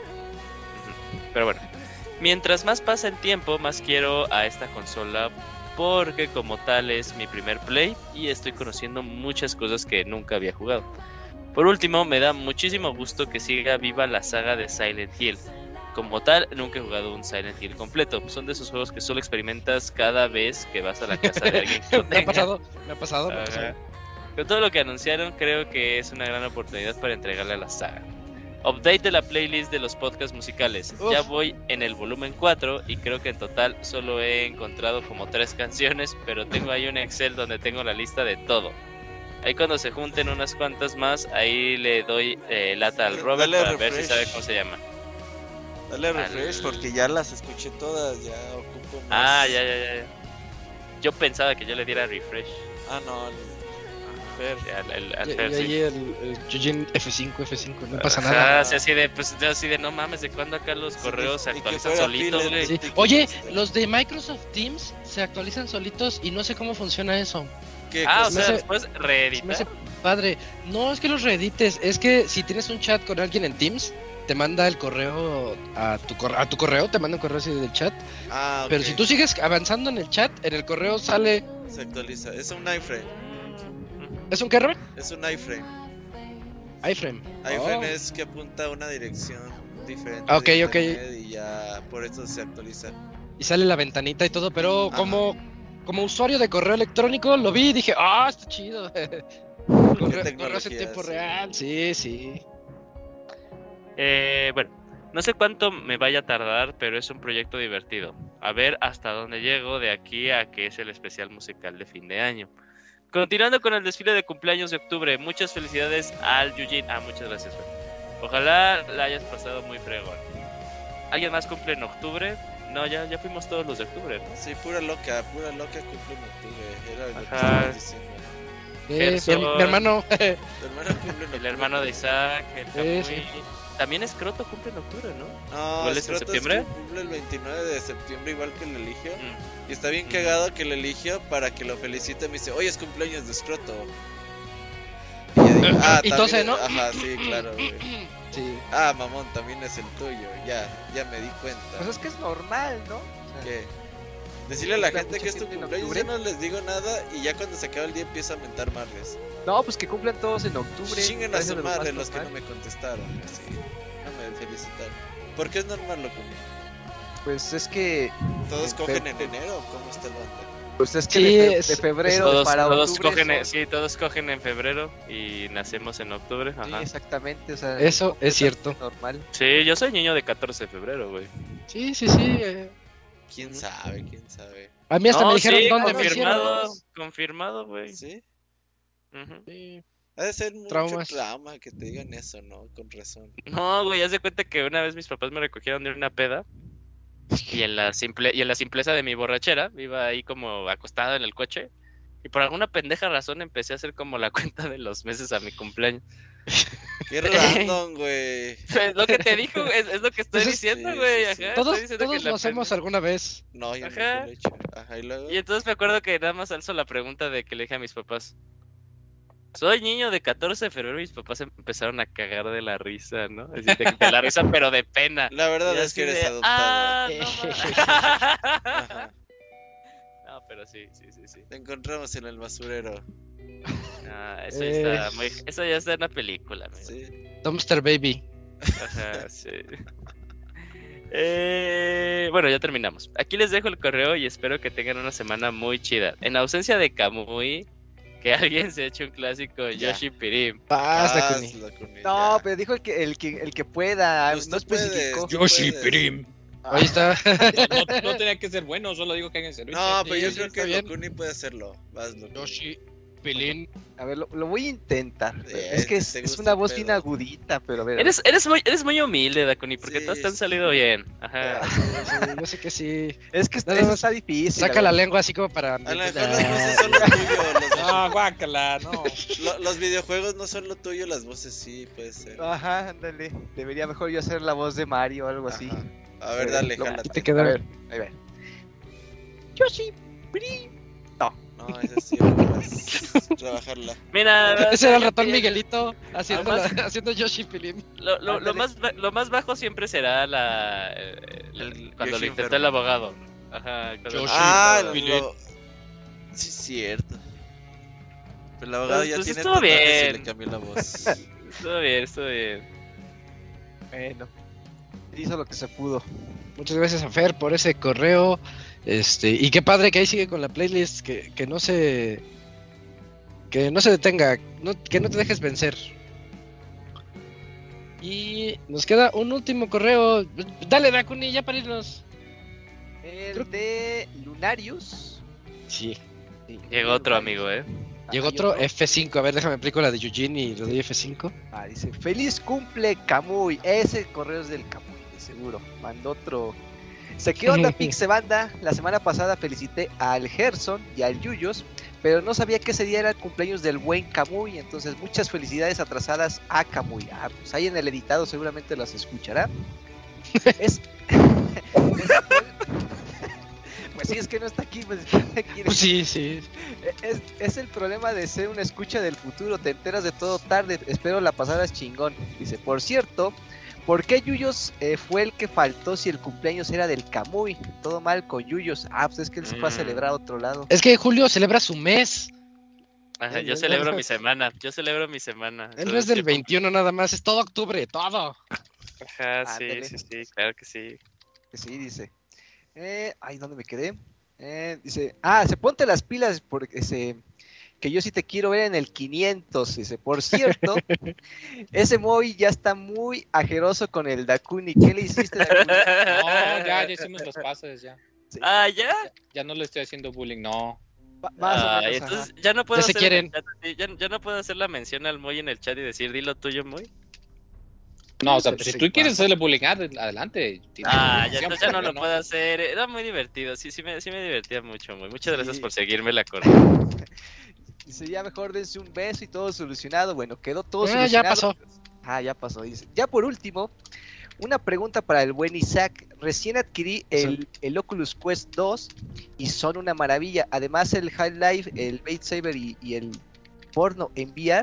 Ujú. Pero bueno, mientras más pasa el tiempo, más quiero a esta consola porque como tal es mi primer play y estoy conociendo muchas cosas que nunca había jugado. Por último, me da muchísimo gusto que siga viva la saga de Silent Hill. Como tal, nunca he jugado un Silent Hill completo. Son de esos juegos que solo experimentas cada vez que vas a la casa de alguien que lo Me ha tenga. pasado. Ajá. Con todo lo que anunciaron, creo que es una gran oportunidad para entregarle a la saga. Update de la playlist de los podcasts musicales. Uf. Ya voy en el volumen 4 y creo que en total solo he encontrado como 3 canciones, pero tengo ahí un Excel donde tengo la lista de todo. Ahí cuando se junten unas cuantas más, ahí le doy lata al Robert Dale para ver si refresh. sabe cómo se llama. Dale refresh porque ya las escuché todas, ya ocupo más. Ah, ya. Yo pensaba que yo le diera refresh. Ah, no, Fer. Al Y Fer, sí. ahí el Yujin F5, no pasa Ajá, nada. así de no mames, ¿de cuándo acá los correos se Ni que actualizan fuera solitos, filler, güey? Sí. Oye, los de Microsoft Teams se actualizan solitos y no sé cómo funciona eso. ¿Qué Ah, o cosa? sea, hace- después Se me reeditar. hace padre. No es que los reedites, es que si tienes un chat con alguien en Teams, te manda el correo a tu correo, te manda un correo así del chat. Ah, ok. Pero si tú sigues avanzando en el chat, en el correo sale. Se actualiza. Es un iframe. ¿Es un qué, Robert? Es un iframe. iFrame. iframe Oh. es que apunta a una dirección diferente. Ah, ok, de ok. internet y ya por eso se actualiza. Y sale la ventanita y todo, pero Ajá. como usuario de correo electrónico lo vi y dije, ah, está chido. Correos en tecnología, tiempo sí. real, sí. Bueno, no sé cuánto me vaya a tardar, pero es un proyecto divertido. A ver hasta dónde llego de aquí a que es el especial musical de fin de año. Continuando con el desfile de cumpleaños de octubre, muchas felicidades al Yujin. Ah, muchas gracias, Fer. Ojalá la hayas pasado muy fregón. ¿Alguien más cumple en octubre? No, ya fuimos todos los de octubre, ¿no? Sí, pura loca cumple en octubre. Era lo que Ajá. estabas diciendo. Gerson. Mi hermano. Tu hermano cumple en octubre. El hermano de Isaac, el Sí, Kamui. También Escroto cumple en octubre, ¿no? No, ¿Igual es en Scroto septiembre? cumple el 29 de septiembre igual que el Eligio. Mm. Y está bien cagado que el Eligio para que lo felicite me dice, hoy es cumpleaños de Scroto. Y yo digo, ah, Y también tose, es- ¿no? Ajá, sí, claro, güey. Sí. Ah, mamón, también es el tuyo. Ya me di cuenta. Pues es que es normal, ¿no? O sea, ¿Qué? Decirle a la ¿cumple gente mucha que es tu gente en cumpleaños, octubre? yo no les digo nada y ya cuando se acaba el día empieza a mentar madres. No, pues que cumplen todos en octubre. Chinguen a eso su es lo madre más los que no normal. me contestaron. Así, no me felicitaron. ¿Por qué es normal, loco? Pues es que. ¿Todos En cogen fe- en enero o cómo está el banda? Pues es que Sí, de es- febrero Todos, para todos octubre. cogen, son- sí, todos cogen en febrero y nacemos en octubre. Sí, Ajá. exactamente. O sea, Eso es cierto. normal. Sí, yo soy niño de 14 de febrero, güey. Sí. ¿Quién sabe? A mí hasta me dijeron sí, dónde me confirmado, hicieron. confirmado, güey. ¿Sí? Ujú. Sí. Ha de ser mucho Traumas. trauma que te digan eso, ¿no? Con razón. No, güey, haz de cuenta que una vez mis papás me recogieron de una peda y en la simpleza de mi borrachera iba ahí como acostado en el coche y por alguna pendeja razón empecé a hacer como la cuenta de los meses a mi cumpleaños. Qué random, güey. Es lo que te dijo, es lo que estoy Pues es- diciendo, sí, güey. sí, sí. Ajá, Todos, estoy diciendo que todos la lo hacemos alguna vez. No, yo Ajá. nunca lo he hecho. Ajá, y luego. Y entonces me acuerdo que nada más alzo la pregunta de que le dije a mis papás. Soy niño de 14 de febrero y mis papás empezaron a cagar de la risa, ¿no? Así de la risa, pero de pena. La verdad Y es así que eres de, adoptado. Ah, no, Ajá. no, pero sí. Te encontramos en el basurero. Ah, eso ya está muy, eso ya está en una película, amigo. Sí. Dumpster Baby. Ajá, sí. Bueno, ya terminamos. Aquí les dejo el correo y espero que tengan una semana muy chida. En ausencia de Kamui, que alguien se eche un clásico Ya. Yoshi Pirim. Basta, Kuni. Hazlo, Kuni, No, ya. pero dijo el que pueda. Pues no tú puedes, especificó. tú puedes. Pirim. Ahí está. No tenía que ser bueno, solo digo que alguien se lo No, pero yo Sí, creo está que bien. Lokuni puede hacerlo. Vas, Lokuni. Yoshi, Pilín. A ver, lo voy a intentar. Sí, es que te es gusta una el voz pedo. bien agudita, pero a ver. Eres muy humilde, Dakuni, porque Sí, todos te han sí. salido bien. Ajá. Yo sé que sí. Es que Nada eso más está difícil. Saca la lengua así como para. A lo mejor las voces son lo tuyo. No, guácala, no. Los videojuegos no son lo tuyo, las voces sí, puede ser. Ajá, ándale. Debería mejor yo hacer la voz de Mario o algo así. Ajá. A ver, dale, Lo- jálate. Aquí te A queda. ver, ahí va. Yoshi, Pirim. No, esa sí, vas a trabajarla. Mira, Ese era el ya ratón que- Miguelito haciendo, Además- haciendo Yoshi Pilín. lo más bajo siempre será cuando Yoshi lo intentó enfermo. el abogado. Ajá. cuando- Yoshi. Ah, Pilín. Sí, cierto. Pero el abogado ya Pues tiene estuvo tatuajes y bien. le cambió la voz. Estuvo bien. Bueno, hizo lo que se pudo. Muchas gracias a Fer por ese correo. Y qué padre que ahí sigue con la playlist, que no se detenga, que no te dejes vencer. Y nos queda un último correo. Dale, Dakuni, ya para irnos. El de Lunarius. Sí. Sí, Llegó otro amigo, Llegó hay otro F5. A ver, déjame aplico la de Eugene y le doy F5. Dice, feliz cumple Kamui. Ese correo es del Kamui, de seguro. Mandó otro. ¿Qué onda, Pixebanda? La semana pasada felicité al Gerson y al Yuyos, pero no sabía que ese día era el cumpleaños del buen Kamui. Entonces, muchas felicidades atrasadas a Kamui. Pues ahí en el editado seguramente las escuchará. Pues sí, es que no está aquí. Pues Sí. Es el problema de ser una escucha del futuro. Te enteras de todo tarde. Espero la pasaras chingón. Dice, por cierto, ¿por qué Yuyos fue el que faltó si el cumpleaños era del Kamui? Todo mal con Yuyos. Pues es que él se fue a celebrar a otro lado. Es que Julio celebra su mes. Ajá, yo celebro mi semana. Él no es del 21 nada más, es todo octubre, todo. Ajá, sí, claro que sí. Sí, dice. ¿Dónde me quedé? Dice, se ponte las pilas porque que yo sí te quiero ver en el 500. Dice, por cierto, ese Moy ya está muy ajeroso con el Dakuni. ¿Qué le hiciste, Dakuni? No, ya hicimos los pases, ya. Sí. ¿Ya? Ya no le estoy haciendo bullying, no. Más o menos, entonces ya no puedo Ya se hacer quieren. ya no puedo hacer la mención al Moy en el chat y decir, dilo tuyo, Moy. No, o sea, Sí, si tú quieres hacerle bullying, adelante. Ya entonces ya no lo puedo hacer. Era muy divertido, sí me divertía mucho, Moy. Muchas gracias por seguirme la corriente. Dice, ya mejor dense un beso y todo solucionado. Bueno, quedó todo Ya solucionado. pasó. Ya pasó, dice. Ya por último, una pregunta para el buen Isaac. Recién adquirí el Oculus Quest 2 y son una maravilla. Además el Half-Life, el Beat Saber y el porno en VR.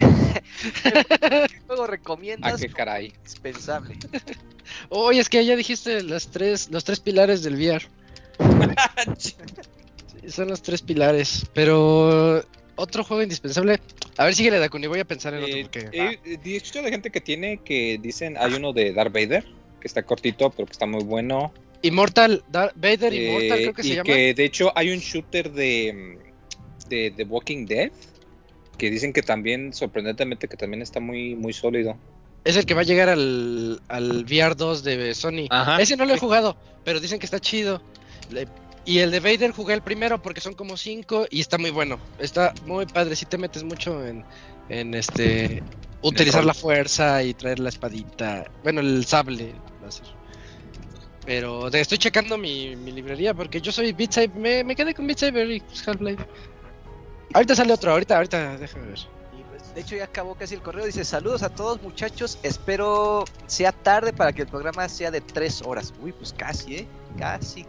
¿Qué juego recomiendas? Qué caray. Indispensable. Oye, es que ya dijiste los tres pilares del VR. Sí, son los 3 pilares. Pero otro juego indispensable. A ver, síguele, Dakuni, voy a pensar en otro porque... He escuchado de gente que dicen, hay uno de Darth Vader, que está cortito, pero que está muy bueno. Vader Immortal creo que se llama. Y que de hecho hay un shooter de The Walking Dead, que dicen que también, sorprendentemente, que también está muy, muy sólido. Es el que va a llegar al VR 2 de Sony. Ajá, Ese no lo he jugado, pero dicen que está chido. Y el de Vader jugué el primero porque son como 5 y está muy bueno. Está muy padre, si te metes mucho en utilizar la fuerza y traer la espadita. Bueno, el sable láser. Pero estoy checando mi librería porque yo soy Beat Saber, me quedé con Beat Saber y Half-Life. Ahorita sale otro, ahorita déjame ver. De hecho ya acabó casi el correo. Dice, saludos a todos muchachos. Espero sea tarde para que el programa sea de 3 horas. Uy, pues casi, casi.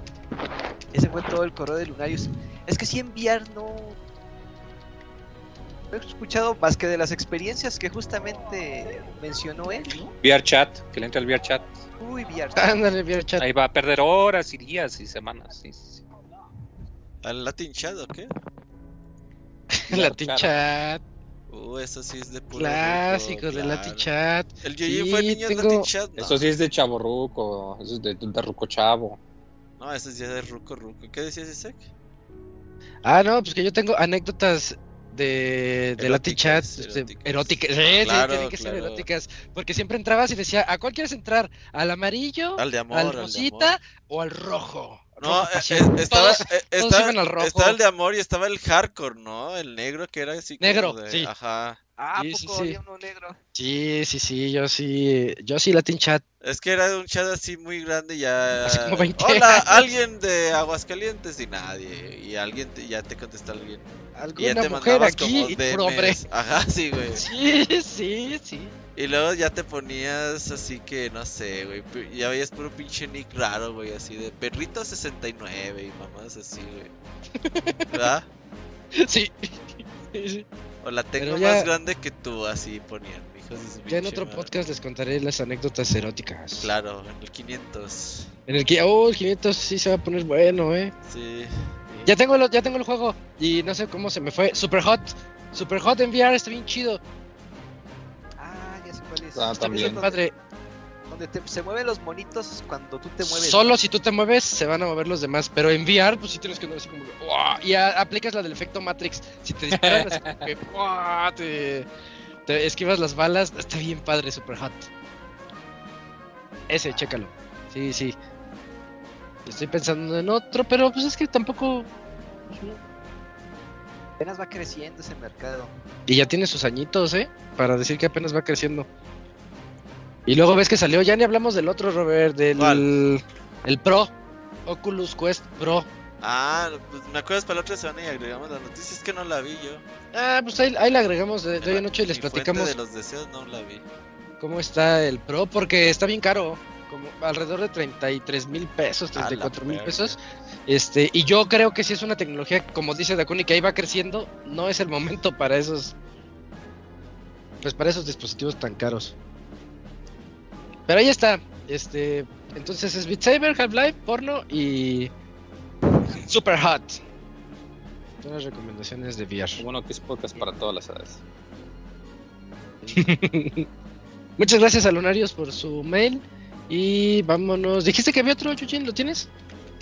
Ese fue todo el correo de Lunarius. Es que si enviar no he escuchado más que de las experiencias que justamente mencionó él, ¿no? VR Chat, que le entre al VR Chat. Uy, VR. Ándale, VR Chat. Ahí va a perder horas y días y semanas. Sí. ¿Al Latin Chat o qué? Latin Chat. Eso sí es de puro Clásico ruco, de claro. Latin Chat. El Yoyin fue niño tengo... de Latin Chat, ¿no? Eso sí es de chavorruco, eso es de ruco chavo. No, eso es ya de ruco. ¿Qué decías, Isaac? No, pues que yo tengo anécdotas de Latin Chat eróticas. Claro, tienen que ser eróticas. Porque siempre entrabas y decía, ¿a cuál quieres entrar? ¿Al amarillo? Al de amor, ¿Al rosita? ¿O al rojo? No, estaba el de amor y estaba el hardcore, ¿no? El negro que era así negro, como de... sí. Ajá. ¿Poco había uno negro? Sí, yo sí Latin Chat. Es que era un chat así muy grande ya... Hace como 20 Hola, años. Alguien de Aguascalientes y nadie. Y alguien ya te contesta alguien. Y ya ¿Alguna te mujer mandabas aquí? como Puro hombre. DMs. Ajá, sí, güey. Sí. Y luego ya te ponías así que, no sé, güey. Ya veías puro pinche nick raro, güey. Así de perrito 69 y mamás así, güey. ¿Verdad? Sí. O la tengo Pero ya- más grande que tú, así ponían, hijos de su Ya en pinche otro madre. podcast les contaré las anécdotas eróticas. Claro, en el 500. En el 500 sí se va a poner bueno, Sí. Ya tengo el juego y no sé cómo se me fue. Super Hot en VR, está bien chido. Ya sé cuál es. Ah, Está también. bien padre. Donde se mueven los monitos cuando tú te mueves. Solo si tú te mueves se van a mover los demás, pero en VR pues sí tienes que andar así como ¡guau! Y aplicas la del efecto Matrix. Si te disparan así como que ¡guau! te esquivas las balas, está bien padre Super Hot. Ese, chécalo. Sí. Estoy pensando en otro, pero pues es que tampoco. Apenas va creciendo ese mercado. Y ya tiene sus añitos, para decir que apenas va creciendo. Y luego ves que salió, ya ni hablamos del otro, Robert, del el Pro, Oculus Quest Pro. Pues me acuerdas para la otra semana y agregamos la noticia, es que no la vi yo. Pues ahí la agregamos de hoy en noche y les platicamos. Fuente de los deseos no la vi. ¿Cómo está el Pro? Porque está bien caro, como alrededor de 33,000 pesos, 34,000 pesos. Y yo creo que si es una tecnología, como dice Dakuni, que ahí va creciendo, no es el momento para esos dispositivos tan caros. Pero ahí está, entonces es Beat Saber, Half-Life, porno y Super Hot. Son las recomendaciones de VR. Bueno, que es podcast para todas las edades. Muchas gracias a Lunarios por su mail. Y vámonos. ¿Dijiste que había otro, Yujin? ¿Lo tienes?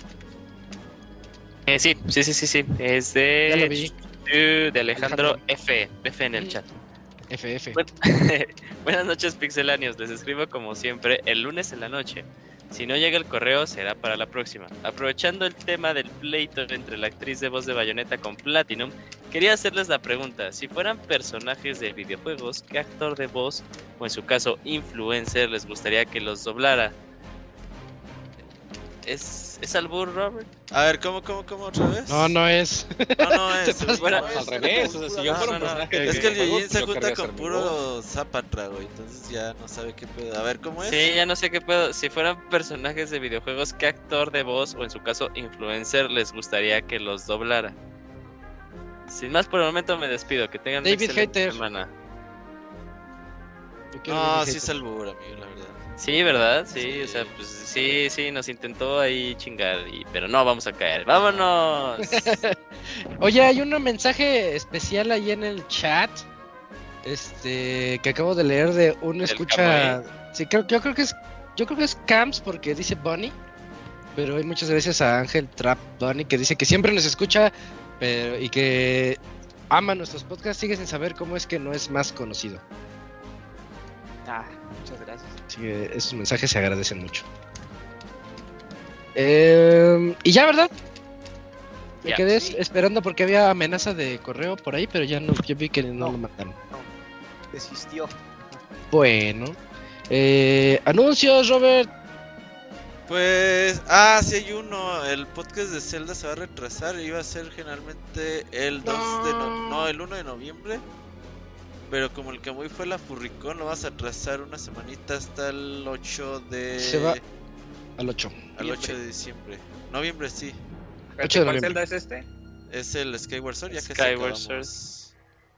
Sí. Es Ya lo vi. de Alejandro F en el chat. FF. Buenas noches, pixelanios. Les escribo como siempre el lunes en la noche. Si no llega el correo, será para la próxima. Aprovechando el tema del pleito entre la actriz de voz de Bayonetta con Platinum, quería hacerles la pregunta: si fueran personajes de videojuegos, ¿qué actor de voz, o en su caso influencer, les gustaría que los doblara? ¿Es albur, Robert? A ver, ¿cómo otra vez? No es. No es. Bueno, no es, al revés, o sea, si yo fuera un personaje Es que el videojuegos, Yujin se yo junta querría con ser mi puro zapatra, güey. Entonces ya no sabe qué pedo. A ver, ¿cómo es? Sí, ya no sé qué puedo. Si fueran personajes de videojuegos, ¿qué actor de voz, o en su caso influencer, les gustaría que los doblara? Sin más por el momento me despido. Que tengan una David excelente Hayter. semana. No, sí es albur, amigo, la verdad. Sí, ¿verdad? Sí, Sí. o sea, pues sí, nos intentó ahí chingar, pero no vamos a caer. ¡Vámonos! Oye, hay un mensaje especial ahí en el chat. Que acabo de leer de un escucha. Sí, yo creo que es Camps porque dice Bunny. Pero hay muchas gracias a Ángel Trap Bunny que dice que siempre nos escucha y que ama nuestros podcasts. Sigue sin saber cómo es que no es más conocido. Muchas gracias. Así que esos mensajes se agradecen mucho. Y ya, ¿verdad? Me Ya, quedé sí. esperando porque había amenaza de correo por ahí, pero ya no, yo vi que no No. lo mataron. Desistió. Bueno. Anuncios, Robert. Pues, sí hay uno. El podcast de Zelda se va a retrasar. Iba a ser generalmente el 2 de el 1 de noviembre. Pero como el Kamui fue la Furricón, lo vas a atrasar una semanita hasta el 8 de... Se va al 8. Al 8 de diciembre. Noviembre, sí. 8 de ¿Cuál noviembre. Zelda es este? Es el Skyward Sword, ya casi Skyward acabamos.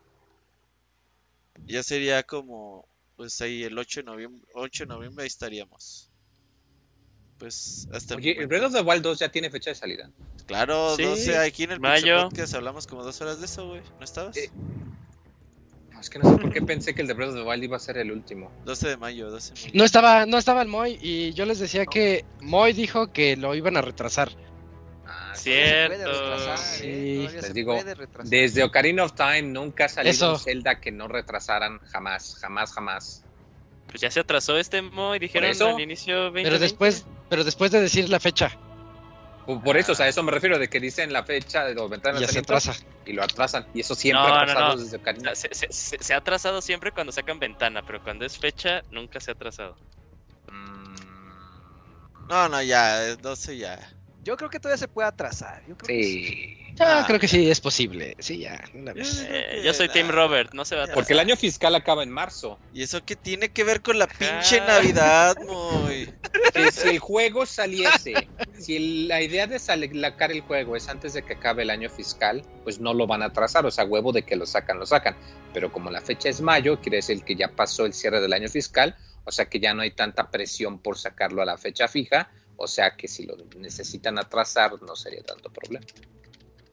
Ya sería como... Pues ahí el 8 de noviembre ahí estaríamos. Pues hasta el Oye, el momento. Breath of the Wild 2 ya tiene fecha de salida. Claro, Sí, 12, aquí en el mayo. Pixel Podcast hablamos como 2 horas de eso, güey. ¿No estabas? No, es que no sé por qué pensé que el de Breath of the Wild iba a ser el último. 12 de mayo, 12 de mayo. No estaba el Moy y yo les decía que Moy dijo que lo iban a retrasar. Cierto. Sí, Todavía les se digo, puede retrasar. Desde Ocarina of Time nunca ha salido Eso. un Zelda que no retrasaran jamás. Pues ya se atrasó este Mo y dijeron eso. al inicio 2020. Pero después de decir la fecha, Por eso, o sea, a eso me refiero, de que dicen la fecha de los ventanas de ya se lanzamiento atrasa. y lo atrasan. Y eso siempre No, ha no, pasado no. desde Ocarina. O sea, se ha atrasado siempre cuando sacan ventana, pero cuando es fecha nunca se ha atrasado. No, ya, es 12 ya. Yo creo que todavía se puede atrasar. Yo creo que sí. Sí. Ya, creo que sí es posible. Sí, ya, una vez. Yo soy Team Robert, no se va a atrasar. Porque el año fiscal acaba en marzo. ¿Y eso qué tiene que ver con la pinche Navidad, muy? Que si el juego saliese, si la idea de sacar el juego es antes de que acabe el año fiscal, pues no lo van a atrasar, o sea, huevo de que lo sacan. Pero como la fecha es mayo, quiere decir que ya pasó el cierre del año fiscal, o sea que ya no hay tanta presión por sacarlo a la fecha fija, o sea que si lo necesitan atrasar no sería tanto problema.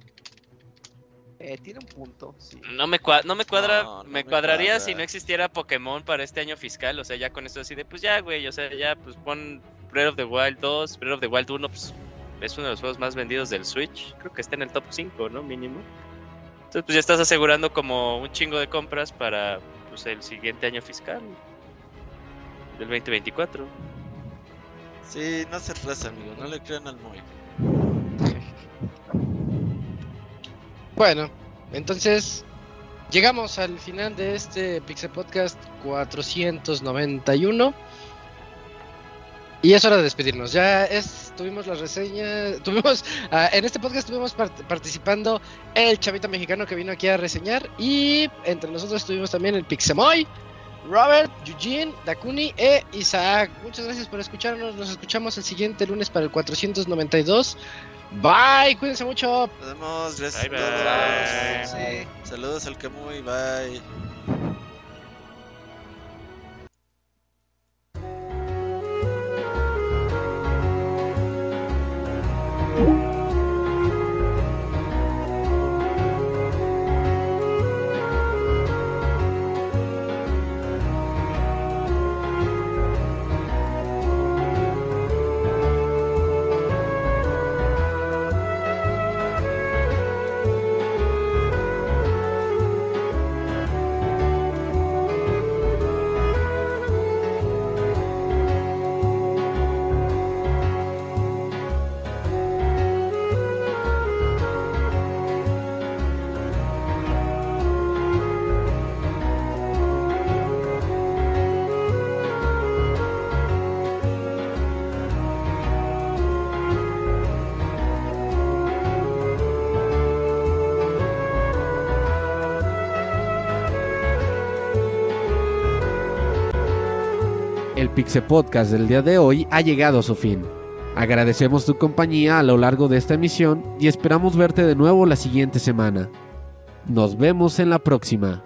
Tiene un punto, sí. No me cuadra, No me me cuadraría cuadra. si no existiera Pokémon para este año fiscal, o sea, ya con esto así de, pues ya, güey, o sea, ya, pues pon Breath of the Wild 2, Breath of the Wild 1, pues es uno de los juegos más vendidos del Switch, creo que está en el top 5, ¿no? Mínimo. Entonces, pues ya estás asegurando como un chingo de compras para, pues, el siguiente año fiscal, del 2024. Sí, no se retrasa, amigo. No le crean al Moy. Bueno, entonces llegamos al final de este Pixel Podcast 491 y es hora de despedirnos. Tuvimos las reseñas, en este podcast estuvimos participando el chavito mexicano que vino aquí a reseñar y entre nosotros estuvimos también el Pixemoy, Robert, Eugene, Dakuni e Isaac. Muchas gracias por escucharnos. Nos escuchamos el siguiente lunes para el 492. Bye, cuídense mucho. Nos vemos, gracias Bye, a todos. bye. Sí. Saludos al Camuy, bye. El Pixel Podcast del día de hoy ha llegado a su fin. Agradecemos tu compañía a lo largo de esta emisión y esperamos verte de nuevo la siguiente semana. Nos vemos en la próxima.